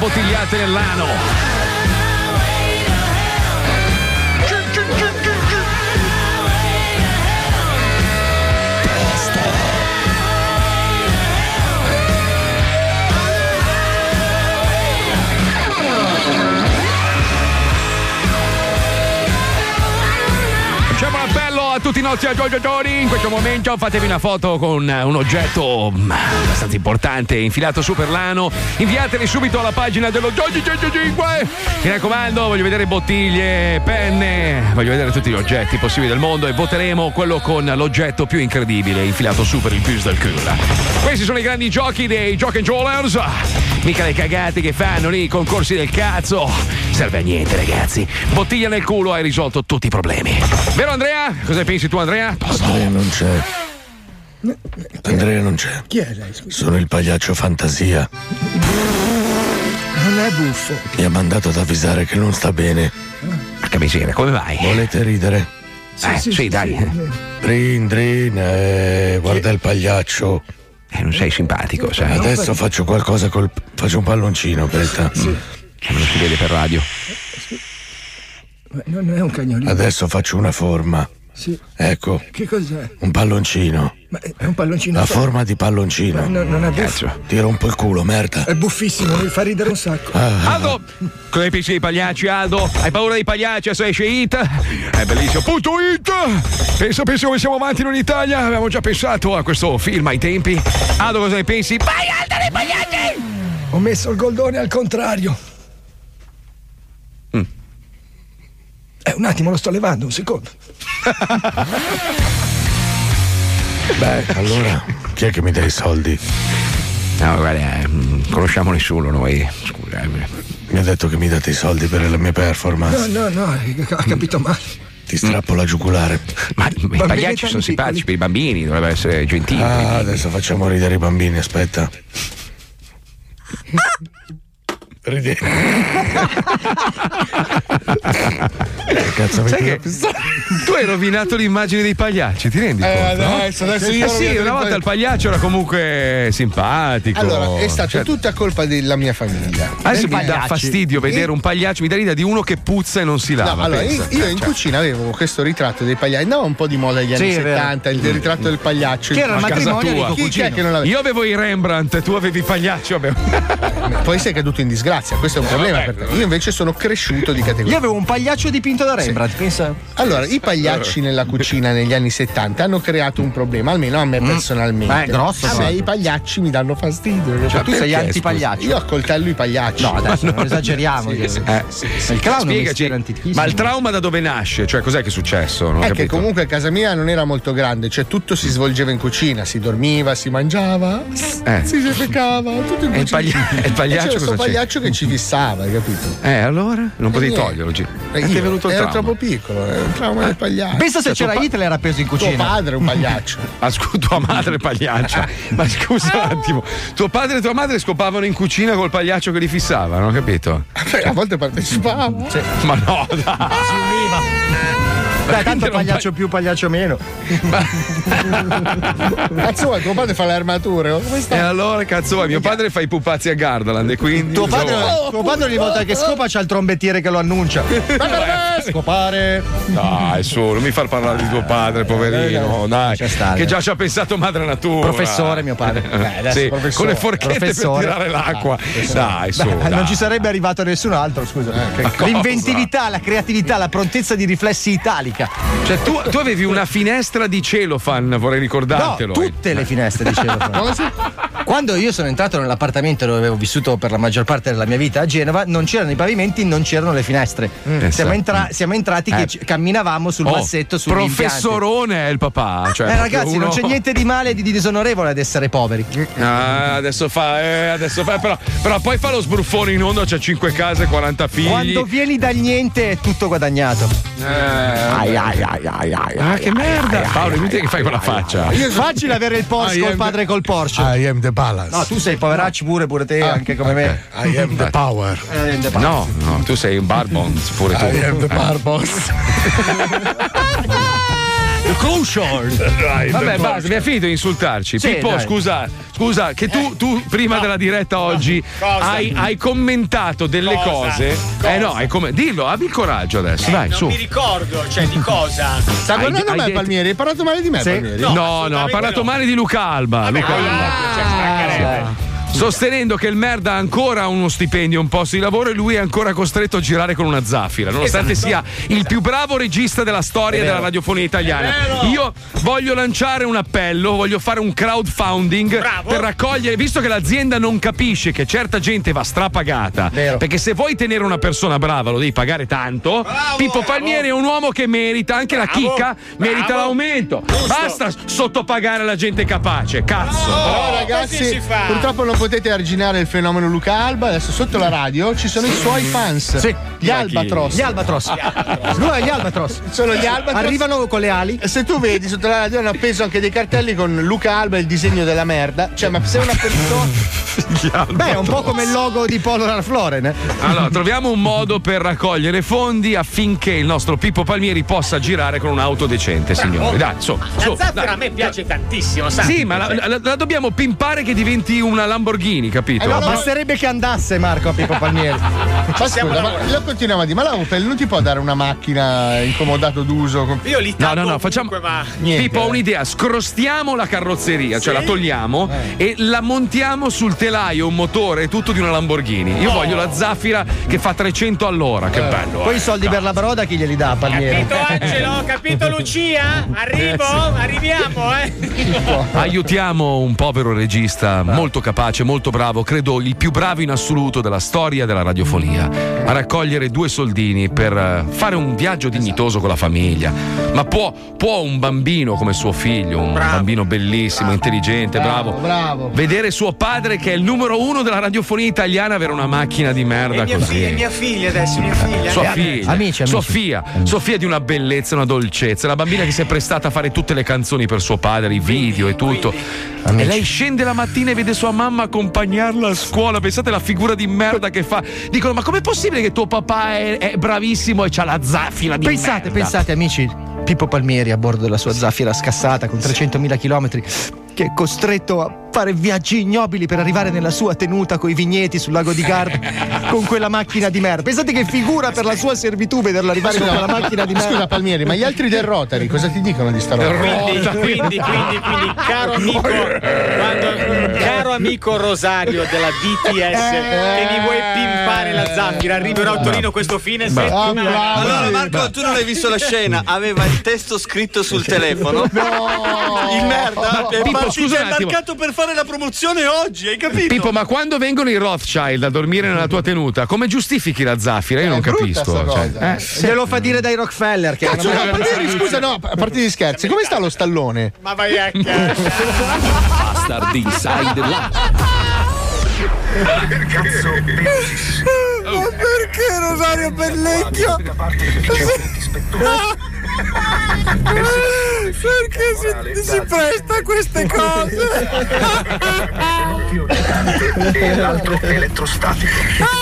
Speaker 4: imbottigliate nell'ano. Facciamo un appello a tutti i nostri ascoltatori. In questo momento fatevi una foto con un oggetto abbastanza importante infilato su per l'ano. Inviateli subito alla pagina dello Giochi centocinque. Mi raccomando, voglio vedere bottiglie, penne, voglio vedere tutti gli oggetti possibili del mondo e voteremo quello con l'oggetto più incredibile infilato su per il più del culo. Questi sono i grandi giochi dei Jock and Jollers. Mica le cagate che fanno lì, i concorsi del cazzo. Serve a niente, ragazzi. Bottiglia nel culo, hai risolto tutti i problemi. Vero Andrea? Cosa pensi tu, Andrea?
Speaker 21: Andrea non c'è. Andrea non c'è.
Speaker 22: Chi è lei? Scusa.
Speaker 21: Sono il pagliaccio fantasia.
Speaker 22: Non è buffo.
Speaker 21: Mi ha mandato ad avvisare che non sta bene.
Speaker 4: Porca miseria, come vai?
Speaker 21: Volete ridere?
Speaker 4: Sì, eh, sì, sì, dai. Sì.
Speaker 21: Drin, drin, eh, guarda il pagliaccio.
Speaker 4: Eh, non sei simpatico, sai.
Speaker 21: Adesso faccio qualcosa col. Faccio un palloncino, aspetta.
Speaker 22: Sì.
Speaker 4: Non si vede per radio.
Speaker 22: Ma non è un cagnolino.
Speaker 21: Adesso faccio una forma.
Speaker 22: Sì.
Speaker 21: Ecco.
Speaker 22: Che cos'è?
Speaker 21: Un palloncino.
Speaker 22: Ma è un palloncino.
Speaker 21: La forma di palloncino.
Speaker 22: No, non è buffo.
Speaker 21: Ti rompo il culo, merda.
Speaker 22: È buffissimo, mi fa ridere un sacco.
Speaker 21: Ah.
Speaker 4: Aldo, cosa pensi dei pagliacci, Aldo? Hai paura dei pagliacci? Adesso esce It? È bellissimo. Punto It! Pensa, pensa come siamo avanti noi in Italia. Abbiamo già pensato a questo film ai tempi. Aldo, cosa ne pensi? Vai, Aldo, dei pagliacci!
Speaker 22: Ho messo il goldone al contrario.
Speaker 4: Mm.
Speaker 22: Eh, un attimo, lo sto levando, un secondo.
Speaker 21: Beh, allora, chi è che mi dà i soldi?
Speaker 4: No, guarda, eh, conosciamo nessuno noi. Scusa.
Speaker 21: Mi ha detto che mi date i soldi per la mia performance.
Speaker 22: No, no, no, ha capito male.
Speaker 21: Ti strappo la giugulare.
Speaker 4: Ma i pagliacci sono simpatici per i bambini, dovrebbe essere gentili.
Speaker 21: Ah, adesso facciamo ridere i bambini, aspetta. Ridere. Cazzo,
Speaker 4: sai che tu hai rovinato l'immagine dei pagliacci, ti rendi
Speaker 21: eh,
Speaker 4: conto?
Speaker 21: Adesso,
Speaker 4: no?
Speaker 21: adesso io
Speaker 4: eh sì, una volta il pagliaccio era comunque simpatico.
Speaker 2: Allora, è stato
Speaker 4: cioè,
Speaker 2: tutta colpa della mia famiglia.
Speaker 4: Adesso mi dà fastidio vedere un pagliaccio, mi dà l'idea di uno che puzza e non si lava.
Speaker 2: No, allora, io, io in
Speaker 4: cioè.
Speaker 2: cucina avevo questo ritratto dei pagliacci, andava un po' di moda negli anni
Speaker 5: sì,
Speaker 2: settanta, il ritratto del pagliaccio.
Speaker 5: Che era il matrimonio di
Speaker 2: Chi, chi è che non l'aveva?
Speaker 4: Io avevo i Rembrandt, tu avevi i pagliaccio.
Speaker 2: Poi sei caduto in disgrazia, questo è un problema per te. Io invece sono cresciuto di categoria.
Speaker 5: Io avevo un pagliaccio dipinto da Rembrandt, sì. Pensa.
Speaker 2: Allora, i pagliacci nella cucina negli anni settanta hanno creato un problema, almeno a me personalmente.
Speaker 5: Ma è grosso.
Speaker 2: A me i pagliacci mi danno fastidio.
Speaker 5: Cioè, tu sei anti-pagliaccio.
Speaker 2: Io accoltello i pagliacci.
Speaker 5: No, adesso non esageriamo.
Speaker 2: Sì, sì,
Speaker 5: eh.
Speaker 2: sì, sì.
Speaker 5: Il clown
Speaker 4: Spiegaci,
Speaker 5: è antichissimo.
Speaker 4: ma il trauma da dove nasce? Cioè, cos'è che è successo? Non ho
Speaker 2: è
Speaker 4: capito.
Speaker 2: che comunque casa mia non era molto grande, cioè tutto si svolgeva in cucina, si dormiva, si mangiava,
Speaker 4: eh.
Speaker 2: si defecava, tutto in
Speaker 4: e il, pagli- e il pagliaccio
Speaker 2: c'era
Speaker 4: cosa
Speaker 2: questo
Speaker 4: c'è?
Speaker 2: pagliaccio che ci fissava, hai capito?
Speaker 4: Eh, allora? Non potevi
Speaker 2: niente.
Speaker 4: toglierlo, G.
Speaker 2: Eh,
Speaker 4: E ti è
Speaker 2: io
Speaker 4: venuto il
Speaker 2: ero
Speaker 4: trauma.
Speaker 2: troppo piccolo, era il trauma del pagliaccio.
Speaker 5: Pensa se
Speaker 2: Cioè,
Speaker 5: c'era
Speaker 2: tuo pa-
Speaker 5: Hitler appeso in cucina.
Speaker 2: Tuo padre è un pagliaccio.
Speaker 4: Ma scusa, tua madre è pagliaccia. Ma scusa un attimo, tuo padre e tua madre scopavano in cucina col pagliaccio che li fissava, non ho capito?
Speaker 2: Beh, a volte partecipavo.
Speaker 5: Sì.
Speaker 4: Ma no, dai.
Speaker 5: Si univa. Beh, tanto pagliaccio più, pagliaccio meno.
Speaker 2: Cazzo vuoi, tuo padre fa le armature? Come
Speaker 4: E
Speaker 2: sta?
Speaker 4: allora, cazzo vuoi? Mio padre fa i pupazzi a Gardaland e quindi.
Speaker 5: Tuo padre,
Speaker 4: Oh,
Speaker 5: tuo padre ogni volta che scopa c'ha il trombettiere che lo annuncia. Scopare.
Speaker 4: Dai, su, non mi far parlare di tuo padre, poverino. Dai, che già ci ha pensato madre natura.
Speaker 5: Professore, mio padre.
Speaker 4: Beh, adesso sì, professore. Con le forchette
Speaker 5: Professore.
Speaker 4: per tirare l'acqua. Dai, su.
Speaker 5: Beh,
Speaker 4: dai.
Speaker 5: non ci sarebbe arrivato nessun altro, scusa.
Speaker 4: Eh, che
Speaker 5: L'inventività, la creatività, la prontezza di riflessi italica.
Speaker 4: Cioè, tu, tu avevi una finestra di celofan, vorrei ricordartelo.
Speaker 5: No, tutte le finestre di celofan. Quando io sono entrato nell'appartamento dove avevo vissuto per la maggior parte della mia vita a Genova, non c'erano i pavimenti, non c'erano le finestre.
Speaker 4: Mm.
Speaker 5: Siamo, entra- siamo entrati
Speaker 4: Eh.
Speaker 5: che ci- camminavamo sul
Speaker 4: Oh,
Speaker 5: massetto sugli
Speaker 4: professorone è il papà. Cioè,
Speaker 5: impianti. Eh, ragazzi,
Speaker 4: uno...
Speaker 5: non c'è niente di male e di disonorevole ad essere poveri.
Speaker 4: Ah, adesso fa, eh, adesso fa, però, però poi fa lo sbruffone in onda, c'ha cinque case, quaranta figli.
Speaker 5: Quando vieni dal niente è tutto guadagnato.
Speaker 4: Eh, ai, ai, ai, ai, ai, ah, che merda. Paolo, è inutile che fai quella faccia.
Speaker 5: È facile avere il Porsche col padre col Porsche.
Speaker 21: I am the balance.
Speaker 5: No, tu sei poveracci pure, pure te, anche come me.
Speaker 21: I am the power.
Speaker 5: Eh, the power.
Speaker 4: No, no, tu sei un barbons pure tu.
Speaker 21: I am the
Speaker 4: Eh.
Speaker 21: barbons.
Speaker 18: Closure.
Speaker 4: Vabbè, basta, mi ha finito di insultarci.
Speaker 18: Sì,
Speaker 4: Pippo,
Speaker 18: dai.
Speaker 4: scusa, scusa, che tu, tu prima della diretta oggi hai, hai commentato delle
Speaker 3: Cosa?
Speaker 4: cose.
Speaker 3: Cosa?
Speaker 4: Eh no, hai come. Dillo, abbi il coraggio adesso,
Speaker 3: Eh,
Speaker 4: dai,
Speaker 3: non
Speaker 4: su.
Speaker 3: mi ricordo, cioè di cosa.
Speaker 2: Sta
Speaker 4: Hai-
Speaker 2: guardando
Speaker 4: hai
Speaker 2: me
Speaker 4: detto-
Speaker 2: Palmieri, hai parlato male di me
Speaker 4: Sì.
Speaker 2: Palmieri?
Speaker 4: No, no, ha parlato male di Luca Alba. Luca Alba. Sostenendo che il merda ha ancora uno stipendio, un posto di lavoro e lui è ancora costretto a girare con una zaffira, nonostante
Speaker 3: Esatto.
Speaker 4: sia il più bravo regista della storia
Speaker 3: È vero.
Speaker 4: della radiofonia italiana.
Speaker 3: È vero.
Speaker 4: Io voglio lanciare un appello, voglio fare un crowdfunding
Speaker 3: Bravo.
Speaker 4: per raccogliere, visto che l'azienda non capisce che certa gente va strapagata, perché se vuoi tenere una persona brava lo devi pagare tanto. Pippo Palmieri è un uomo che merita, anche la
Speaker 3: Bravo.
Speaker 4: chicca merita
Speaker 3: Bravo.
Speaker 4: l'aumento. Basta sottopagare la gente capace, cazzo.
Speaker 2: Però ragazzi, purtroppo non potete arginare il fenomeno Luca Alba. Adesso sotto la radio ci sono i suoi fans.
Speaker 5: Sì.
Speaker 2: Gli Albatros.
Speaker 5: Gli Albatros. Lui è gli Albatros.
Speaker 2: Sono gli Albatros.
Speaker 5: Arrivano con le ali.
Speaker 2: Se tu vedi sotto la radio hanno appeso anche dei cartelli con Luca Alba e il disegno della merda. Cioè, ma se una persona.
Speaker 5: Beh, è un po' come il logo di Polo Ralph Lauren. eh.
Speaker 4: Allora, troviamo un modo per raccogliere fondi affinché il nostro Pippo Palmieri possa girare con un'auto decente, signori. Dai, su,
Speaker 3: La
Speaker 4: su.
Speaker 3: zaffira
Speaker 4: dai.
Speaker 3: a me piace tantissimo, sai?
Speaker 4: Sì, ma la, la- la dobbiamo pimpare che diventi una Lamborghini, capito?
Speaker 5: Eh no, basterebbe che andasse Marco a Pippo Palmieri.
Speaker 2: Ma scusa, ma io continuiamo a dire, ma la Opel non ti può dare una macchina in comodato d'uso? Con...
Speaker 3: Io li
Speaker 4: No, no, no, facciamo.
Speaker 3: ma
Speaker 2: Niente.
Speaker 4: Pippo, ho un'idea: scrostiamo la carrozzeria, cioè
Speaker 3: Sì?
Speaker 4: la togliamo e la montiamo sul telaio, un motore e tutto di una Lamborghini. Io
Speaker 3: No.
Speaker 4: voglio la zaffira che fa trecento all'ora, che bello.
Speaker 5: Poi
Speaker 4: eh.
Speaker 5: i soldi per la broda chi glieli dà a Palmieri?
Speaker 3: Capito Angelo? Capito Lucia? Arrivo? Arriviamo, eh?
Speaker 4: Aiutiamo un povero regista molto capace, molto bravo, credo il più bravo in assoluto della storia della radiofonia, a raccogliere due soldini per eh, fare un viaggio dignitoso con la famiglia. Ma può, può un bambino come suo figlio, un bambino bellissimo, intelligente, bravo,
Speaker 2: Bravo.
Speaker 4: vedere suo padre che è il numero uno della radiofonia italiana avere una macchina di merda
Speaker 3: E mia
Speaker 4: così?
Speaker 3: figlia, mia figlia adesso, mia figlia.
Speaker 4: Sua
Speaker 3: Eh,
Speaker 4: figlia,
Speaker 5: amici, amici.
Speaker 4: Sofia, Sofia è di una bellezza, una dolcezza, la bambina che si è prestata a fare tutte le canzoni per suo padre, i video e tutto. E lei scende la mattina e vede sua mamma accompagnarla a scuola. Pensate alla figura di merda che fa. Dicono: ma com'è possibile che tuo papà è, è bravissimo e c'ha la zaffira di
Speaker 5: Pensate,
Speaker 4: merda?
Speaker 5: pensate, amici. Pippo Palmieri a bordo della sua zaffira scassata con trecentomila chilometri, che è costretto a fare viaggi ignobili per arrivare nella sua tenuta coi vigneti sul lago di Garda con quella macchina di merda. Pensate che figura per la sua servitù vederlo arrivare con quella macchina di merda.
Speaker 2: Scusa Palmieri, ma gli altri del Rotary cosa ti dicono di sta roba?
Speaker 3: Quindi, quindi, quindi, quindi, caro amico, quando, caro amico Rosario della D T S, che mi vuoi pimpare la zaffira, arriverò a Torino questo fine settimana.
Speaker 9: Allora Marco, tu non hai visto la scena, aveva il testo scritto sul telefono. Il merda è
Speaker 4: Pippo,
Speaker 9: partito
Speaker 4: scusa un
Speaker 9: al
Speaker 4: attimo.
Speaker 9: mercato per fare la promozione oggi, hai capito?
Speaker 4: Pippo, ma quando vengono i Rothschild a dormire nella tua tenuta, come giustifichi la zaffira? Io non capisco. Cioè, eh,
Speaker 5: Se lo fa dire dai Rockefeller che
Speaker 2: Cazzo,
Speaker 5: è
Speaker 2: no, Palmieri, scusa, no, a parte gli scherzi, come sta lo stallone?
Speaker 3: Ma vai a casa.
Speaker 1: Bastard Inside Live.
Speaker 22: Ma perché Rosario Bellecchio? Perché si, si presta a queste cose?
Speaker 23: E l'altro elettrostatico.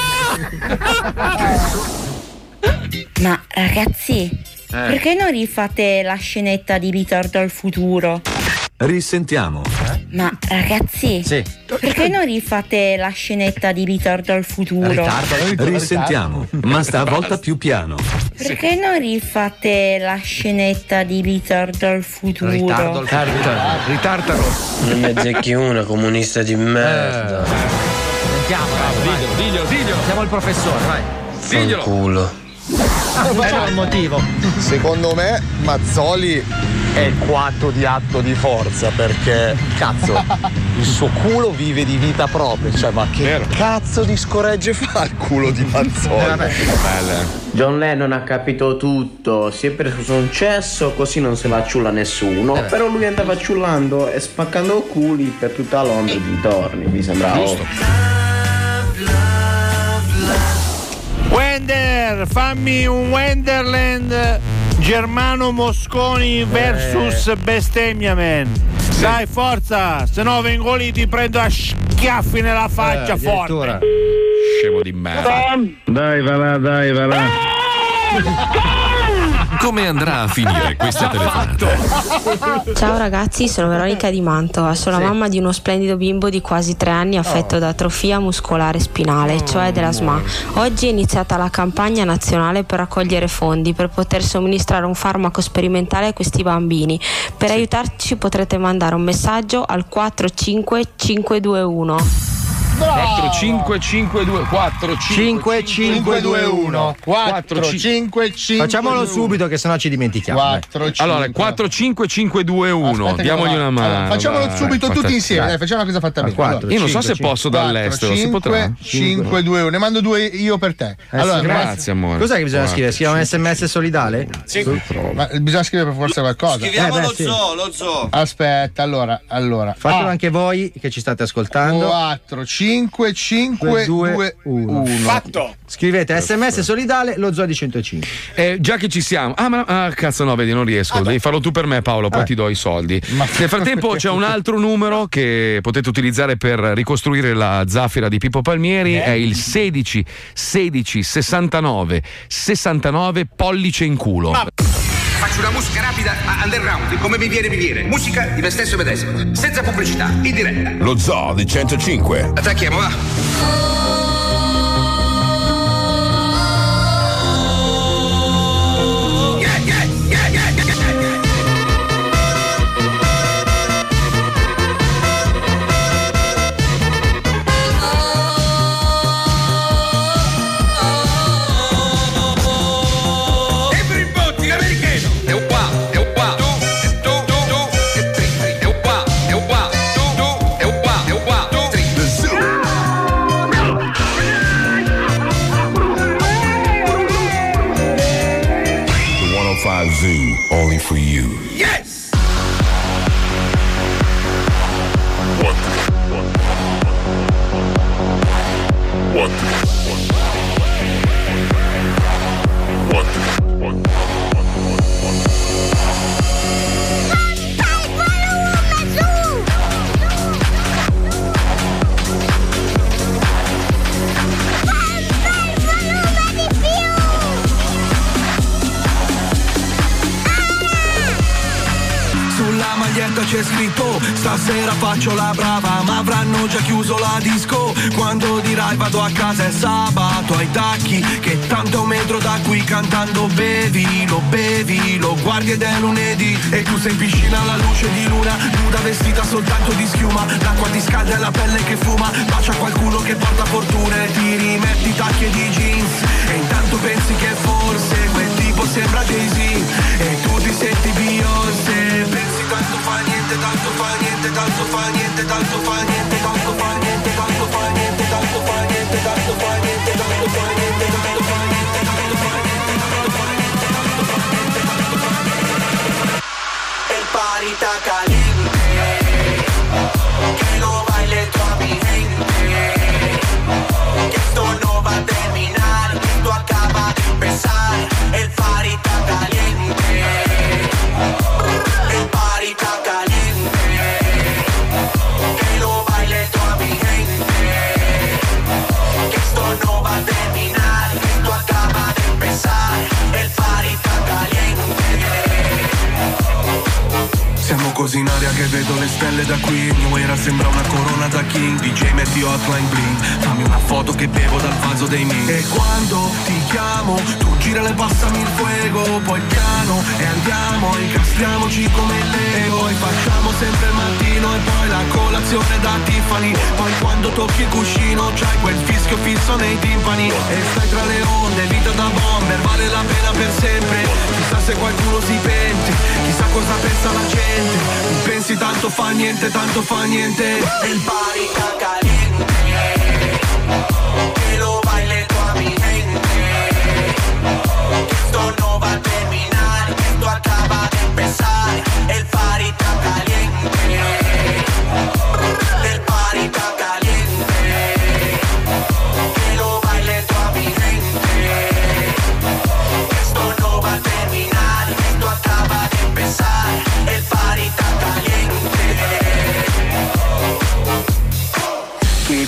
Speaker 24: Ma ragazzi,
Speaker 23: Eh.
Speaker 24: perché non rifate la scenetta di Ritorno al futuro?
Speaker 23: Risentiamo.
Speaker 24: Ma ragazzi,
Speaker 23: Sì.
Speaker 24: perché non rifate la scenetta di Ritorno al futuro?
Speaker 23: Risentiamo, ma stavolta più piano.
Speaker 24: Perché non rifate la scenetta di Ritorno al futuro?
Speaker 4: Ritartalo.
Speaker 25: Non ne azzecchi una, comunista di merda.
Speaker 5: Sentiamo,
Speaker 4: diglielo, diglielo, diglielo.
Speaker 5: Siamo il professore, vai.
Speaker 25: Diglielo. Culo.
Speaker 5: C'è un motivo.
Speaker 26: Secondo me Mazzoli è quattro di atto di forza perché cazzo il suo culo vive di vita propria, cioè ma che
Speaker 23: Vero.
Speaker 26: cazzo di scoregge fa il culo di Mazzoli?
Speaker 25: John Lennon ha capito tutto, si è preso un cesso così non se va ciulla nessuno, però lui andava ciullando e spaccando culi per tutta Londra e dintorni, mi sembra ovvio.
Speaker 17: Wender, fammi un Wenderland Germano Mosconi versus bestemmia man. Dai forza, se no vengo lì ti prendo a schiaffi nella faccia
Speaker 4: Eh,
Speaker 17: forte.
Speaker 4: Scemo di merda.
Speaker 23: Dai, va là, dai, va là.
Speaker 1: Come andrà a finire questa telefonata?
Speaker 8: Ciao ragazzi, sono Veronica di Mantova, sono la mamma di uno splendido bimbo di quasi tre anni affetto da atrofia muscolare spinale, cioè della S M A. Oggi è iniziata la campagna nazionale per raccogliere fondi per poter somministrare un farmaco sperimentale a questi bambini. Per aiutarci potrete mandare un messaggio al quattro cinque cinque due uno.
Speaker 4: quattro cinque cinque due quattro
Speaker 5: cinque cinque due uno
Speaker 2: quattro cinque cinque
Speaker 5: Facciamolo subito che sennò ci dimentichiamo.
Speaker 2: quattro,
Speaker 4: Allora, quattro cinque cinque due uno,
Speaker 2: Aspetta,
Speaker 4: diamogli una mano.
Speaker 2: allora, facciamolo
Speaker 4: vai,
Speaker 2: subito
Speaker 4: vai,
Speaker 2: tutti
Speaker 4: fate-
Speaker 2: insieme, dai, facciamo una cosa fatta bene.
Speaker 4: quattro,
Speaker 2: Allora,
Speaker 4: io non so
Speaker 2: cinque,
Speaker 4: se posso
Speaker 2: cinque,
Speaker 4: dall'estero, si potrà?
Speaker 2: cinque due uno, ne mando due io per te.
Speaker 5: Eh,
Speaker 4: grazie, amore.
Speaker 5: Cos'è che bisogna
Speaker 4: Guarda.
Speaker 5: scrivere? Si chiama un sms solidale?
Speaker 2: Ma bisogna scrivere per forza qualcosa.
Speaker 9: Scriviamo
Speaker 5: Eh, beh,
Speaker 9: lo
Speaker 5: sì.
Speaker 9: zoo, lo zoo.
Speaker 2: Aspetta, allora, allora.
Speaker 5: Fatelo
Speaker 2: Ah,
Speaker 5: anche voi che ci state ascoltando.
Speaker 2: quattro cinque cinque due uno.
Speaker 5: Fatto. Scrivete sms solidale lo zoo di centocinque.
Speaker 4: Eh, già che ci siamo, ah, ma ah, cazzo, no, vedi, non riesco. Devi farlo tu per me, Paolo, poi
Speaker 5: Eh.
Speaker 4: ti do i soldi. Nel frattempo, c'è un altro numero che potete utilizzare per ricostruire la zaffira di Pippo Palmieri. È il sedici sedici sessantanove sessantanove pollice in culo.
Speaker 11: Faccio una musica rapida a underground, come mi viene mi viene. Musica di me stesso medesimo, senza pubblicità, in diretta.
Speaker 12: Lo zoo di centocinque.
Speaker 11: Attacchiamo, va. Everybody americano. È uguale, è uguale. Tu, e tu, tu, tu, e tri, tri. È uguale, è uguale. Tu, tu, è uguale, è uguale. Tu, tri.
Speaker 12: The one oh five Zoo, only for you.
Speaker 11: Yes!
Speaker 12: What? What?
Speaker 13: Sulla maglietta c'è scritto stasera faccio la brava, ma avranno già chiuso la disco quando dirai vado a casa è sabato ai tacchi, che tanto è un metro da qui cantando bevi, lo bevi, lo guardi ed è lunedì e tu sei in piscina alla luce di luna, nuda vestita soltanto di schiuma, l'acqua ti scalda e la pelle che fuma, bacia qualcuno che porta fortuna e ti rimetti i tacchi e di jeans e intanto pensi che forse quel tipo sembra Jay-Z e tu ti senti Beyoncé, pensi tanto fa niente, tanto fa niente, tanto fa niente, tanto fa niente, tanto fa niente, tanto fa niente, tanto fa niente, tanto fa niente, tanto fa niente, tanto fa niente, tanto fa niente, tanto fa niente, tanto fa niente, tanto fa niente. El party está caliente, que lo baile toda mi gente, que esto no va a terminar, esto acaba de empezar, el party está caliente, el party está caliente, que lo baile toda mi gente, que esto no va a terminar, esto acaba de empezar, el party está caliente. Siamo così in aria che vedo le stelle da qui, New Era sembra una corona da King, D J metti hotline bling, fammi una foto che bevo dal vaso dei miei. E quando ti chiamo, tu gira e passami il fuego, poi piano e andiamo, incastriamoci come il Lego e facciamo sempre il mattino e poi la colazione da Tiffany, poi quando tocchi il cuscino c'hai quel fischio fisso nei timpani e stai tra le onde, vita da bomber, vale la pena per sempre, chissà se qualcuno si pente, chissà cosa pensa la gente, pensi tanto fa niente, tanto fa niente, il party está caliente, que lo baile toda mi gente, que esto no va a terminar, esto acaba de empezar, el party está caliente, el party está caliente, que lo baile toda mi gente, que esto no va a terminar, esto acaba de empezar, el party está caliente.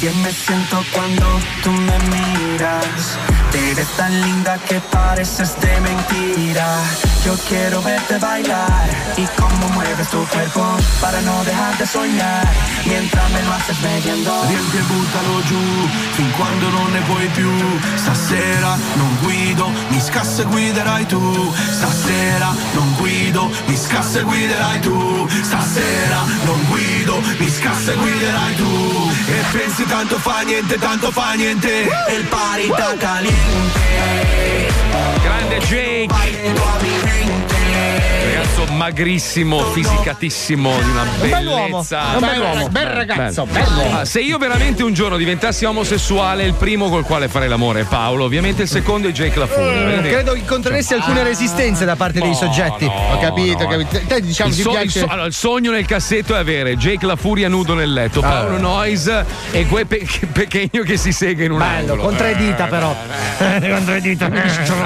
Speaker 13: Nadie me siento cuando tú me miras. Te ves tan linda que pareces de mentira. Yo quiero verte bailar y cómo mueves tu cuerpo para no dejar de soñar. Mientras me lo haces beviendo. Riempie e buttalo giù fin quando non ne puoi più. Stasera non guido, mi scassa e guiderai tu. Stasera non guido, mi scassa e guiderai tu. Stasera non guido, mi scassa e guiderai tu. E pensi tanto fa niente, tanto fa niente. E il party sta caliente.
Speaker 4: Grande Jake, ragazzo magrissimo, fisicatissimo, di una
Speaker 2: Un bell'uomo,
Speaker 4: bellezza.
Speaker 2: un bell'uomo, bel ragazzo, bello.
Speaker 4: Ah, se io veramente un giorno diventassi omosessuale, il primo col quale fare l'amore è Paolo, ovviamente il secondo è Jake LaFuria.
Speaker 5: Eh, credo incontreresti alcune resistenze da parte dei soggetti.
Speaker 2: Ho capito,
Speaker 4: no.
Speaker 2: ho capito. Te diciamo
Speaker 4: il,
Speaker 2: ti
Speaker 4: so- il,
Speaker 2: piace.
Speaker 4: so- allora, il sogno nel cassetto è avere Jake LaFuria nudo nel letto, Paolo Noyes e quel pe- Pechegno che si sega in un
Speaker 5: Bello,
Speaker 4: angolo.
Speaker 5: con tre dita però. Con tre dita mi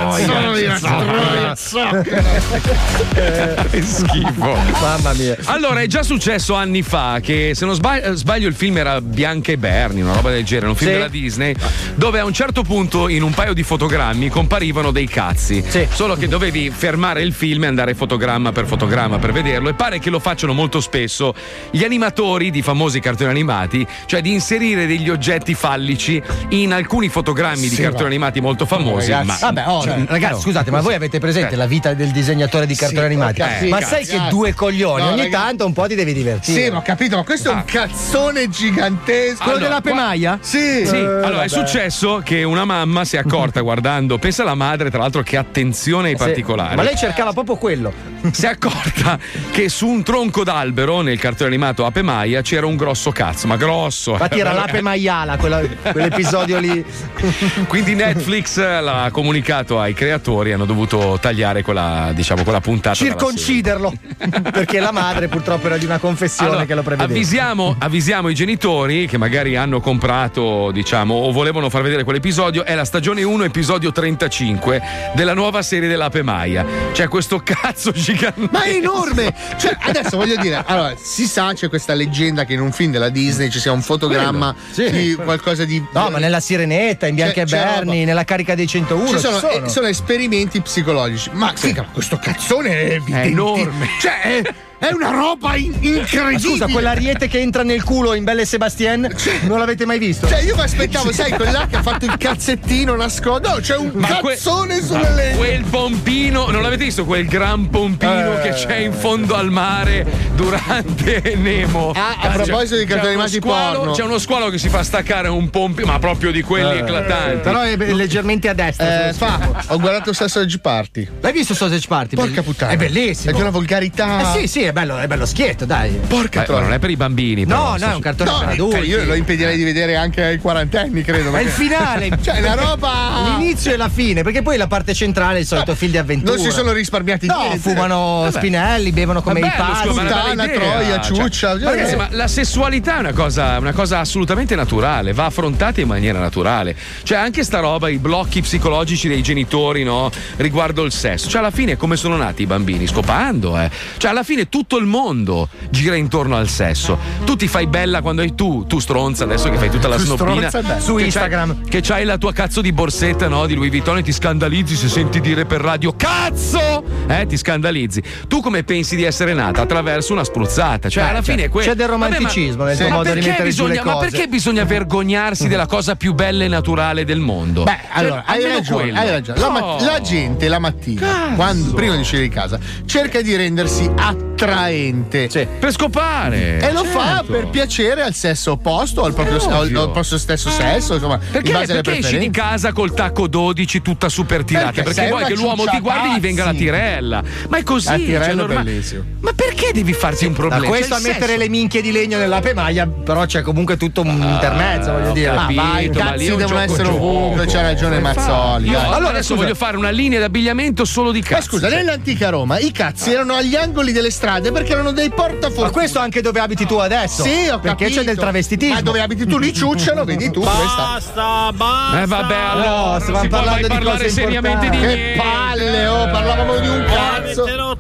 Speaker 4: Che schifo.
Speaker 5: Mamma mia.
Speaker 4: Allora, è già successo anni fa che, se non sbaglio, sbaglio il film era Bianca e Bernie, una roba del genere, un film
Speaker 5: Sì.
Speaker 4: della Disney, dove a un certo punto in un paio di fotogrammi comparivano dei cazzi.
Speaker 5: Sì.
Speaker 4: Solo che dovevi fermare il film e andare fotogramma per fotogramma per vederlo, e pare che lo facciano molto spesso gli animatori di famosi cartoni animati, cioè di inserire degli oggetti fallici in alcuni fotogrammi
Speaker 5: Sì,
Speaker 4: di cartoni
Speaker 5: ma-
Speaker 4: animati molto famosi.
Speaker 5: Ragazzi,
Speaker 4: ma
Speaker 5: vabbè, oh,
Speaker 4: cioè,
Speaker 5: ragazzi,
Speaker 4: no.
Speaker 5: scusate, ma voi avete presente
Speaker 4: Eh.
Speaker 5: la vita del disegnatore di cartoni
Speaker 2: Sì,
Speaker 5: animati?
Speaker 2: ho capito.
Speaker 5: Ma sai che due coglioni,
Speaker 2: No,
Speaker 5: ogni
Speaker 2: ragazzi.
Speaker 5: tanto un po' ti devi divertire.
Speaker 2: Sì, ma ho capito, ma questo è un cazzone gigantesco.
Speaker 5: Quello
Speaker 4: Allora,
Speaker 5: della pemaia?
Speaker 2: Sì.
Speaker 4: Sì,
Speaker 2: Eh,
Speaker 4: allora è
Speaker 2: vabbè.
Speaker 4: successo che una mamma si è accorta guardando, pensa alla madre, tra l'altro, che attenzione ai
Speaker 5: Sì.
Speaker 4: particolari.
Speaker 5: Ma lei cercava proprio quello.
Speaker 4: Si è accorta che su un tronco d'albero nel cartone animato Ape Maia c'era un grosso cazzo, ma grosso.
Speaker 5: Infatti era l'ape maiala, quella- quell'episodio lì.
Speaker 4: Quindi Netflix l'ha comunicato ai creatori, hanno dovuto tagliare quella, diciamo, quella puntata. dalla serie.
Speaker 5: Circonciderlo. Perché la madre purtroppo era di una confessione
Speaker 4: Allora,
Speaker 5: che lo prevedeva.
Speaker 4: avvisiamo, avvisiamo i genitori che magari hanno comprato, diciamo, o volevano far vedere quell'episodio. È la stagione uno, episodio trentacinque della nuova serie dell'Ape Maia. C'è questo cazzo gigante.
Speaker 2: Ma è enorme! Cioè, adesso voglio dire, allora, si sa, c'è questa leggenda che in un film della Disney ci sia un fotogramma
Speaker 5: Sì.
Speaker 2: di qualcosa di.
Speaker 5: No, ma nella Sirenetta, in Bianca
Speaker 2: C'è-
Speaker 5: e
Speaker 2: c'è
Speaker 5: Bernie,
Speaker 2: roba.
Speaker 5: nella carica dei centouno.
Speaker 2: Ci sono,
Speaker 5: ci sono.
Speaker 2: eh, sono esperimenti psicologici. Ma figa, ma questo cazzone è evidente.
Speaker 4: enorme.
Speaker 2: Cioè, è, è una roba in- incredibile.
Speaker 5: Ma scusa, quell'ariete che entra nel culo in Belle e Sebastien non l'avete mai visto?
Speaker 2: Cioè, io mi aspettavo, sai, quella che ha fatto il cazzettino nascosto. No, c'è un
Speaker 4: que-
Speaker 2: cazzone sulle
Speaker 4: ma
Speaker 2: legge.
Speaker 4: quel pompino, non l'avete visto quel gran pompino
Speaker 2: Eh.
Speaker 4: che c'è in fondo al mare durante Nemo?
Speaker 2: Ah, a proposito di
Speaker 4: C'è
Speaker 2: cartoni
Speaker 4: uno
Speaker 2: animati
Speaker 4: squalo-
Speaker 2: porno.
Speaker 4: C'è uno squalo che si fa staccare un pompino, ma proprio di quelli
Speaker 2: Eh.
Speaker 4: eclatanti.
Speaker 5: Però è leggermente a destra.
Speaker 2: Eh, fa, ho guardato Sausage Party.
Speaker 5: L'hai visto Sausage Party?
Speaker 2: Porca puttana.
Speaker 5: È bellissimo.
Speaker 2: È di una volgarità.
Speaker 5: Eh sì, sì, è bello, è bello schietto, dai.
Speaker 2: Porca
Speaker 4: Eh, ma
Speaker 2: troia.
Speaker 4: non è per i bambini.
Speaker 5: No,
Speaker 4: però,
Speaker 5: no, è un cartone
Speaker 2: No,
Speaker 5: per
Speaker 2: eh,
Speaker 5: adulti.
Speaker 2: io lo impedirei di vedere anche ai quarantenni, credo.
Speaker 5: È il
Speaker 2: perché-
Speaker 5: finale.
Speaker 2: Cioè, una roba.
Speaker 5: L'inizio e la fine, perché poi la parte centrale è il solito film di avventura.
Speaker 2: Non si sono risparmiati
Speaker 5: No,
Speaker 2: niente.
Speaker 5: fumano
Speaker 4: Vabbè.
Speaker 5: spinelli, bevono come
Speaker 4: Ma
Speaker 5: i
Speaker 4: bello,
Speaker 5: pazzi.
Speaker 4: scusa, ma è una
Speaker 2: Puttana,
Speaker 4: bella idea.
Speaker 2: troia, ciuccia.
Speaker 4: Cioè, ragazzi, ma la sessualità è una cosa, una cosa assolutamente naturale, va affrontata in maniera naturale. Cioè, anche sta roba, i blocchi psicologici dei genitori, no? Riguardo il sesso. Cioè, alla fine, come sono nati i bambini? Scopando, eh. Cioè, alla fine tutto il mondo gira intorno al sesso. Tu ti fai bella quando hai tu, tu stronza, adesso che fai tutta la
Speaker 2: Tu
Speaker 4: snobbina.
Speaker 2: stronza, beh.
Speaker 5: Su
Speaker 4: che
Speaker 5: Instagram.
Speaker 4: c'hai- Che c'hai la tua cazzo di borsetta, no? Di Louis Vuitton e ti scandalizzi se senti dire per radio cazzo! Eh, ti scandalizzi. Tu come pensi di essere nata? Attraverso una spruzzata. Cioè,
Speaker 5: Beh,
Speaker 4: alla
Speaker 5: c'è-
Speaker 4: fine è quello.
Speaker 5: c'è del romanticismo nel tuo
Speaker 4: ma
Speaker 5: modo di
Speaker 4: perché
Speaker 5: mettere giù le
Speaker 4: bisogna, ma
Speaker 5: cose.
Speaker 4: perché bisogna vergognarsi della cosa più bella e naturale del mondo?
Speaker 2: Beh,
Speaker 4: Cioè,
Speaker 2: allora, hai
Speaker 4: almeno
Speaker 2: ragione,
Speaker 4: quello.
Speaker 2: hai ragione. La, ma-
Speaker 4: No.
Speaker 2: la gente la mattina, quando, prima di uscire di casa, cerca di rendersi attraente.
Speaker 4: Per scopare.
Speaker 2: E lo fa
Speaker 4: certo.
Speaker 2: per piacere al sesso opposto, al proprio,
Speaker 4: È
Speaker 2: al,
Speaker 4: ovvio.
Speaker 2: al proprio stesso sesso, insomma, in
Speaker 4: Perché,
Speaker 2: base alle
Speaker 4: perché esci di
Speaker 2: preferenze.
Speaker 4: casa col tacco dodici tutta super tirata?
Speaker 2: Perché
Speaker 4: Perché,
Speaker 2: sei
Speaker 4: vuoi
Speaker 2: una
Speaker 4: che l'uomo ti guardi e gli venga la
Speaker 2: ciucciapazzi.
Speaker 4: tirella. Ma è così.
Speaker 2: La tirella
Speaker 4: cioè,
Speaker 2: è
Speaker 4: normale.
Speaker 2: bellissimo.
Speaker 4: Ma perché devi farti un
Speaker 5: Da
Speaker 4: problema?
Speaker 5: questo
Speaker 4: Cioè,
Speaker 5: a
Speaker 4: il
Speaker 5: mettere
Speaker 4: sesso-
Speaker 5: le minchie di legno nell'ape maia, però c'è comunque tutto un intermezzo, voglio
Speaker 4: ho
Speaker 5: dire.
Speaker 4: capito,
Speaker 2: Ma vai, i
Speaker 4: ma lì
Speaker 2: cazzi
Speaker 4: è un
Speaker 2: devono
Speaker 4: gioco
Speaker 2: essere
Speaker 4: gioco.
Speaker 2: ovunque, c'ha ragione Mazzoli.
Speaker 4: Io
Speaker 2: dai.
Speaker 4: allora
Speaker 2: Allora,
Speaker 4: adesso
Speaker 2: scusa,
Speaker 4: voglio fare una linea d'abbigliamento solo di
Speaker 2: ma
Speaker 4: cazzi.
Speaker 2: scusa,
Speaker 4: Cioè,
Speaker 2: nell'antica Roma i cazzi erano agli angoli delle strade perché erano dei portafortuna.
Speaker 5: Ma questo anche dove abiti tu adesso?
Speaker 2: Sì, ho
Speaker 5: Perché
Speaker 2: capito.
Speaker 5: c'è del travestitismo.
Speaker 2: Ma dove abiti tu li ciucciano, vedi tu dove sta.
Speaker 17: Basta, basta.
Speaker 4: Eh vabbè, allora
Speaker 5: No,
Speaker 4: non
Speaker 5: stavamo
Speaker 4: si può mai
Speaker 5: parlando di
Speaker 4: parlare
Speaker 5: cose
Speaker 4: seriamente di
Speaker 5: importanti.
Speaker 2: Che
Speaker 4: niente.
Speaker 2: palle, oh, parlavamo di un
Speaker 17: Oh,
Speaker 2: cazzo.
Speaker 17: avete rotto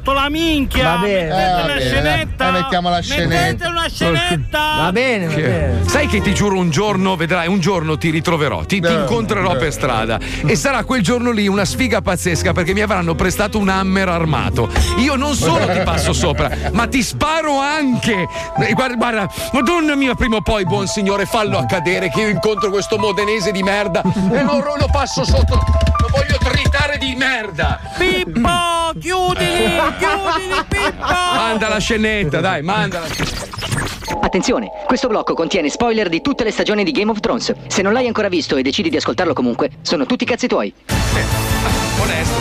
Speaker 17: rotto la minchia.
Speaker 5: Va bene.
Speaker 17: Mettete
Speaker 2: Eh, va
Speaker 17: una
Speaker 2: bene,
Speaker 17: scenetta.
Speaker 2: eh, mettiamo la
Speaker 17: Mettete
Speaker 2: scenetta.
Speaker 17: una scenetta.
Speaker 5: Va bene, va
Speaker 4: Che-
Speaker 5: bene.
Speaker 4: Sai che ti giuro un giorno, vedrai, un giorno ti ritroverò, ti, ti
Speaker 2: Eh,
Speaker 4: incontrerò
Speaker 2: eh.
Speaker 4: per strada e sarà quel giorno lì una sfiga pazzesca perché mi avranno prestato un hammer armato. Io non solo ti passo sopra, ma ti sparo anche. Eh, Guarda, guarda, madonna mia, prima o poi, buon signore, fallo accadere che io incontro questo modenese di merda e lo, lo passo sotto, lo voglio tritare di merda.
Speaker 17: Pippo, chiudili, chiudili, Pippo.
Speaker 4: Manda la scenetta, dai, manda la
Speaker 7: Attenzione, questo blocco contiene spoiler di tutte le stagioni di Game of Thrones. Se non l'hai ancora visto e decidi di ascoltarlo comunque, sono tutti cazzi tuoi.
Speaker 4: Onesto.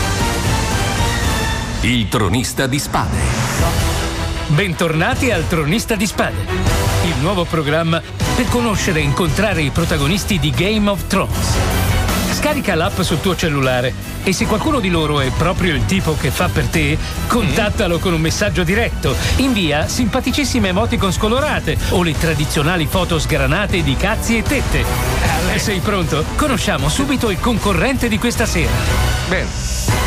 Speaker 1: Il tronista di spade.
Speaker 14: Bentornati al Tronista di Spade, il nuovo programma per conoscere e incontrare i protagonisti di Game of Thrones. Scarica l'app sul tuo cellulare e se qualcuno di loro è proprio il tipo che fa per te, contattalo con un messaggio diretto. Invia simpaticissime emoticon scolorate o le tradizionali foto sgranate di cazzi e tette. E sei pronto? Conosciamo subito il concorrente di questa sera.
Speaker 4: Bene.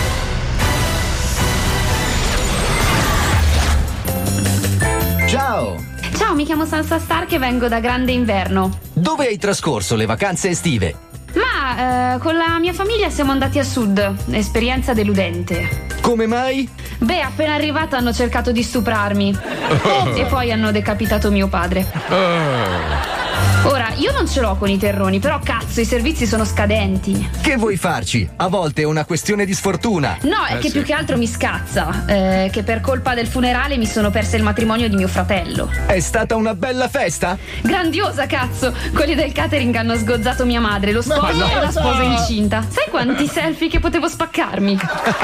Speaker 7: Ciao!
Speaker 15: Ciao, mi chiamo Sansa Stark e vengo da Grande Inverno.
Speaker 7: Dove hai trascorso le vacanze estive?
Speaker 15: Ma eh, con la mia famiglia siamo andati a sud. Esperienza deludente.
Speaker 7: Come mai?
Speaker 15: Beh, appena arrivata hanno cercato di stuprarmi. E poi hanno decapitato mio padre. Ora, io non ce l'ho con i terroni, però cazzo, i servizi sono scadenti.
Speaker 7: Che vuoi farci? A volte è una questione di sfortuna.
Speaker 15: No, è
Speaker 7: Eh
Speaker 15: che
Speaker 7: sì.
Speaker 15: più che altro mi scazza. eh, che per colpa del funerale mi sono persa il matrimonio di mio fratello.
Speaker 7: È stata una bella festa?
Speaker 15: Grandiosa, cazzo! Quelli del catering hanno sgozzato mia madre, lo sposo
Speaker 7: Ma no.
Speaker 15: e la sposa incinta. Sai quanti selfie che potevo spaccarmi?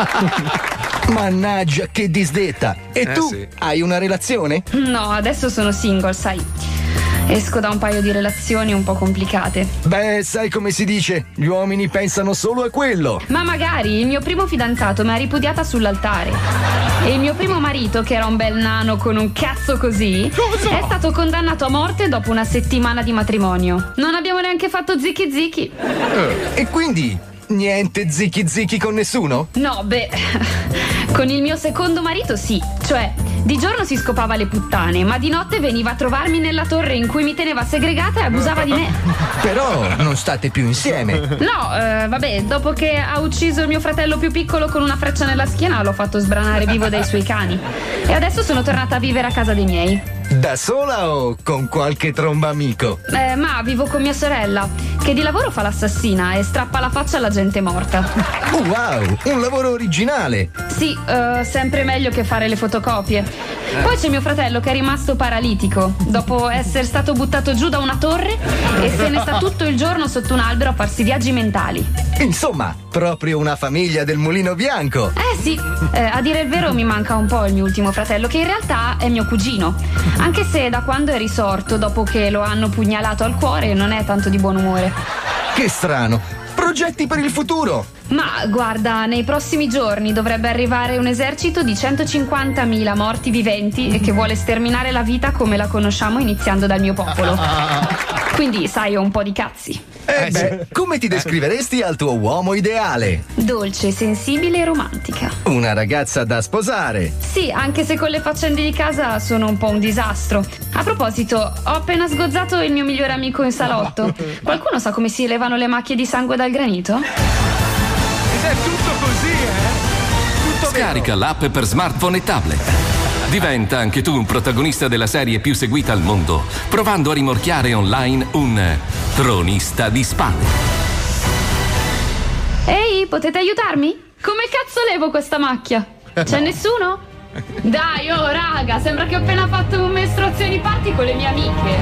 Speaker 7: Mannaggia, che disdetta. E
Speaker 15: Eh
Speaker 7: tu
Speaker 15: sì.
Speaker 7: hai una relazione?
Speaker 15: No, adesso sono single, sai. Esco da un paio di relazioni un po' complicate.
Speaker 7: Beh, sai come si dice, gli uomini pensano solo a quello.
Speaker 15: Ma magari il mio primo fidanzato mi ha ripudiata sull'altare. E il mio primo marito, che era un bel nano con un cazzo così, è stato condannato a morte dopo una settimana di matrimonio. Non abbiamo neanche fatto zicchi zicchi.
Speaker 7: E quindi niente zicchi zicchi con nessuno?
Speaker 15: No, beh, con il mio secondo marito sì, cioè di giorno si scopava le puttane, ma di notte veniva a trovarmi nella torre in cui mi teneva segregata e abusava di me.
Speaker 7: Però non state più insieme.
Speaker 15: No, eh, vabbè, dopo che ha ucciso il mio fratello più piccolo con una freccia nella schiena, l'ho fatto sbranare vivo dai suoi cani. E adesso sono tornata a vivere a casa dei miei.
Speaker 7: Da sola o con qualche tromba amico?
Speaker 15: Eh, ma vivo con mia sorella, che di lavoro fa l'assassina e strappa la faccia alla gente morta.
Speaker 7: Oh, wow, un lavoro originale.
Speaker 15: Sì, eh, sempre meglio che fare le fotocopie. Poi c'è mio fratello che è rimasto paralitico dopo essere stato buttato giù da una torre e se ne sta tutto il giorno sotto un albero a farsi viaggi mentali.
Speaker 7: Insomma, proprio una famiglia del mulino bianco.
Speaker 15: Eh sì, eh, a dire il vero mi manca un po' il mio ultimo fratello, che in realtà è mio cugino. Anche se da quando è risorto, dopo che lo hanno pugnalato al cuore, non è tanto di buon umore.
Speaker 7: Che strano. Progetti per il futuro?
Speaker 15: Ma guarda, nei prossimi giorni dovrebbe arrivare un esercito di centocinquantamila morti viventi e che vuole sterminare la vita come la conosciamo iniziando dal mio popolo. Quindi sai, ho un po' di cazzi.
Speaker 7: Eh, beh, come ti descriveresti al tuo uomo ideale?
Speaker 15: Dolce, sensibile e romantica.
Speaker 7: Una ragazza da sposare.
Speaker 15: Sì, anche se con le faccende di casa sono un po' un disastro. A proposito, ho appena sgozzato il mio migliore amico in salotto. Qualcuno sa come si levano le macchie di sangue dal granito?
Speaker 4: Ed è tutto così, eh? Tutto
Speaker 1: Scarica l'app per smartphone e tablet. Diventa anche tu un protagonista della serie più seguita al mondo, provando a rimorchiare online un tronista di spade.
Speaker 15: Ehi, potete aiutarmi? Come cazzo levo questa macchia? C'è nessuno? Dai, oh raga, sembra che ho appena fatto un mestruazioni party con le mie amiche.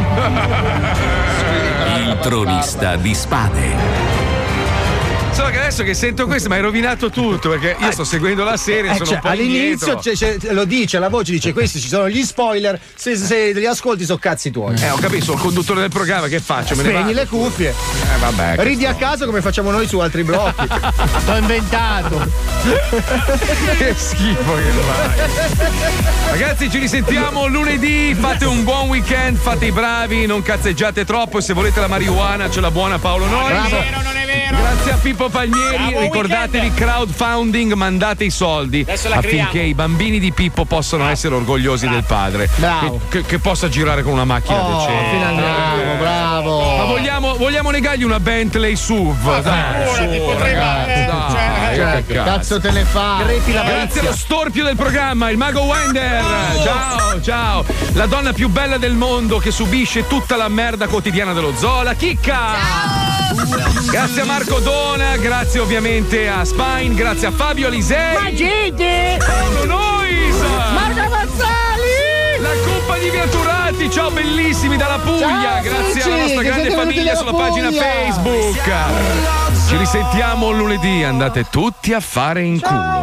Speaker 1: Il tronista di spade.
Speaker 4: Solo che adesso che sento questo mi hai rovinato tutto perché io sto seguendo la serie,
Speaker 5: Eh,
Speaker 4: sono
Speaker 5: cioè,
Speaker 4: un po'
Speaker 5: all'inizio
Speaker 4: indietro.
Speaker 5: c'è- c'è- lo dice, la voce dice questi ci sono gli spoiler, se, se li ascolti sono cazzi tuoi.
Speaker 4: Eh, ho capito, sono il conduttore del programma, che faccio? Me ne
Speaker 5: Spegni
Speaker 4: vado.
Speaker 5: le cuffie.
Speaker 4: Eh, vabbè. che
Speaker 5: Ridi a
Speaker 4: sto-
Speaker 5: caso come facciamo noi su altri blocchi. L'ho inventato.
Speaker 4: Che schifo che fai. Ragazzi, ci risentiamo lunedì. Fate un buon weekend, fate i bravi, non cazzeggiate troppo. Se volete la marijuana, c'è la buona Paolo Noi.
Speaker 17: Non è vero, non è vero.
Speaker 4: Grazie a Pippo Palmieri.
Speaker 3: Bravo,
Speaker 4: ricordatevi
Speaker 3: weekend.
Speaker 4: crowdfunding, mandate i soldi
Speaker 3: Adesso la
Speaker 4: affinché
Speaker 3: creiamo.
Speaker 4: i bambini di Pippo possano essere orgogliosi del padre.
Speaker 2: Bravo.
Speaker 4: Che, che- che possa girare con una macchina
Speaker 2: Oh,
Speaker 4: decente.
Speaker 2: finalmente. Bravo.
Speaker 4: Ma vogliamo, vogliamo negargli una Bentley S U V? Dai,
Speaker 2: figurati,
Speaker 4: su,
Speaker 2: potrei
Speaker 4: ragazzi,
Speaker 2: fare-
Speaker 4: dai,
Speaker 2: Cioè,
Speaker 4: che
Speaker 2: che cazzo te ne fa?
Speaker 4: Grazie allo storpio del programma, il mago Wender. Ciao, ciao. La donna più bella del mondo che subisce tutta la merda quotidiana dello zoo, la Chicca. Grazie a Marco Dona, grazie ovviamente a Spine, grazie a Fabio Alisei.
Speaker 22: Magite!
Speaker 4: Paolo Noisa.
Speaker 22: Marco Mazzali!
Speaker 4: La Coppa di Viaturati, ciao bellissimi dalla Puglia,
Speaker 22: Ciao,
Speaker 4: grazie alla
Speaker 22: amici,
Speaker 4: nostra
Speaker 22: che
Speaker 4: grande
Speaker 22: siete venuti
Speaker 4: famiglia
Speaker 22: dalla
Speaker 4: sulla pagina
Speaker 22: Puglia.
Speaker 4: Facebook. Ci risentiamo lunedì, andate tutti a fare in culo.